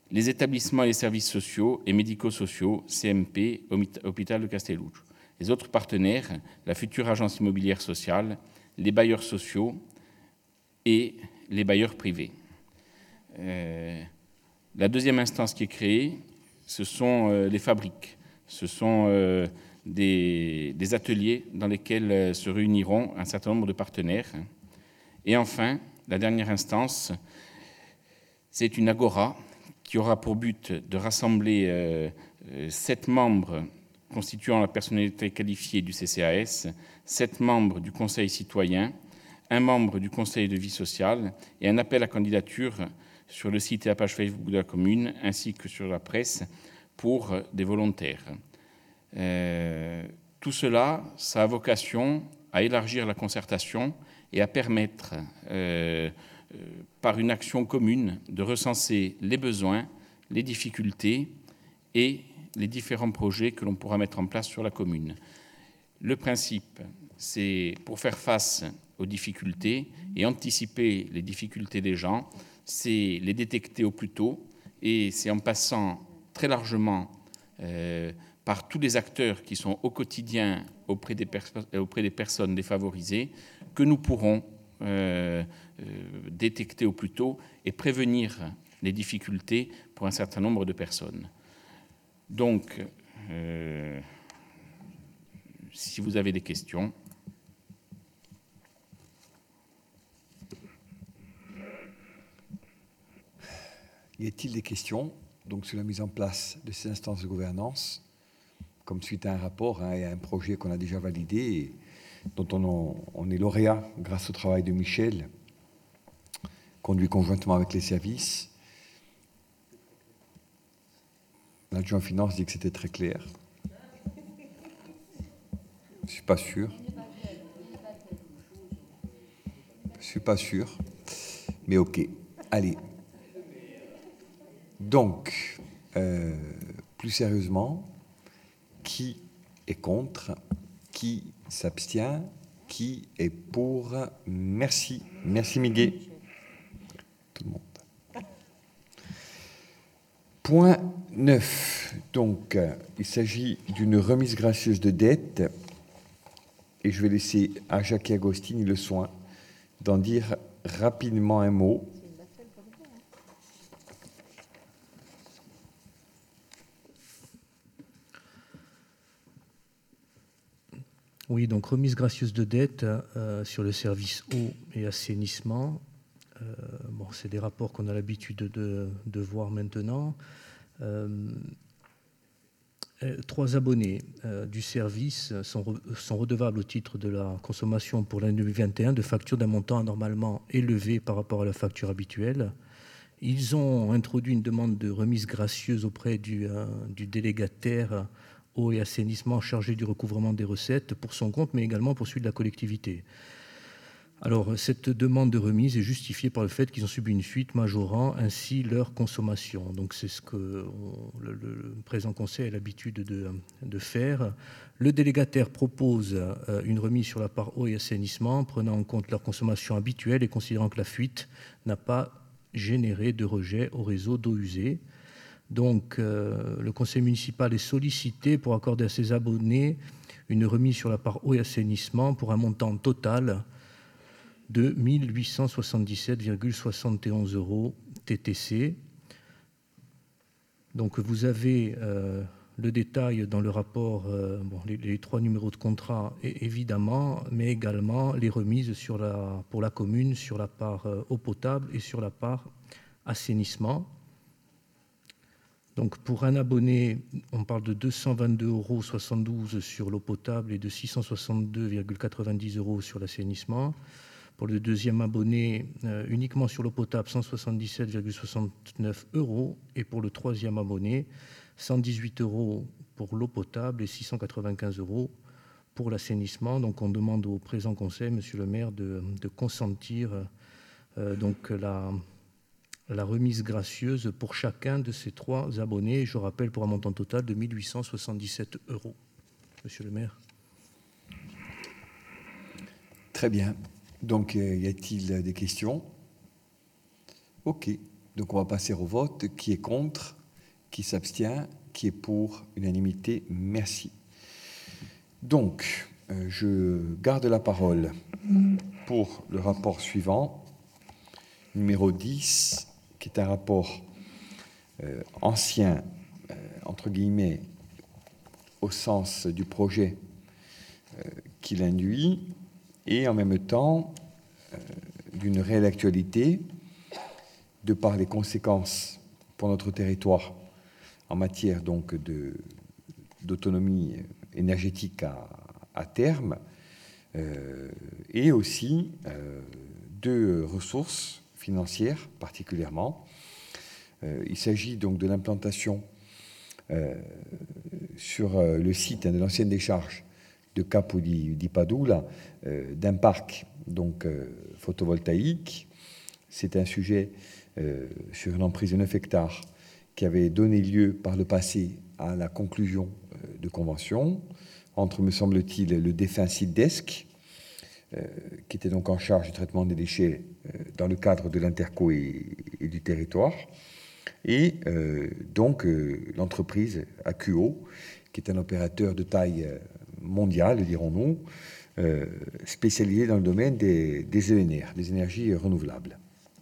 les établissements et les services sociaux et médico-sociaux, C M P, Hôpital de Castelluccio. Les autres partenaires, la future agence immobilière sociale, les bailleurs sociaux et les bailleurs privés. Euh, la deuxième instance qui est créée, ce sont euh, les fabriques. Ce sont euh, des, des ateliers dans lesquels euh, se réuniront un certain nombre de partenaires. Et enfin, la dernière instance, c'est une agora qui aura pour but de rassembler euh, euh, sept membres constituant la personnalité qualifiée du C C A S, sept membres du Conseil citoyen, un membre du Conseil de vie sociale et un appel à candidature sur le site et la page Facebook de la commune, ainsi que sur la presse, pour des volontaires. Euh, tout cela, ça a vocation à élargir la concertation et à permettre, euh, euh, par une action commune, de recenser les besoins, les difficultés et les différents projets que l'on pourra mettre en place sur la commune. Le principe, c'est pour faire face aux difficultés et anticiper les difficultés des gens, c'est les détecter au plus tôt, et c'est en passant très largement euh, par tous les acteurs qui sont au quotidien auprès des, auprès des personnes défavorisées que nous pourrons euh, euh, détecter au plus tôt et prévenir les difficultés pour un certain nombre de personnes. Donc, euh, si vous avez des questions. Y a-t-il des questions donc, sur la mise en place de ces instances de gouvernance, comme suite à un rapport hein, et à un projet qu'on a déjà validé et dont on, on est lauréat grâce au travail de Michel, conduit conjointement avec les services. L'adjoint finance dit que c'était très clair. Je ne suis pas sûr. Je ne suis pas sûr. Mais OK. Allez. Donc, euh, plus sérieusement, qui est contre? Qui s'abstient? Qui est pour? Merci. Merci, Miguel. Tout le monde. Point neuf. Donc, il s'agit d'une remise gracieuse de dette. Et je vais laisser à Jacques Agostini le soin d'en dire rapidement un mot. Oui, donc remise gracieuse de dette euh, sur le service eau et assainissement. Euh, bon, c'est des rapports qu'on a l'habitude de, de voir maintenant. Euh, trois abonnés euh, du service sont, re, sont redevables au titre de la consommation pour l'année deux mille vingt et un de factures d'un montant anormalement élevé par rapport à la facture habituelle. Ils ont introduit une demande de remise gracieuse auprès du, euh, du délégataire eau et assainissement chargé du recouvrement des recettes pour son compte, mais également pour celui de la collectivité. Alors, cette demande de remise est justifiée par le fait qu'ils ont subi une fuite majorant ainsi leur consommation. Donc, c'est ce que on, le, le présent conseil a l'habitude de, de faire. Le délégataire propose euh, une remise sur la part eau et assainissement, prenant en compte leur consommation habituelle et considérant que la fuite n'a pas généré de rejet au réseau d'eau usée. Donc, euh, le conseil municipal est sollicité pour accorder à ses abonnés une remise sur la part eau et assainissement pour un montant total de mille huit cent soixante-dix-sept virgule soixante et onze euros T T C. Donc, vous avez euh, le détail dans le rapport, euh, bon, les, les trois numéros de contrat, et, évidemment, mais également les remises sur la, pour la commune sur la part euh, eau potable et sur la part assainissement. Donc, pour un abonné, on parle de deux cent vingt-deux virgule soixante-douze euros sur l'eau potable et de six cent soixante-deux virgule quatre-vingt-dix euros sur l'assainissement. Pour le deuxième abonné, euh, uniquement sur l'eau potable, cent soixante-dix-sept virgule soixante-neuf euros. Et pour le troisième abonné, cent dix-huit euros pour l'eau potable et six cent quatre-vingt-quinze euros pour l'assainissement. Donc, on demande au présent conseil, monsieur le maire, de, de consentir euh, donc, la... la remise gracieuse pour chacun de ces trois abonnés, je rappelle pour un montant total de mille huit cent soixante-dix-sept euros. Monsieur le maire. Très bien. Donc, euh, y a-t-il des questions? OK. Donc on va passer au vote. Qui est contre? Qui s'abstient? Qui est pour? Unanimité. Merci. Donc, euh, je garde la parole pour le rapport suivant, numéro dix, qui est un rapport euh, ancien, euh, entre guillemets, au sens du projet euh, qu'il induit, et en même temps euh, d'une réelle actualité, de par les conséquences pour notre territoire en matière donc de, d'autonomie énergétique à, à terme, euh, et aussi euh, de ressources financières particulièrement. Euh, il s'agit donc de l'implantation euh, sur euh, le site hein, de l'ancienne décharge de Capo di, di Padula euh, d'un parc donc, euh, photovoltaïque. C'est un sujet euh, sur une emprise de neuf hectares qui avait donné lieu par le passé à la conclusion euh, de convention entre, me semble-t-il, le défunt Sitdesk, euh, qui était donc en charge du traitement des déchets euh, dans le cadre de l'Interco et, et du territoire, et euh, donc euh, l'entreprise A Q O, qui est un opérateur de taille mondiale, dirons-nous, euh, spécialisé dans le domaine des, des E N R, des énergies renouvelables.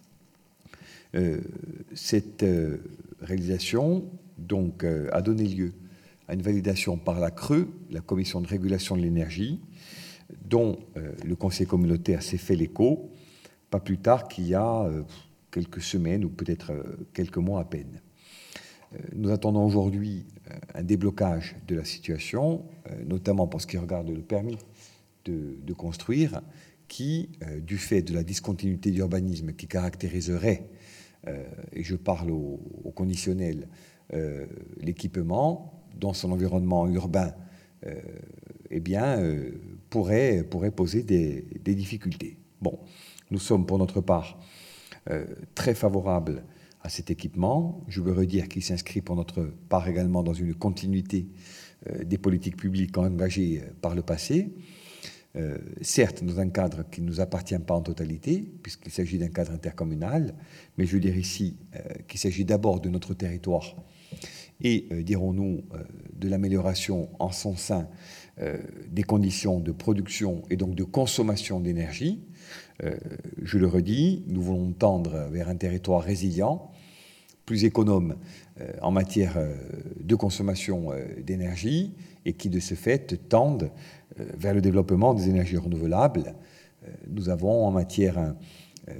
Euh, cette euh, réalisation donc, euh, a donné lieu à une validation par la C R E, la Commission de régulation de l'énergie, dont euh, le Conseil communautaire s'est fait l'écho, pas plus tard qu'il y a euh, quelques semaines ou peut-être euh, quelques mois à peine. Euh, nous attendons aujourd'hui euh, un déblocage de la situation, euh, notamment pour ce qui regarde le permis de, de construire, qui, euh, du fait de la discontinuité d'urbanisme qui caractériserait, euh, et je parle au, au conditionnel, euh, l'équipement dans son environnement urbain, euh, eh bien, euh, pourrait, pourrait poser des, des difficultés. Bon, nous sommes pour notre part euh, très favorables à cet équipement. Je veux redire qu'il s'inscrit pour notre part également dans une continuité euh, des politiques publiques engagées par le passé. Euh, certes, dans un cadre qui ne nous appartient pas en totalité, puisqu'il s'agit d'un cadre intercommunal, mais je veux dire ici euh, qu'il s'agit d'abord de notre territoire et, euh, dirons-nous, euh, de l'amélioration en son sein euh, des conditions de production et donc de consommation d'énergie. Euh, je le redis, nous voulons tendre vers un territoire résilient, plus économe euh, en matière euh, de consommation euh, d'énergie et qui, de ce fait, tende euh, vers le développement des énergies renouvelables. Euh, nous avons en matière euh,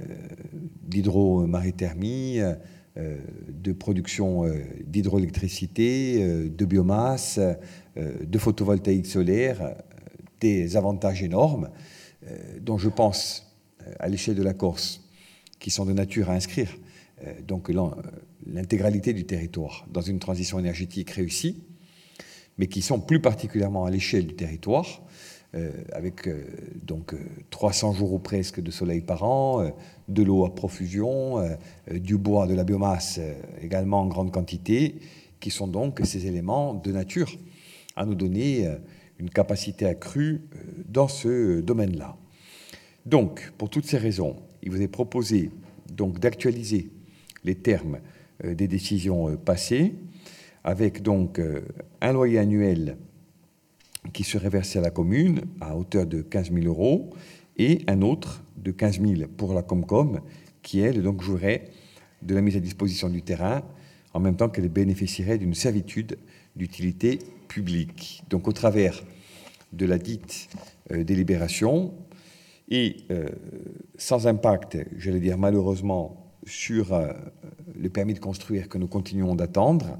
d'hydromarithermie, euh, de production euh, d'hydroélectricité, euh, de biomasse, euh, de photovoltaïque solaire, euh, des avantages énormes euh, dont je pense à l'échelle de la Corse, qui sont de nature à inscrire euh, donc l'intégralité du territoire dans une transition énergétique réussie, mais qui sont plus particulièrement à l'échelle du territoire, euh, avec euh, donc euh, trois cents jours ou presque de soleil par an, euh, de l'eau à profusion, euh, euh, du bois, de la biomasse euh, également en grande quantité, qui sont donc ces éléments de nature à nous donner euh, une capacité accrue euh, dans ce domaine-là. Donc, pour toutes ces raisons, il vous est proposé donc d'actualiser les termes euh, des décisions euh, passées, avec donc euh, un loyer annuel qui serait versé à la commune à hauteur de quinze mille euros et un autre de quinze mille pour la Comcom, qui elle donc jouerait de la mise à disposition du terrain en même temps qu'elle bénéficierait d'une servitude d'utilité publique. Donc, au travers de la dite euh, délibération, et euh, sans impact, j'allais dire malheureusement, sur euh, le permis de construire que nous continuons d'attendre,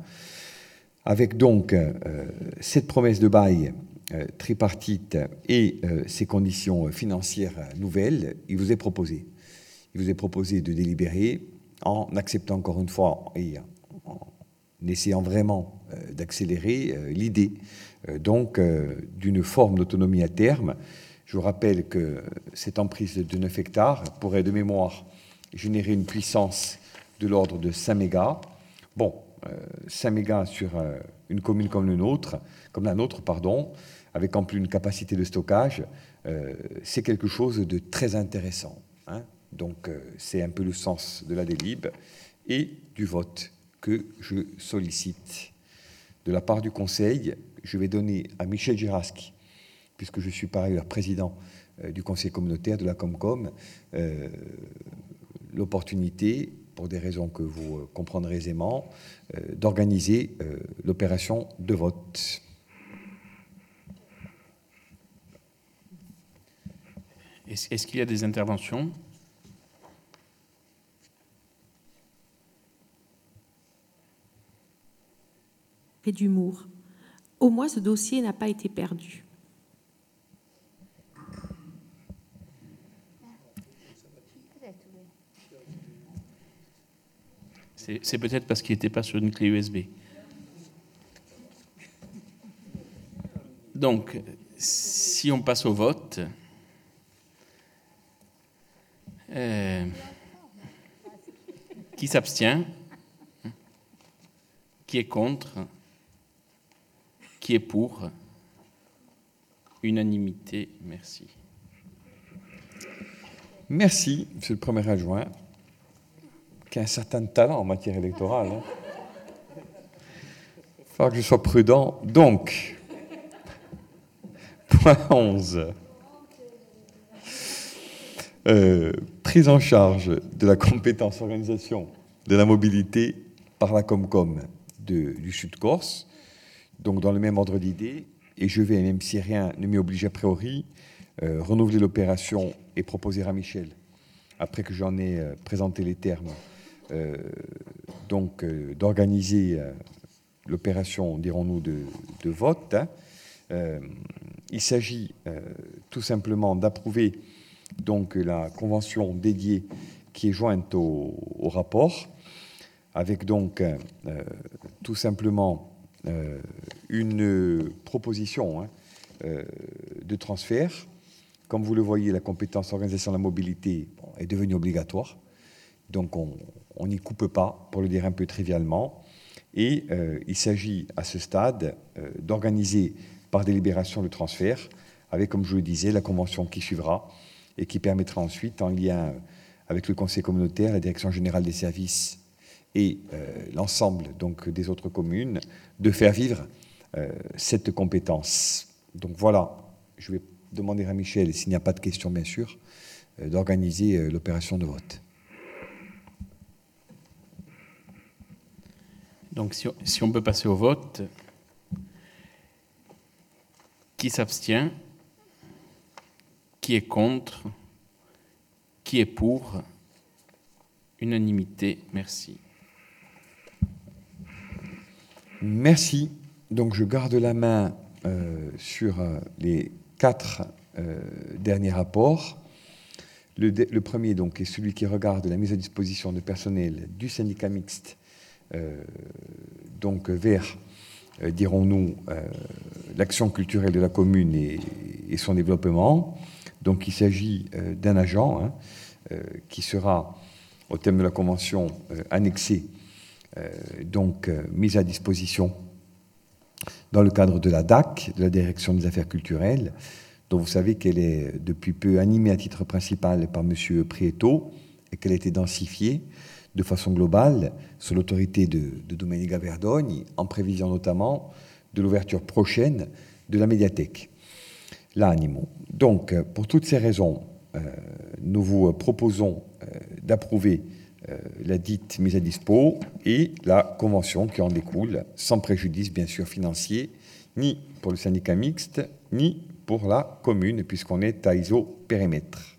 avec donc euh, cette promesse de bail euh, tripartite et euh, ces conditions financières nouvelles, il vous est proposé. Il vous est proposé de délibérer en acceptant encore une fois et en essayant vraiment euh, d'accélérer euh, l'idée euh, donc euh, d'une forme d'autonomie à terme. Je vous rappelle que cette emprise de neuf hectares pourrait, de mémoire, générer une puissance de l'ordre de cinq mégas. Bon, euh, cinq mégas sur euh, une commune comme, le nôtre, comme la nôtre, pardon, avec en plus une capacité de stockage, euh, c'est quelque chose de très intéressant. Hein. Donc, euh, c'est un peu le sens de la délib. et du vote que je sollicite. De la part du Conseil, je vais donner à Michel Giraschi, puisque je suis par ailleurs président euh, du Conseil communautaire de la Comcom, euh, l'opportunité, pour des raisons que vous euh, comprendrez aisément, euh, d'organiser euh, l'opération de vote. Est-ce, est-ce qu'il y a des interventions ? Et d'humour. Au moins, ce dossier n'a pas été perdu. C'est, c'est peut-être parce qu'il n'était pas sur une clé U S B. Donc, si on passe au vote, euh, qui s'abstient ? Qui est contre ? Qui est pour ? Unanimité, merci. Merci, Monsieur le Premier adjoint, qui a un certain talent en matière électorale. Hein. Il va falloir que je sois prudent. Donc, point onze. Euh, prise en charge de la compétence organisation de la mobilité par la Comcom de, du Sud-Corse. Donc, dans le même ordre d'idées, et je vais, même si rien ne m'y oblige a priori, euh, renouveler l'opération et proposer à Michel, après que j'en ai euh, présenté les termes, euh, donc euh, d'organiser euh, l'opération, dirons-nous, de, de vote. Hein. Euh, il s'agit euh, tout simplement d'approuver donc la convention dédiée qui est jointe au, au rapport, avec donc euh, tout simplement euh, une proposition hein, euh, de transfert. Comme vous le voyez, la compétence organisation de la mobilité bon, est devenue obligatoire, donc on n'y coupe pas, pour le dire un peu trivialement, et euh, il s'agit à ce stade euh, d'organiser par délibération le transfert, avec, comme je le disais, la convention qui suivra, et qui permettra ensuite, en lien avec le Conseil communautaire, la Direction générale des services et euh, l'ensemble donc des autres communes, de faire vivre euh, cette compétence. Donc voilà, je vais demander à Michel, s'il n'y a pas de questions bien sûr, euh, d'organiser euh, l'opération de vote. Donc si on, si on peut passer au vote, qui s'abstient ? Qui est contre ? Qui est pour ? Unanimité, merci. Merci. Donc je garde la main euh, sur euh, les quatre euh, derniers rapports. Le, le premier donc est celui qui regarde la mise à disposition de personnel du syndicat mixte, euh, donc vers, euh, dirons-nous, euh, l'action culturelle de la commune et, et son développement. Donc il s'agit euh, d'un agent hein, euh, qui sera, au terme de la convention, euh, annexé, euh, donc euh, mis à disposition dans le cadre de la D A C, de la Direction des Affaires culturelles, dont vous savez qu'elle est depuis peu animée à titre principal par M. Prieto et qu'elle a été densifiée de façon globale sous l'autorité de, de Domenica Verdogne, en prévision notamment de l'ouverture prochaine de la médiathèque. L'animo. Donc, pour toutes ces raisons, euh, nous vous proposons euh, d'approuver euh, la dite mise à dispo et la convention qui en découle, sans préjudice bien sûr financier, ni pour le syndicat mixte, ni pour la commune, puisqu'on est à isopérimètre.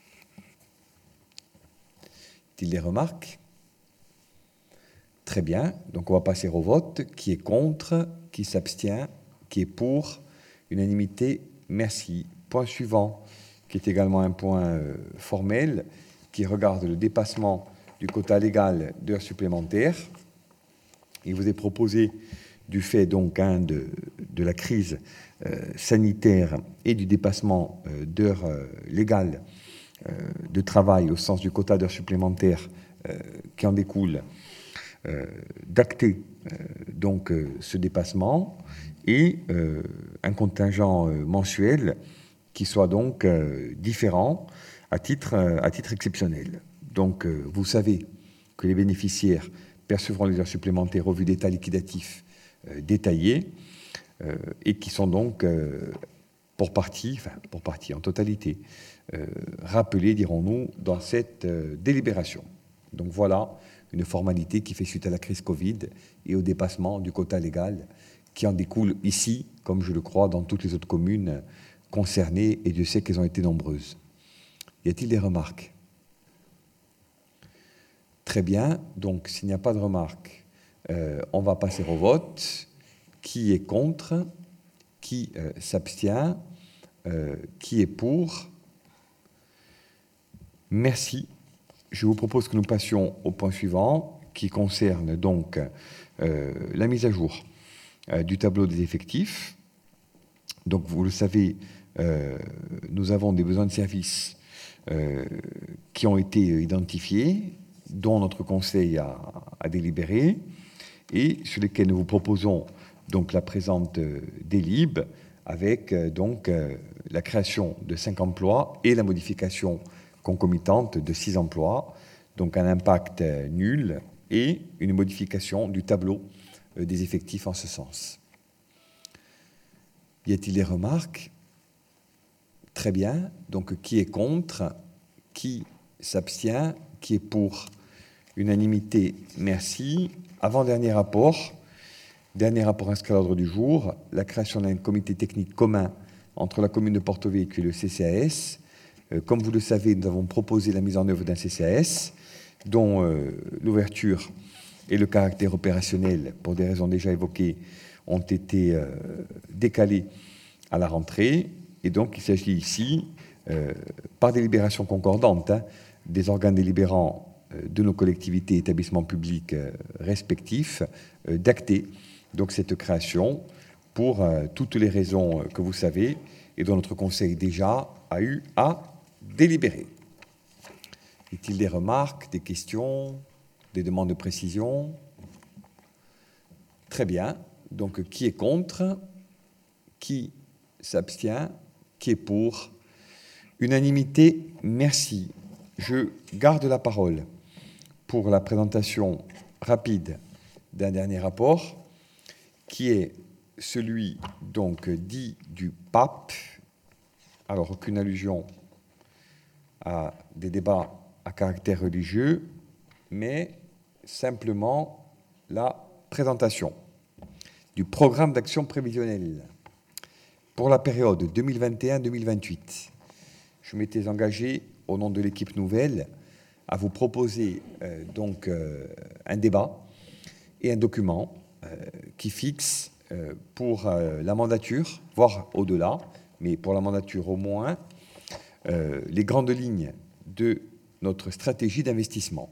Y a-t-il des remarques ? Très bien, donc on va passer au vote. Qui est contre ? Qui s'abstient ? Qui est pour ? Unanimité. Merci. Point suivant, qui est également un point euh, formel, qui regarde le dépassement du quota légal d'heures supplémentaires. Il vous est proposé, du fait donc hein, de, de la crise euh, sanitaire et du dépassement euh, d'heures euh, légales euh, de travail au sens du quota d'heures supplémentaires euh, qui en découle, euh, d'acter euh, donc euh, ce dépassement et euh, un contingent euh, mensuel qui soit donc euh, différent à titre, euh, à titre exceptionnel. Donc, euh, vous savez que les bénéficiaires percevront les heures supplémentaires au vu d'état liquidatif euh, détaillé euh, et qui sont donc euh, pour partie, enfin pour partie en totalité, euh, rappelés, dirons-nous, dans cette euh, délibération. Donc voilà une formalité qui fait suite à la crise Covid et au dépassement du quota légal qui en découle ici, comme je le crois, dans toutes les autres communes concernées, et Dieu sait qu'elles ont été nombreuses. Y a-t-il des remarques? Très bien, donc s'il n'y a pas de remarques, euh, on va passer au vote. Qui est contre? Qui euh, s'abstient? euh, Qui est pour? Merci. Je vous propose que nous passions au point suivant, qui concerne donc euh, la mise à jour euh, du tableau des effectifs. Donc, vous le savez, euh, nous avons des besoins de services euh, qui ont été identifiés, dont notre Conseil a, a délibéré, et sur lesquels nous vous proposons donc la présente euh, délib, avec euh, donc euh, la création de cinq emplois et la modification concomitante de six emplois, donc un impact euh, nul et une modification du tableau euh, des effectifs en ce sens. Y a-t-il des remarques? Très bien. Donc, qui est contre? Qui s'abstient? Qui est pour? Unanimité, merci. Avant-dernier rapport, dernier rapport inscrit à l'ordre du jour, la création d'un comité technique commun entre la commune de Porto-Vecchio et le C C A S. Euh, comme vous le savez, nous avons proposé la mise en œuvre d'un C C A S dont euh, l'ouverture et le caractère opérationnel, pour des raisons déjà évoquées, ont été euh, décalés à la rentrée. Et donc, il s'agit ici, euh, par délibération concordante, hein, des organes délibérants euh, de nos collectivités et établissements publics euh, respectifs, euh, d'acter donc cette création pour euh, toutes les raisons euh, que vous savez et dont notre Conseil déjà a eu à délibérer. Y a-t-il des remarques, des questions, des demandes de précision? Très bien. Donc, qui est contre? Qui s'abstient? Qui est pour? Unanimité, merci. Je garde la parole pour la présentation rapide d'un dernier rapport, qui est celui donc dit du pape. Alors, aucune allusion à des débats à caractère religieux, mais simplement la présentation du programme d'action prévisionnelle pour la période deux mille vingt et un deux mille vingt-huit. Je m'étais engagé, au nom de l'équipe nouvelle, à vous proposer euh, donc euh, un débat et un document euh, qui fixe euh, pour euh, la mandature, voire au-delà, mais pour la mandature au moins, euh, les grandes lignes de notre stratégie d'investissement.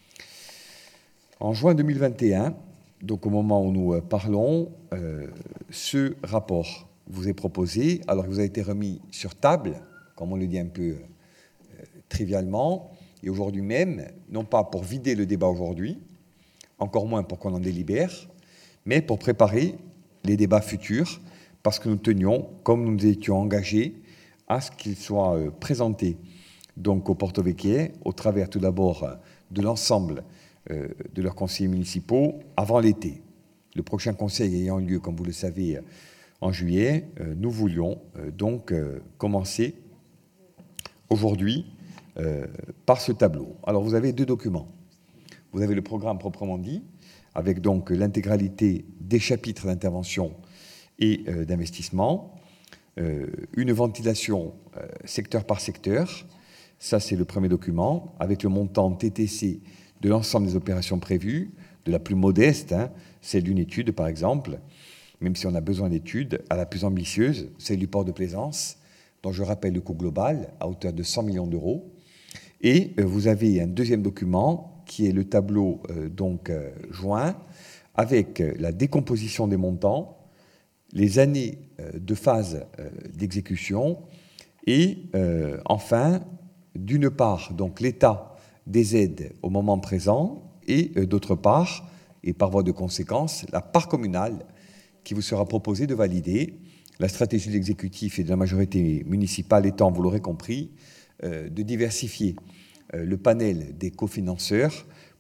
En juin deux mille vingt et un, donc au moment où nous parlons, euh, ce rapport vous est proposé, alors il vous a été remis sur table, comme on le dit un peu euh, trivialement, et aujourd'hui même, non pas pour vider le débat aujourd'hui, encore moins pour qu'on en délibère, mais pour préparer les débats futurs, parce que nous tenions, comme nous nous étions engagés, à ce qu'ils soient euh, présentés donc au Porto-Vecchio, au travers tout d'abord de l'ensemble euh, de leurs conseillers municipaux avant l'été. Le prochain conseil ayant lieu, comme vous le savez, en juillet, euh, nous voulions euh, donc euh, commencer aujourd'hui euh, par ce tableau. Alors vous avez deux documents. Vous avez le programme proprement dit, avec donc l'intégralité des chapitres d'intervention et euh, d'investissement, euh, une ventilation euh, secteur par secteur. Ça, c'est le premier document, avec le montant T T C de l'ensemble des opérations prévues, de la plus modeste, hein, celle d'une étude, par exemple, même si on a besoin d'études, à la plus ambitieuse, celle du port de Plaisance, dont je rappelle le coût global, à hauteur de cent millions d'euros. Et euh, vous avez un deuxième document, qui est le tableau euh, donc euh, joint, avec euh, la décomposition des montants, les années euh, de phase euh, d'exécution, et euh, enfin, d'une part, donc l'état des aides au moment présent, et euh, d'autre part, et par voie de conséquence, la part communale qui vous sera proposée de valider, la stratégie de l'exécutif et de la majorité municipale étant, vous l'aurez compris, euh, de diversifier euh, le panel des cofinanceurs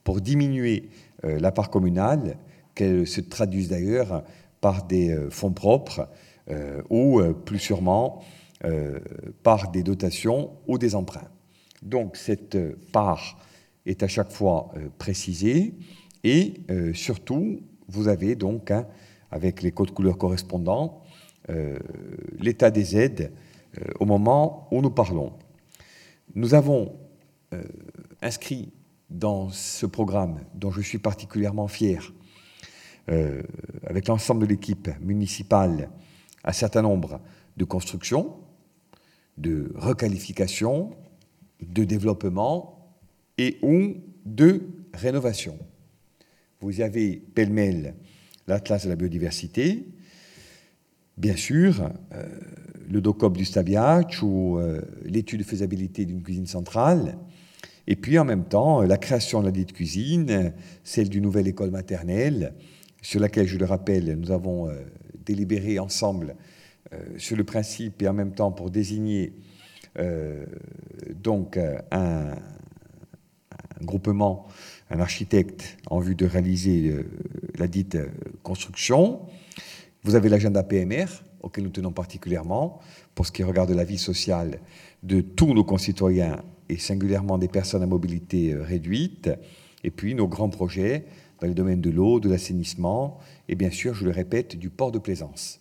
pour diminuer euh, la part communale, qu'elle se traduise d'ailleurs par des euh, fonds propres euh, ou euh, plus sûrement euh, par des dotations ou des emprunts. Donc cette part est à chaque fois euh, précisée et euh, surtout vous avez donc, hein, avec les codes couleurs correspondants, euh, l'état des aides euh, au moment où nous parlons. Nous avons euh, inscrit dans ce programme, dont je suis particulièrement fier, euh, avec l'ensemble de l'équipe municipale, un certain nombre de constructions, de requalifications, de développement et ou de rénovation. Vous y avez pêle-mêle l'Atlas de la biodiversité, bien sûr, euh, le DOCOP du Stabiac ou euh, l'étude de faisabilité d'une cuisine centrale, et puis en même temps la création de la dite cuisine, celle d'une nouvelle école maternelle, sur laquelle, je le rappelle, nous avons euh, délibéré ensemble euh, sur le principe et en même temps pour désigner euh, donc un, un groupement, un architecte en vue de réaliser euh, la dite euh, construction. Vous avez l'agenda P M R, auquel nous tenons particulièrement, pour ce qui regarde la vie sociale de tous nos concitoyens et singulièrement des personnes à mobilité euh, réduite, et puis nos grands projets dans les domaines de l'eau, de l'assainissement, et bien sûr, je le répète, du port de plaisance.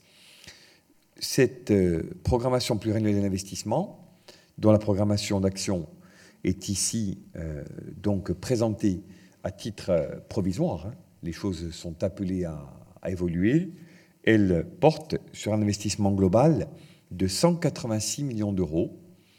Cette euh, programmation pluriannuelle d'investissement, dont la programmation d'action est ici euh, donc présentée à titre euh, provisoire, hein, les choses sont appelées à, à évoluer, elle porte sur un investissement global de cent quatre-vingt-six millions d'euros,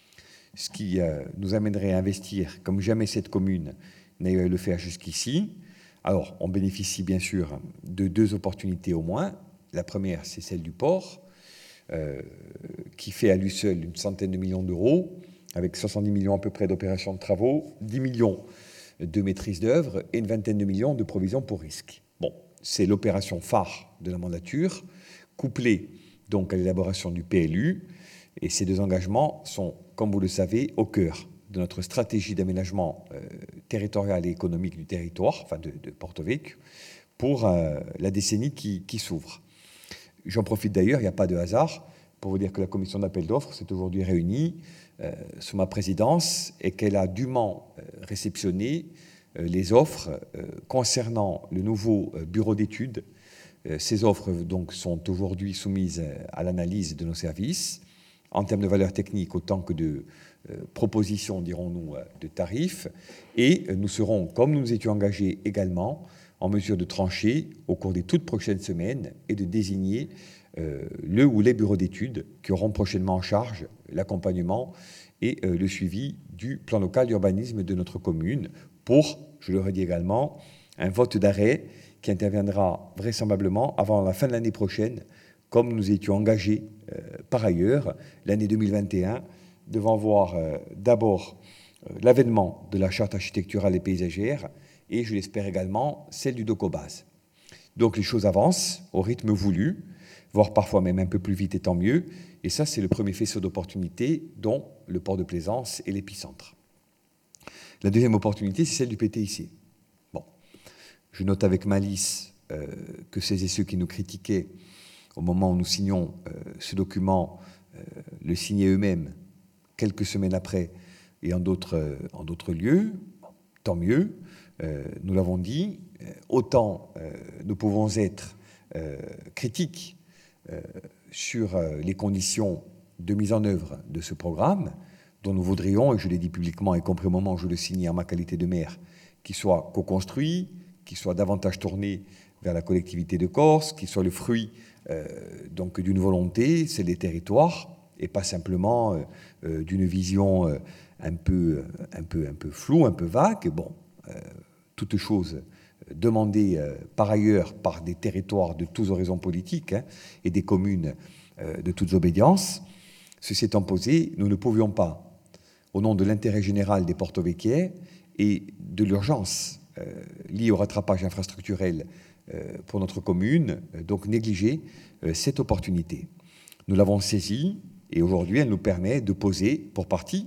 ce qui euh, nous amènerait à investir comme jamais cette commune n'a eu à le faire jusqu'ici. Alors, on bénéficie bien sûr de deux opportunités au moins. La première, c'est celle du port, euh, qui fait à lui seul une centaine de millions d'euros, avec soixante-dix millions à peu près d'opérations de travaux, dix millions de maîtrise d'œuvre et une vingtaine de millions de provisions pour risque. Bon, c'est l'opération phare de la mandature, couplée donc à l'élaboration du P L U, et ces deux engagements sont, comme vous le savez, au cœur de notre stratégie d'aménagement euh, territorial et économique du territoire, enfin de, de Porto Vecchio, pour euh, la décennie qui, qui s'ouvre. J'en profite d'ailleurs, il n'y a pas de hasard, pour vous dire que la commission d'appel d'offres s'est aujourd'hui réunie euh, sous ma présidence et qu'elle a dûment euh, réceptionné euh, les offres euh, concernant le nouveau euh, bureau d'études. Euh, ces offres donc sont aujourd'hui soumises à l'analyse de nos services en termes de valeur technique autant que de euh, propositions, dirons-nous, euh, de tarifs. Et euh, nous serons, comme nous nous étions engagés également, en mesure de trancher au cours des toutes prochaines semaines et de désigner euh, le ou les bureaux d'études qui auront prochainement en charge l'accompagnement et euh, le suivi du plan local d'urbanisme de notre commune pour, je le redis également, un vote d'arrêt qui interviendra vraisemblablement avant la fin de l'année prochaine, comme nous étions engagés euh, par ailleurs, l'année deux mille vingt et un, devant voir euh, d'abord euh, l'avènement de la charte architecturale et paysagère et, je l'espère également, celle du DOCOBAS. Donc les choses avancent au rythme voulu, voire parfois même un peu plus vite et tant mieux, et ça c'est le premier faisceau d'opportunités dont le port de Plaisance est l'épicentre. La deuxième opportunité, c'est celle du P T I C. Bon, je note avec malice euh, que celles et ceux qui nous critiquaient au moment où nous signons euh, ce document euh, le signaient eux-mêmes quelques semaines après et en d'autres, euh, en d'autres lieux, tant mieux. Euh, nous l'avons dit, euh, autant euh, nous pouvons être euh, critiques euh, sur euh, les conditions de mise en œuvre de ce programme, dont nous voudrions, et je l'ai dit publiquement, y compris au moment où je le signais en ma qualité de maire, qu'il soit co-construit, qu'il soit davantage tourné vers la collectivité de Corse, qu'il soit le fruit euh, donc d'une volonté, c'est des territoires, et pas simplement euh, euh, d'une vision euh, un peu, un peu, un peu floue, un peu vague. Bon, euh, toute chose demandée euh, par ailleurs par des territoires de tous horizons politiques hein, et des communes euh, de toutes obédiences. Ceci étant posé, nous ne pouvions pas, au nom de l'intérêt général des porto-véquiais et de l'urgence euh, liée au rattrapage infrastructurel euh, pour notre commune, euh, donc négliger euh, cette opportunité. Nous l'avons saisie et aujourd'hui, elle nous permet de poser, pour partie,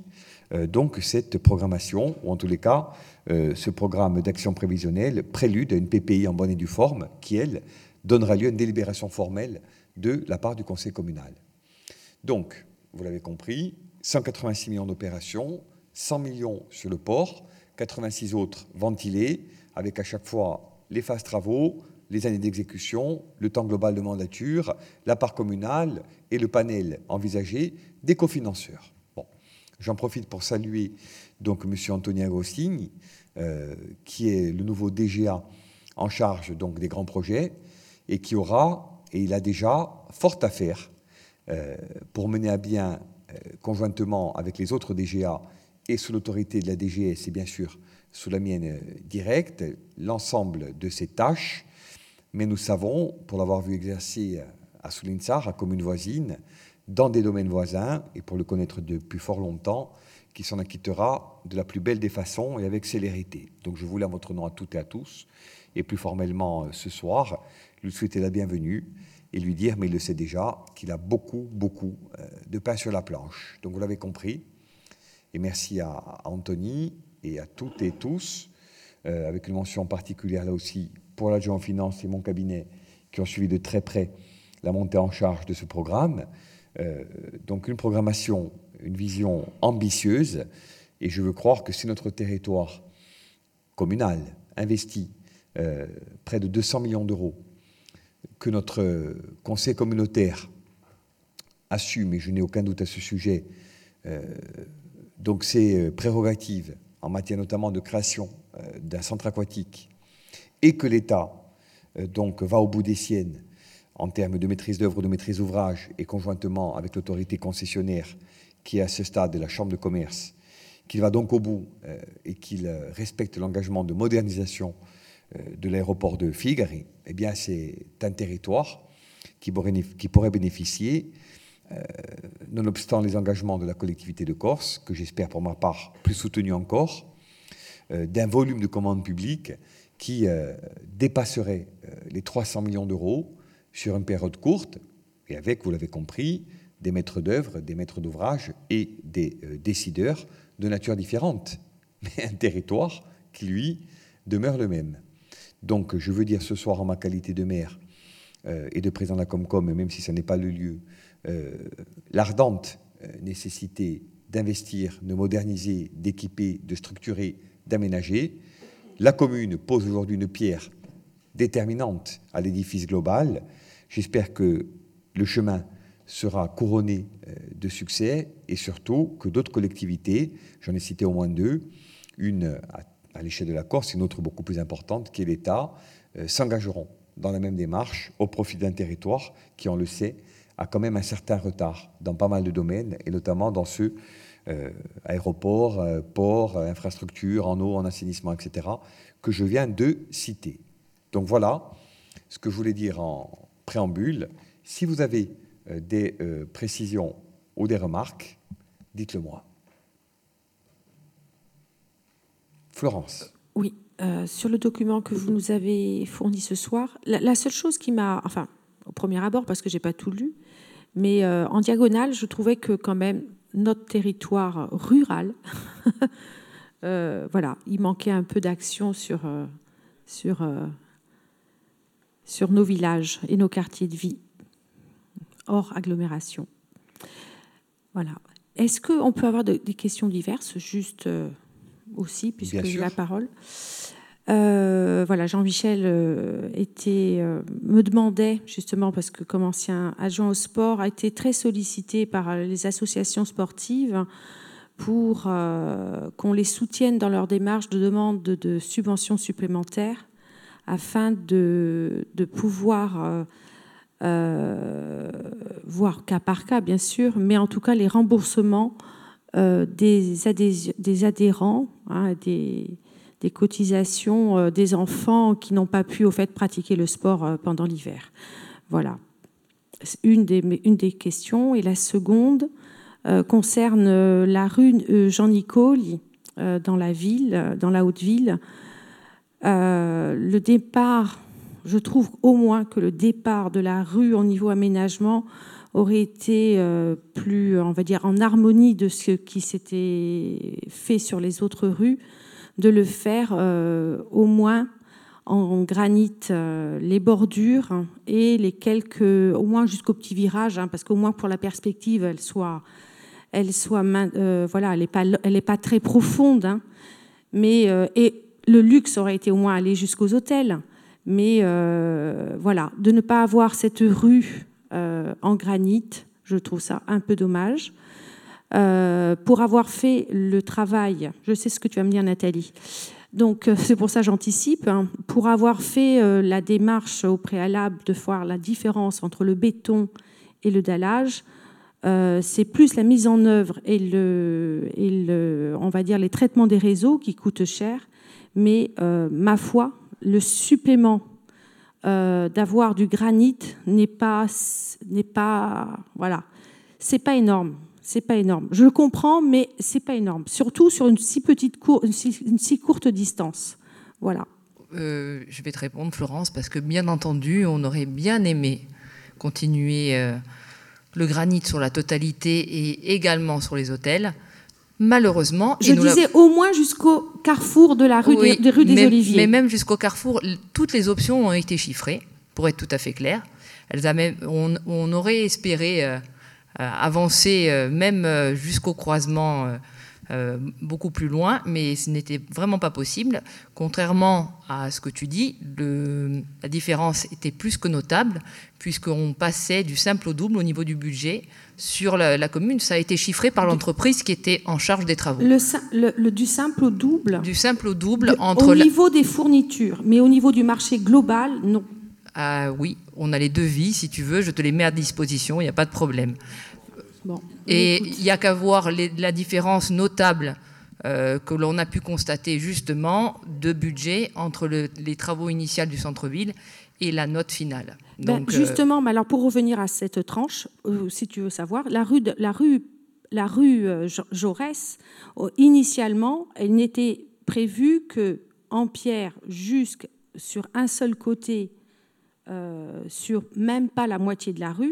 euh, donc cette programmation, ou en tous les cas, euh, ce programme d'action prévisionnelle prélude à une P P I en bonne et due forme qui, elle, donnera lieu à une délibération formelle de la part du conseil communal. Donc, vous l'avez compris, cent quatre-vingt-six millions d'opérations, cent millions sur le port, quatre-vingt-six autres ventilés, avec à chaque fois les phases travaux, les années d'exécution, le temps global de mandature, la part communale et le panel envisagé des cofinanceurs. Bon, j'en profite pour saluer donc M. Antonio Agostini, euh, qui est le nouveau D G A en charge donc des grands projets et qui aura, et il a déjà, fort à faire euh, pour mener à bien, euh, conjointement avec les autres D G A et sous l'autorité de la D G S et bien sûr sous la mienne euh, directe, l'ensemble de ces tâches. Mais nous savons, pour l'avoir vu exercer à Soulinsar, à commune voisine, dans des domaines voisins, et pour le connaître depuis fort longtemps, qui s'en acquittera de la plus belle des façons et avec célérité. Donc je voulais, à votre nom à toutes et à tous, et plus formellement ce soir, lui souhaiter la bienvenue et lui dire, mais il le sait déjà, qu'il a beaucoup, beaucoup de pain sur la planche. Donc vous l'avez compris, et merci à Anthony et à toutes et tous, euh, avec une mention particulière là aussi pour l'adjoint en finance et mon cabinet qui ont suivi de très près la montée en charge de ce programme. Euh, donc une programmation, une vision ambitieuse, et je veux croire que si notre territoire communal investit euh, près de deux cents millions d'euros, que notre conseil communautaire assume, et je n'ai aucun doute à ce sujet, euh, donc ses prérogatives en matière notamment de création euh, d'un centre aquatique, et que l'État euh, donc va au bout des siennes en termes de maîtrise d'œuvre, de maîtrise d'ouvrage, et conjointement avec l'autorité concessionnaire qui est à ce stade la Chambre de commerce, qu'il va donc au bout euh, et qu'il euh, respecte l'engagement de modernisation euh, de l'aéroport de Figari, eh bien c'est un territoire qui pourrait, qui pourrait bénéficier, euh, nonobstant les engagements de la collectivité de Corse, que j'espère pour ma part plus soutenu encore, euh, d'un volume de commandes publiques qui euh, dépasserait euh, les trois cents millions d'euros sur une période courte, et avec, vous l'avez compris, des maîtres d'œuvre, des maîtres d'ouvrage et des euh, décideurs de nature différente, mais un territoire qui, lui, demeure le même. Donc, je veux dire ce soir, en ma qualité de maire euh, et de président de la Comcom, même si ce n'est pas le lieu, euh, l'ardente euh, nécessité d'investir, de moderniser, d'équiper, de structurer, d'aménager. La commune pose aujourd'hui une pierre déterminante à l'édifice global. J'espère que le chemin sera couronné de succès et surtout que d'autres collectivités, j'en ai cité au moins deux, une à l'échelle de la Corse, une autre beaucoup plus importante, qui est l'État, s'engageront dans la même démarche au profit d'un territoire qui, on le sait, a quand même un certain retard dans pas mal de domaines et notamment dans ceux Euh, aéroports, euh, ports, euh, infrastructures, en eau, en assainissement, et cetera, que je viens de citer. Donc voilà ce que je voulais dire en préambule. Si vous avez euh, des euh, précisions ou des remarques, dites-le moi. Florence. Oui, euh, sur le document que vous nous avez fourni ce soir, la, la seule chose qui m'a, enfin, au premier abord, parce que je n'ai pas tout lu, mais euh, en diagonale, je trouvais que quand même, notre territoire rural, euh, voilà, il manquait un peu d'action sur, euh, sur, euh, sur nos villages et nos quartiers de vie, hors agglomération. Voilà. Est-ce qu'on peut avoir de, des questions diverses, juste euh, aussi, puisque j'ai la parole ? Euh, voilà, Jean-Michel euh, était, euh, me demandait, justement, parce que comme ancien adjoint au sport, a été très sollicité par les associations sportives pour euh, qu'on les soutienne dans leur démarche de demande de, de subventions supplémentaires afin de, de pouvoir, euh, euh, voir cas par cas, bien sûr, mais en tout cas les remboursements euh, des, adhé- des adhérents, hein, des des cotisations euh, des enfants qui n'ont pas pu au fait pratiquer le sport euh, pendant l'hiver. Voilà, une des, une des questions. Et la seconde euh, concerne euh, la rue euh, Jean-Nicole euh, dans la ville, dans la Haute-Ville. Euh, le départ, je trouve au moins que le départ de la rue au niveau aménagement aurait été euh, plus, on va dire, en harmonie de ce qui s'était fait sur les autres rues, de le faire euh, au moins en granit, euh, les bordures et les quelques, au moins jusqu'au petit virage, hein, parce qu'au moins pour la perspective, elle soit, elle soit, euh, voilà, elle n'est pas, elle est pas très profonde, hein, mais euh, et le luxe aurait été au moins aller jusqu'aux hôtels, mais euh, voilà, de ne pas avoir cette rue euh, en granit, je trouve ça un peu dommage. Euh, pour avoir fait le travail, je sais ce que tu vas me dire, Nathalie. Donc, c'est pour ça que j'anticipe. Hein. Pour avoir fait euh, la démarche au préalable de voir la différence entre le béton et le dallage, euh, c'est plus la mise en œuvre et, le, et le, on va dire les traitements des réseaux qui coûtent cher. Mais, euh, ma foi, le supplément euh, d'avoir du granit n'est pas, n'est pas, voilà, c'est pas énorme. C'est pas énorme. Je le comprends, mais c'est pas énorme. Surtout sur une si petite cour- une si, une si courte distance. Voilà. Euh, je vais te répondre, Florence, parce que bien entendu, on aurait bien aimé continuer euh, le granit sur la totalité et également sur les hôtels. Malheureusement, je disais au moins jusqu'au carrefour de la rue, oui, des, des rues des mais, Oliviers. Mais même jusqu'au carrefour, toutes les options ont été chiffrées, pour être tout à fait clair. Elles a même, on, on aurait espéré euh, avancer euh, même euh, jusqu'au croisement euh, euh, beaucoup plus loin, mais ce n'était vraiment pas possible. Contrairement à ce que tu dis, le, la différence était plus que notable, puisqu'on passait du simple au double au niveau du budget sur la, la commune. Ça a été chiffré par l'entreprise qui était en charge des travaux. Le, le, le, du simple au double Du simple au double de, entre... Au niveau des fournitures, mais au niveau du marché global, non. Ah oui, on a les devis, si tu veux, je te les mets à disposition, il n'y a pas de problème. Bon, et il n'y a qu'à voir les, la différence notable euh, que l'on a pu constater justement de budget entre le, les travaux initiaux du centre-ville et la note finale. Donc, ben, justement, euh, mais alors pour revenir à cette tranche, euh, si tu veux savoir, la rue, de, la rue, la rue euh, Jaurès, euh, initialement, elle n'était prévue qu'en pierre jusque sur un seul côté, euh, sur même pas la moitié de la rue.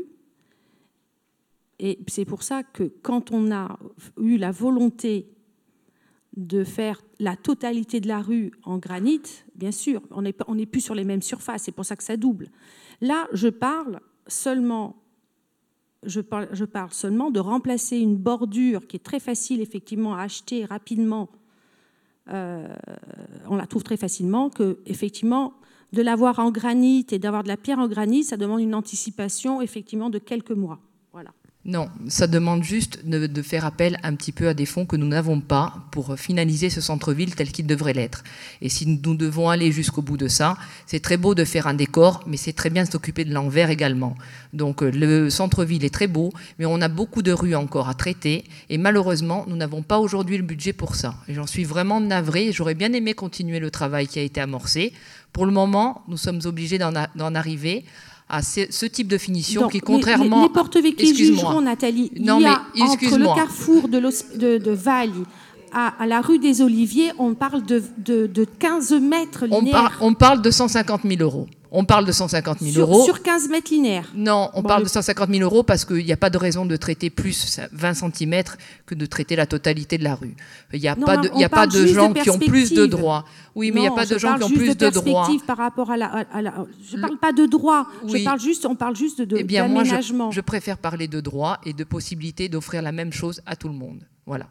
Et c'est pour ça que quand on a eu la volonté de faire la totalité de la rue en granit, bien sûr, on n'est on n'est plus sur les mêmes surfaces, c'est pour ça que ça double. Là, je parle seulement, je parle, je parle seulement de remplacer une bordure qui est très facile effectivement à acheter rapidement. Euh, on la trouve très facilement, que effectivement de l'avoir en granit et d'avoir de la pierre en granit, ça demande une anticipation effectivement de quelques mois. Voilà. Non, ça demande juste de, de faire appel un petit peu à des fonds que nous n'avons pas pour finaliser ce centre-ville tel qu'il devrait l'être. Et si nous devons aller jusqu'au bout de ça, c'est très beau de faire un décor, mais c'est très bien de s'occuper de l'envers également. Donc le centre-ville est très beau, mais on a beaucoup de rues encore à traiter. Et malheureusement, nous n'avons pas aujourd'hui le budget pour ça. Et j'en suis vraiment navrée. J'aurais bien aimé continuer le travail qui a été amorcé. Pour le moment, nous sommes obligés d'en, a, d'en arriver à ce, ce type de finition. Donc, qui, contrairement... Les, les porte-véhicules jugeront, Nathalie, non, il y a mais, entre le carrefour de, de, de Valli à, à la rue des Oliviers, on parle de, de, de quinze mètres linéaires. On, par, on parle de cent cinquante mille euros. On parle de cent cinquante mille euros. Sur quinze mètres linéaires. Non, on bon, parle le... de cent cinquante mille euros parce qu'il n'y a pas de raison de traiter plus vingt centimètres que de traiter la totalité de la rue. Il n'y a, non, pas, de, il y a pas de gens de qui ont plus de droits. Oui, mais non, il n'y a pas de gens qui ont plus de, de droits. Par rapport à la, à la, je ne parle pas de droits. Oui. Je parle juste, on parle juste de, eh bien, d'aménagement. Moi, je, je préfère parler de droits et de possibilité d'offrir la même chose à tout le monde. Voilà.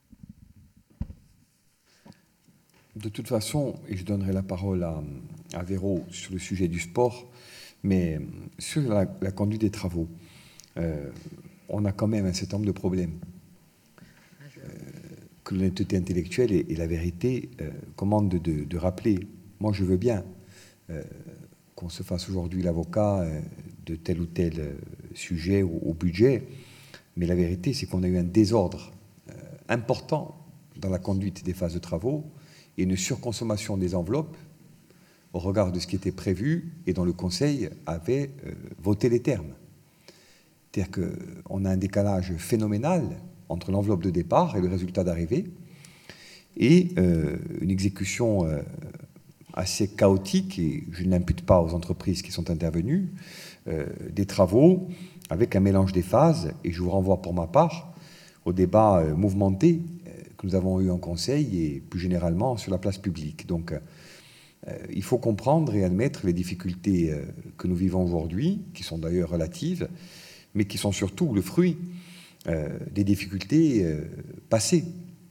De toute façon, et je donnerai la parole à, à Véro sur le sujet du sport, mais sur la, la conduite des travaux, euh, on a quand même un certain nombre de problèmes. Euh, que l'honnêteté intellectuelle et, et la vérité euh, commandent de, de, de rappeler. Moi, je veux bien euh, qu'on se fasse aujourd'hui l'avocat euh, de tel ou tel euh, sujet au, au budget, mais la vérité, c'est qu'on a eu un désordre euh, important dans la conduite des phases de travaux et une surconsommation des enveloppes au regard de ce qui était prévu et dont le Conseil avait euh, voté les termes. C'est-à-dire qu'on a un décalage phénoménal entre l'enveloppe de départ et le résultat d'arrivée, et euh, une exécution euh, assez chaotique, et je ne l'impute pas aux entreprises qui sont intervenues, euh, des travaux avec un mélange des phases, et je vous renvoie pour ma part au débat euh, mouvementé euh, que nous avons eu en Conseil et plus généralement sur la place publique. Donc, euh, il faut comprendre et admettre les difficultés euh, que nous vivons aujourd'hui, qui sont d'ailleurs relatives, mais qui sont surtout le fruit euh, des difficultés euh, passées.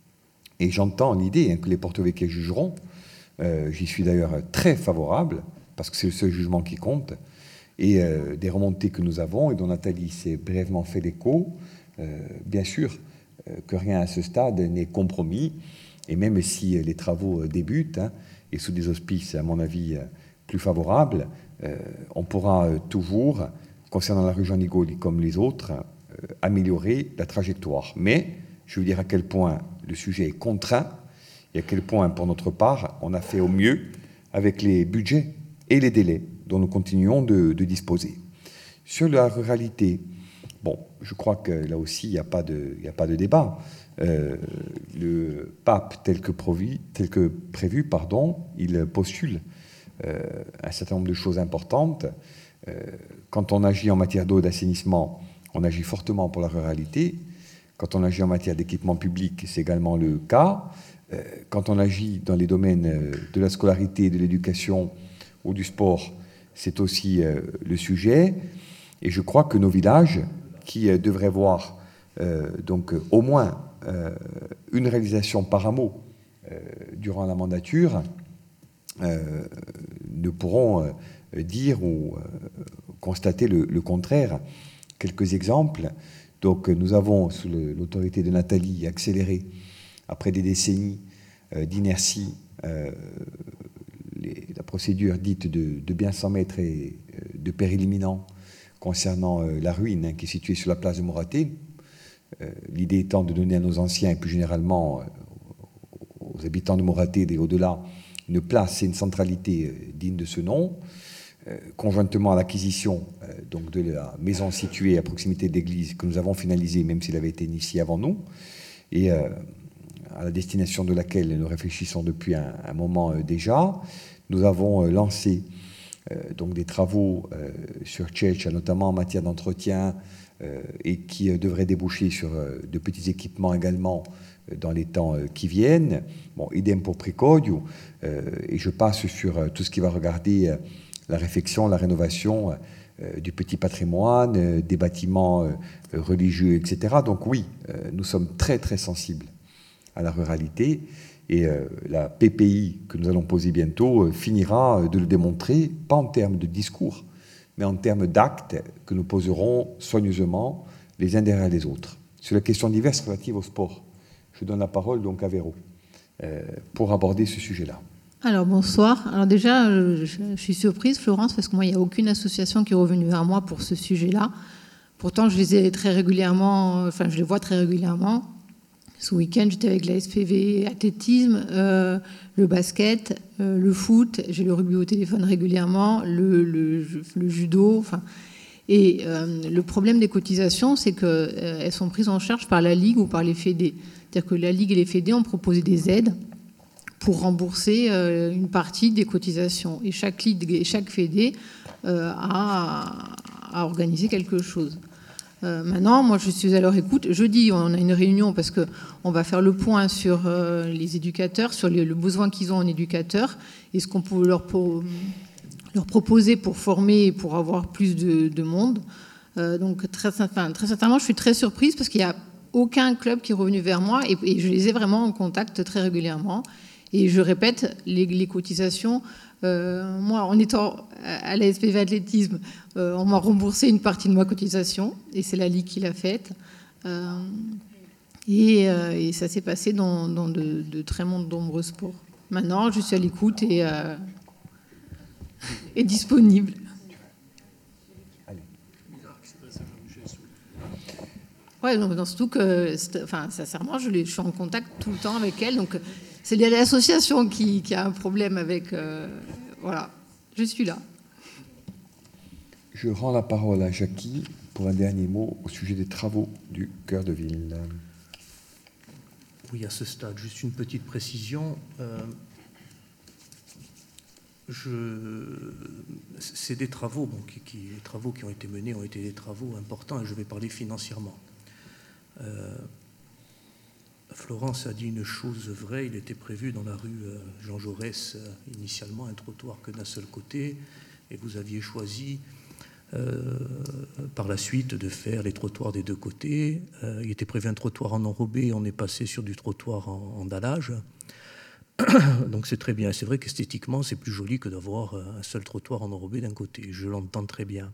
Et j'entends l'idée hein, que les porte-véquets jugeront. Euh, J'y suis d'ailleurs très favorable, parce que c'est le seul jugement qui compte. Et euh, des remontées que nous avons, et dont Nathalie s'est brièvement fait l'écho, euh, bien sûr euh, que rien à ce stade n'est compromis, et même si les travaux débutent, hein, et sous des auspices, à mon avis, plus favorables, euh, on pourra toujours, concernant la rue Jean-Nigaud comme les autres, euh, améliorer la trajectoire. Mais je veux dire à quel point le sujet est contraint, et à quel point, pour notre part, on a fait au mieux avec les budgets et les délais dont nous continuons de, de disposer. Sur la ruralité, bon, je crois que là aussi, il n'y a pas de, il n'y a pas de débat. Euh, le pape, tel que, provi, tel que prévu, pardon, il postule euh, un certain nombre de choses importantes. Euh, quand on agit en matière d'eau et d'assainissement, on agit fortement pour la ruralité. Quand on agit en matière d'équipement public, c'est également le cas. Euh, quand on agit dans les domaines de la scolarité, de l'éducation ou du sport, c'est aussi euh, le sujet. Et je crois que nos villages, qui euh, devraient voir euh, donc euh, au moins euh, une réalisation par hameau euh, durant la mandature, euh, ne pourront euh, dire ou euh, constater le, le contraire. Quelques exemples. Donc, nous avons, sous l'autorité de Nathalie, accéléré, après des décennies euh, d'inertie, euh, les, la procédure dite de, de bien cent mètres et euh, de péril imminent concernant euh, la ruine hein, qui est située sur la place de Moraté. Euh, L'idée étant de donner à nos anciens et plus généralement euh, aux habitants de Moraté et au-delà une place et une centralité euh, digne de ce nom. Euh, conjointement à l'acquisition euh, donc de la maison située à proximité de l'église que nous avons finalisée, même s'il avait été initié avant nous, et euh, à la destination de laquelle nous réfléchissons depuis un, un moment euh, déjà, nous avons euh, lancé euh, donc des travaux euh, sur Tchétch, notamment en matière d'entretien, euh, et qui euh, devraient déboucher sur euh, de petits équipements également euh, dans les temps euh, qui viennent. Bon, idem pour Précodio, euh, et je passe sur euh, tout ce qui va regarder euh, la réfection, la rénovation euh, du petit patrimoine, euh, des bâtiments euh, religieux, et cetera. Donc oui, euh, nous sommes très très sensibles à la ruralité, et euh, la P P I que nous allons poser bientôt euh, finira de le démontrer, pas en termes de discours, mais en termes d'actes que nous poserons soigneusement les uns derrière les autres. Sur la question diverse relative au sport, je donne la parole donc à Véro euh, pour aborder ce sujet-là. Alors bonsoir. Alors déjà, je, je suis surprise, Florence, parce que moi, il n'y a aucune association qui est revenue vers moi pour ce sujet-là. Pourtant, je les ai très régulièrement, enfin, je les vois très régulièrement. Ce week-end, j'étais avec la S P V athlétisme, euh, le basket, euh, le foot. J'ai le rugby au téléphone régulièrement, le, le, le judo. Enfin, et euh, le problème des cotisations, c'est qu'elles euh, sont prises en charge par la Ligue ou par les fédés. C'est-à-dire que la Ligue et les fédés ont proposé des aides pour rembourser euh, une partie des cotisations. Et chaque ligue et chaque fédé euh, a, a organisé quelque chose. Euh, maintenant, moi, je suis à leur écoute. Jeudi, on a une réunion parce qu'on va faire le point sur euh, les éducateurs, sur les, le besoin qu'ils ont en éducateurs et ce qu'on peut leur, pour, leur proposer pour former et pour avoir plus de, de monde. Euh, donc, très, enfin, très sincèrement, je suis très surprise parce qu'il n'y a aucun club qui est revenu vers moi et, et je les ai vraiment en contact très régulièrement. Et je répète, les, les cotisations, euh, moi, en étant à la S P V athlétisme, euh, on m'a remboursé une partie de ma cotisation, et c'est la Ligue qui l'a faite. Euh, et, euh, et ça s'est passé dans, dans de, de très nombreux sports. Maintenant, je suis à l'écoute et, euh, et disponible. Ouais, donc, dans surtout que, enfin, sincèrement, je, les, je suis en contact tout le temps avec elle, donc c'est l'association qui, qui a un problème avec... Euh, voilà, je suis là. Je rends la parole à Jackie pour un dernier mot au sujet des travaux du cœur de ville. Oui, à ce stade, juste une petite précision. Euh, je, c'est des travaux, bon, qui, qui, les travaux qui ont été menés ont été des travaux importants, et je vais parler financièrement. Euh, Florence a dit une chose vraie, il était prévu dans la rue Jean Jaurès initialement un trottoir que d'un seul côté, et vous aviez choisi euh, par la suite de faire les trottoirs des deux côtés. Euh, il était prévu un trottoir en enrobé, on est passé sur du trottoir en, en dallage. Donc c'est très bien. C'est vrai qu'esthétiquement, c'est plus joli que d'avoir un seul trottoir en enrobé d'un côté. Je l'entends très bien.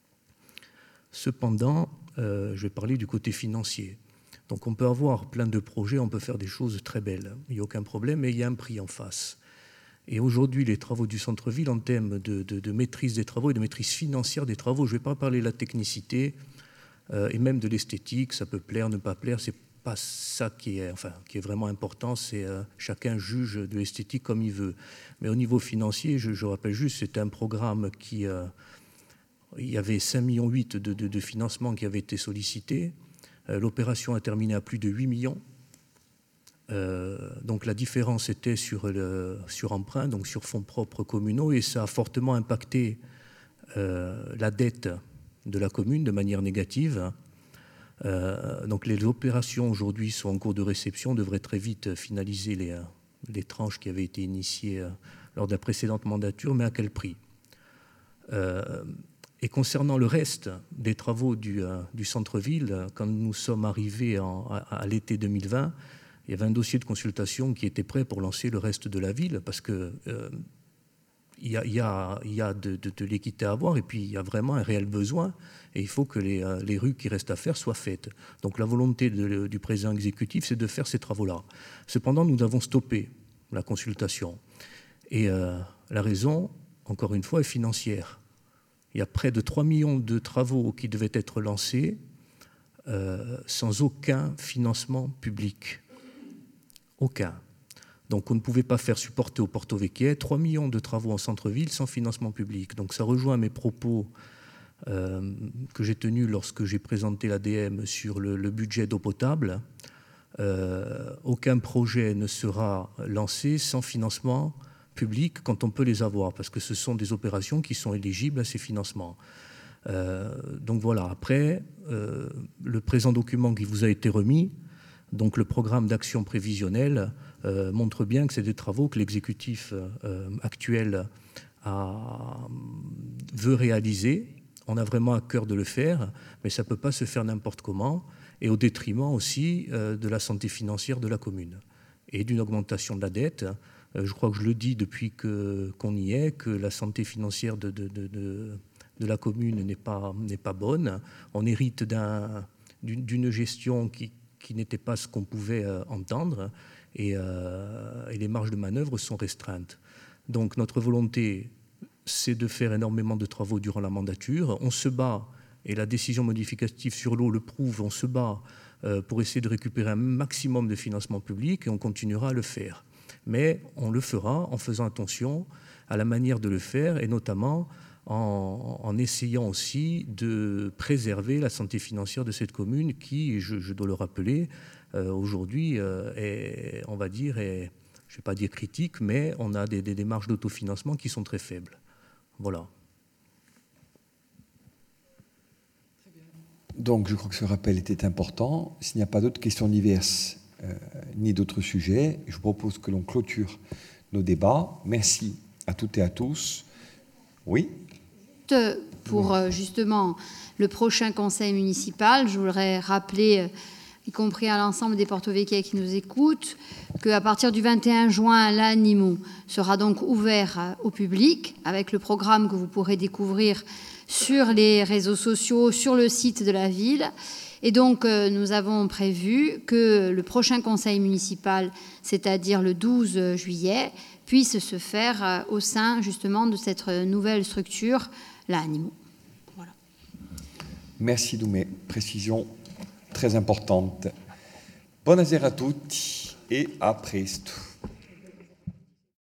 Cependant, euh, je vais parler du côté financier. Donc on peut avoir plein de projets, on peut faire des choses très belles. Il n'y a aucun problème, mais il y a un prix en face. Et aujourd'hui, les travaux du centre-ville, en termes de, de, de maîtrise des travaux et de maîtrise financière des travaux, je ne vais pas parler de la technicité euh, et même de l'esthétique, ça peut plaire, ne pas plaire, c'est pas ça qui est, enfin, qui est vraiment important, c'est euh, chacun juge de l'esthétique comme il veut. Mais au niveau financier, je, je rappelle juste, c'était un programme qui... Euh, il y avait cinq virgule huit millions de, de, de financement qui avaient été sollicités. Euh, l'opération a terminé à plus de huit millions. Euh, donc la différence était sur, le, sur emprunt, donc sur fonds propres communaux, et ça a fortement impacté euh, la dette de la commune de manière négative. Euh, donc les opérations aujourd'hui sont en cours de réception, on devrait très vite finaliser les, les tranches qui avaient été initiées euh, lors de la précédente mandature, mais à quel prix? euh, Et concernant le reste des travaux du, euh, du centre-ville, quand nous sommes arrivés en, à, à l'été deux mille vingt, il y avait un dossier de consultation qui était prêt pour lancer le reste de la ville, parce que euh, il y a, il y a, il y a de, de, de l'équité à avoir, et puis il y a vraiment un réel besoin, et il faut que les, euh, les rues qui restent à faire soient faites. Donc la volonté de, du président exécutif, c'est de faire ces travaux-là. Cependant, nous avons stoppé la consultation. Et euh, la raison, encore une fois, est financière. Il y a près de trois millions de travaux qui devaient être lancés euh, sans aucun financement public. Aucun. Donc on ne pouvait pas faire supporter au Porto Vecchio trois millions de travaux en centre-ville sans financement public. Donc ça rejoint mes propos euh, que j'ai tenus lorsque j'ai présenté l'A D M sur le, le budget d'eau potable. Euh, aucun projet ne sera lancé sans financement public quand on peut les avoir, parce que ce sont des opérations qui sont éligibles à ces financements. Euh, donc voilà, après, euh, le présent document qui vous a été remis, donc le programme d'action prévisionnelle, euh, montre bien que c'est des travaux que l'exécutif euh, actuel a, veut réaliser. On a vraiment à cœur de le faire, mais ça ne peut pas se faire n'importe comment, et au détriment aussi euh, de la santé financière de la commune et d'une augmentation de la dette. Je crois que je le dis depuis que, qu'on y est, que la santé financière de, de, de, de, de la commune n'est pas, n'est pas bonne. On hérite d'un, d'une, d'une gestion qui, qui n'était pas ce qu'on pouvait euh, entendre, et, euh, et les marges de manœuvre sont restreintes. Donc notre volonté, c'est de faire énormément de travaux durant la mandature. On se bat, et la décision modificative sur l'eau le prouve, on se bat euh, pour essayer de récupérer un maximum de financement public, et on continuera à le faire. Mais on le fera en faisant attention à la manière de le faire, et notamment en, en essayant aussi de préserver la santé financière de cette commune qui, je, je dois le rappeler, euh, aujourd'hui euh, est, on va dire, est, je ne vais pas dire critique, mais on a des, des démarches d'autofinancement qui sont très faibles. Voilà. Donc je crois que ce rappel était important. S'il n'y a pas d'autres questions diverses, Euh, ni d'autres sujets, je propose que l'on clôture nos débats. Merci à toutes et à tous. Oui. Pour euh, justement le prochain conseil municipal, je voudrais rappeler, euh, y compris à l'ensemble des porto-vecchiais qui nous écoutent, qu'à partir du vingt et un juin, l'Animo sera donc ouvert euh, au public, avec le programme que vous pourrez découvrir sur les réseaux sociaux, sur le site de la ville. Et donc, euh, nous avons prévu que le prochain conseil municipal, c'est-à-dire le douze juillet, puisse se faire euh, au sein, justement, de cette nouvelle structure, l'Animo. Voilà. Merci Doumé. Précision très importante. Buonasera a tutti et à presto.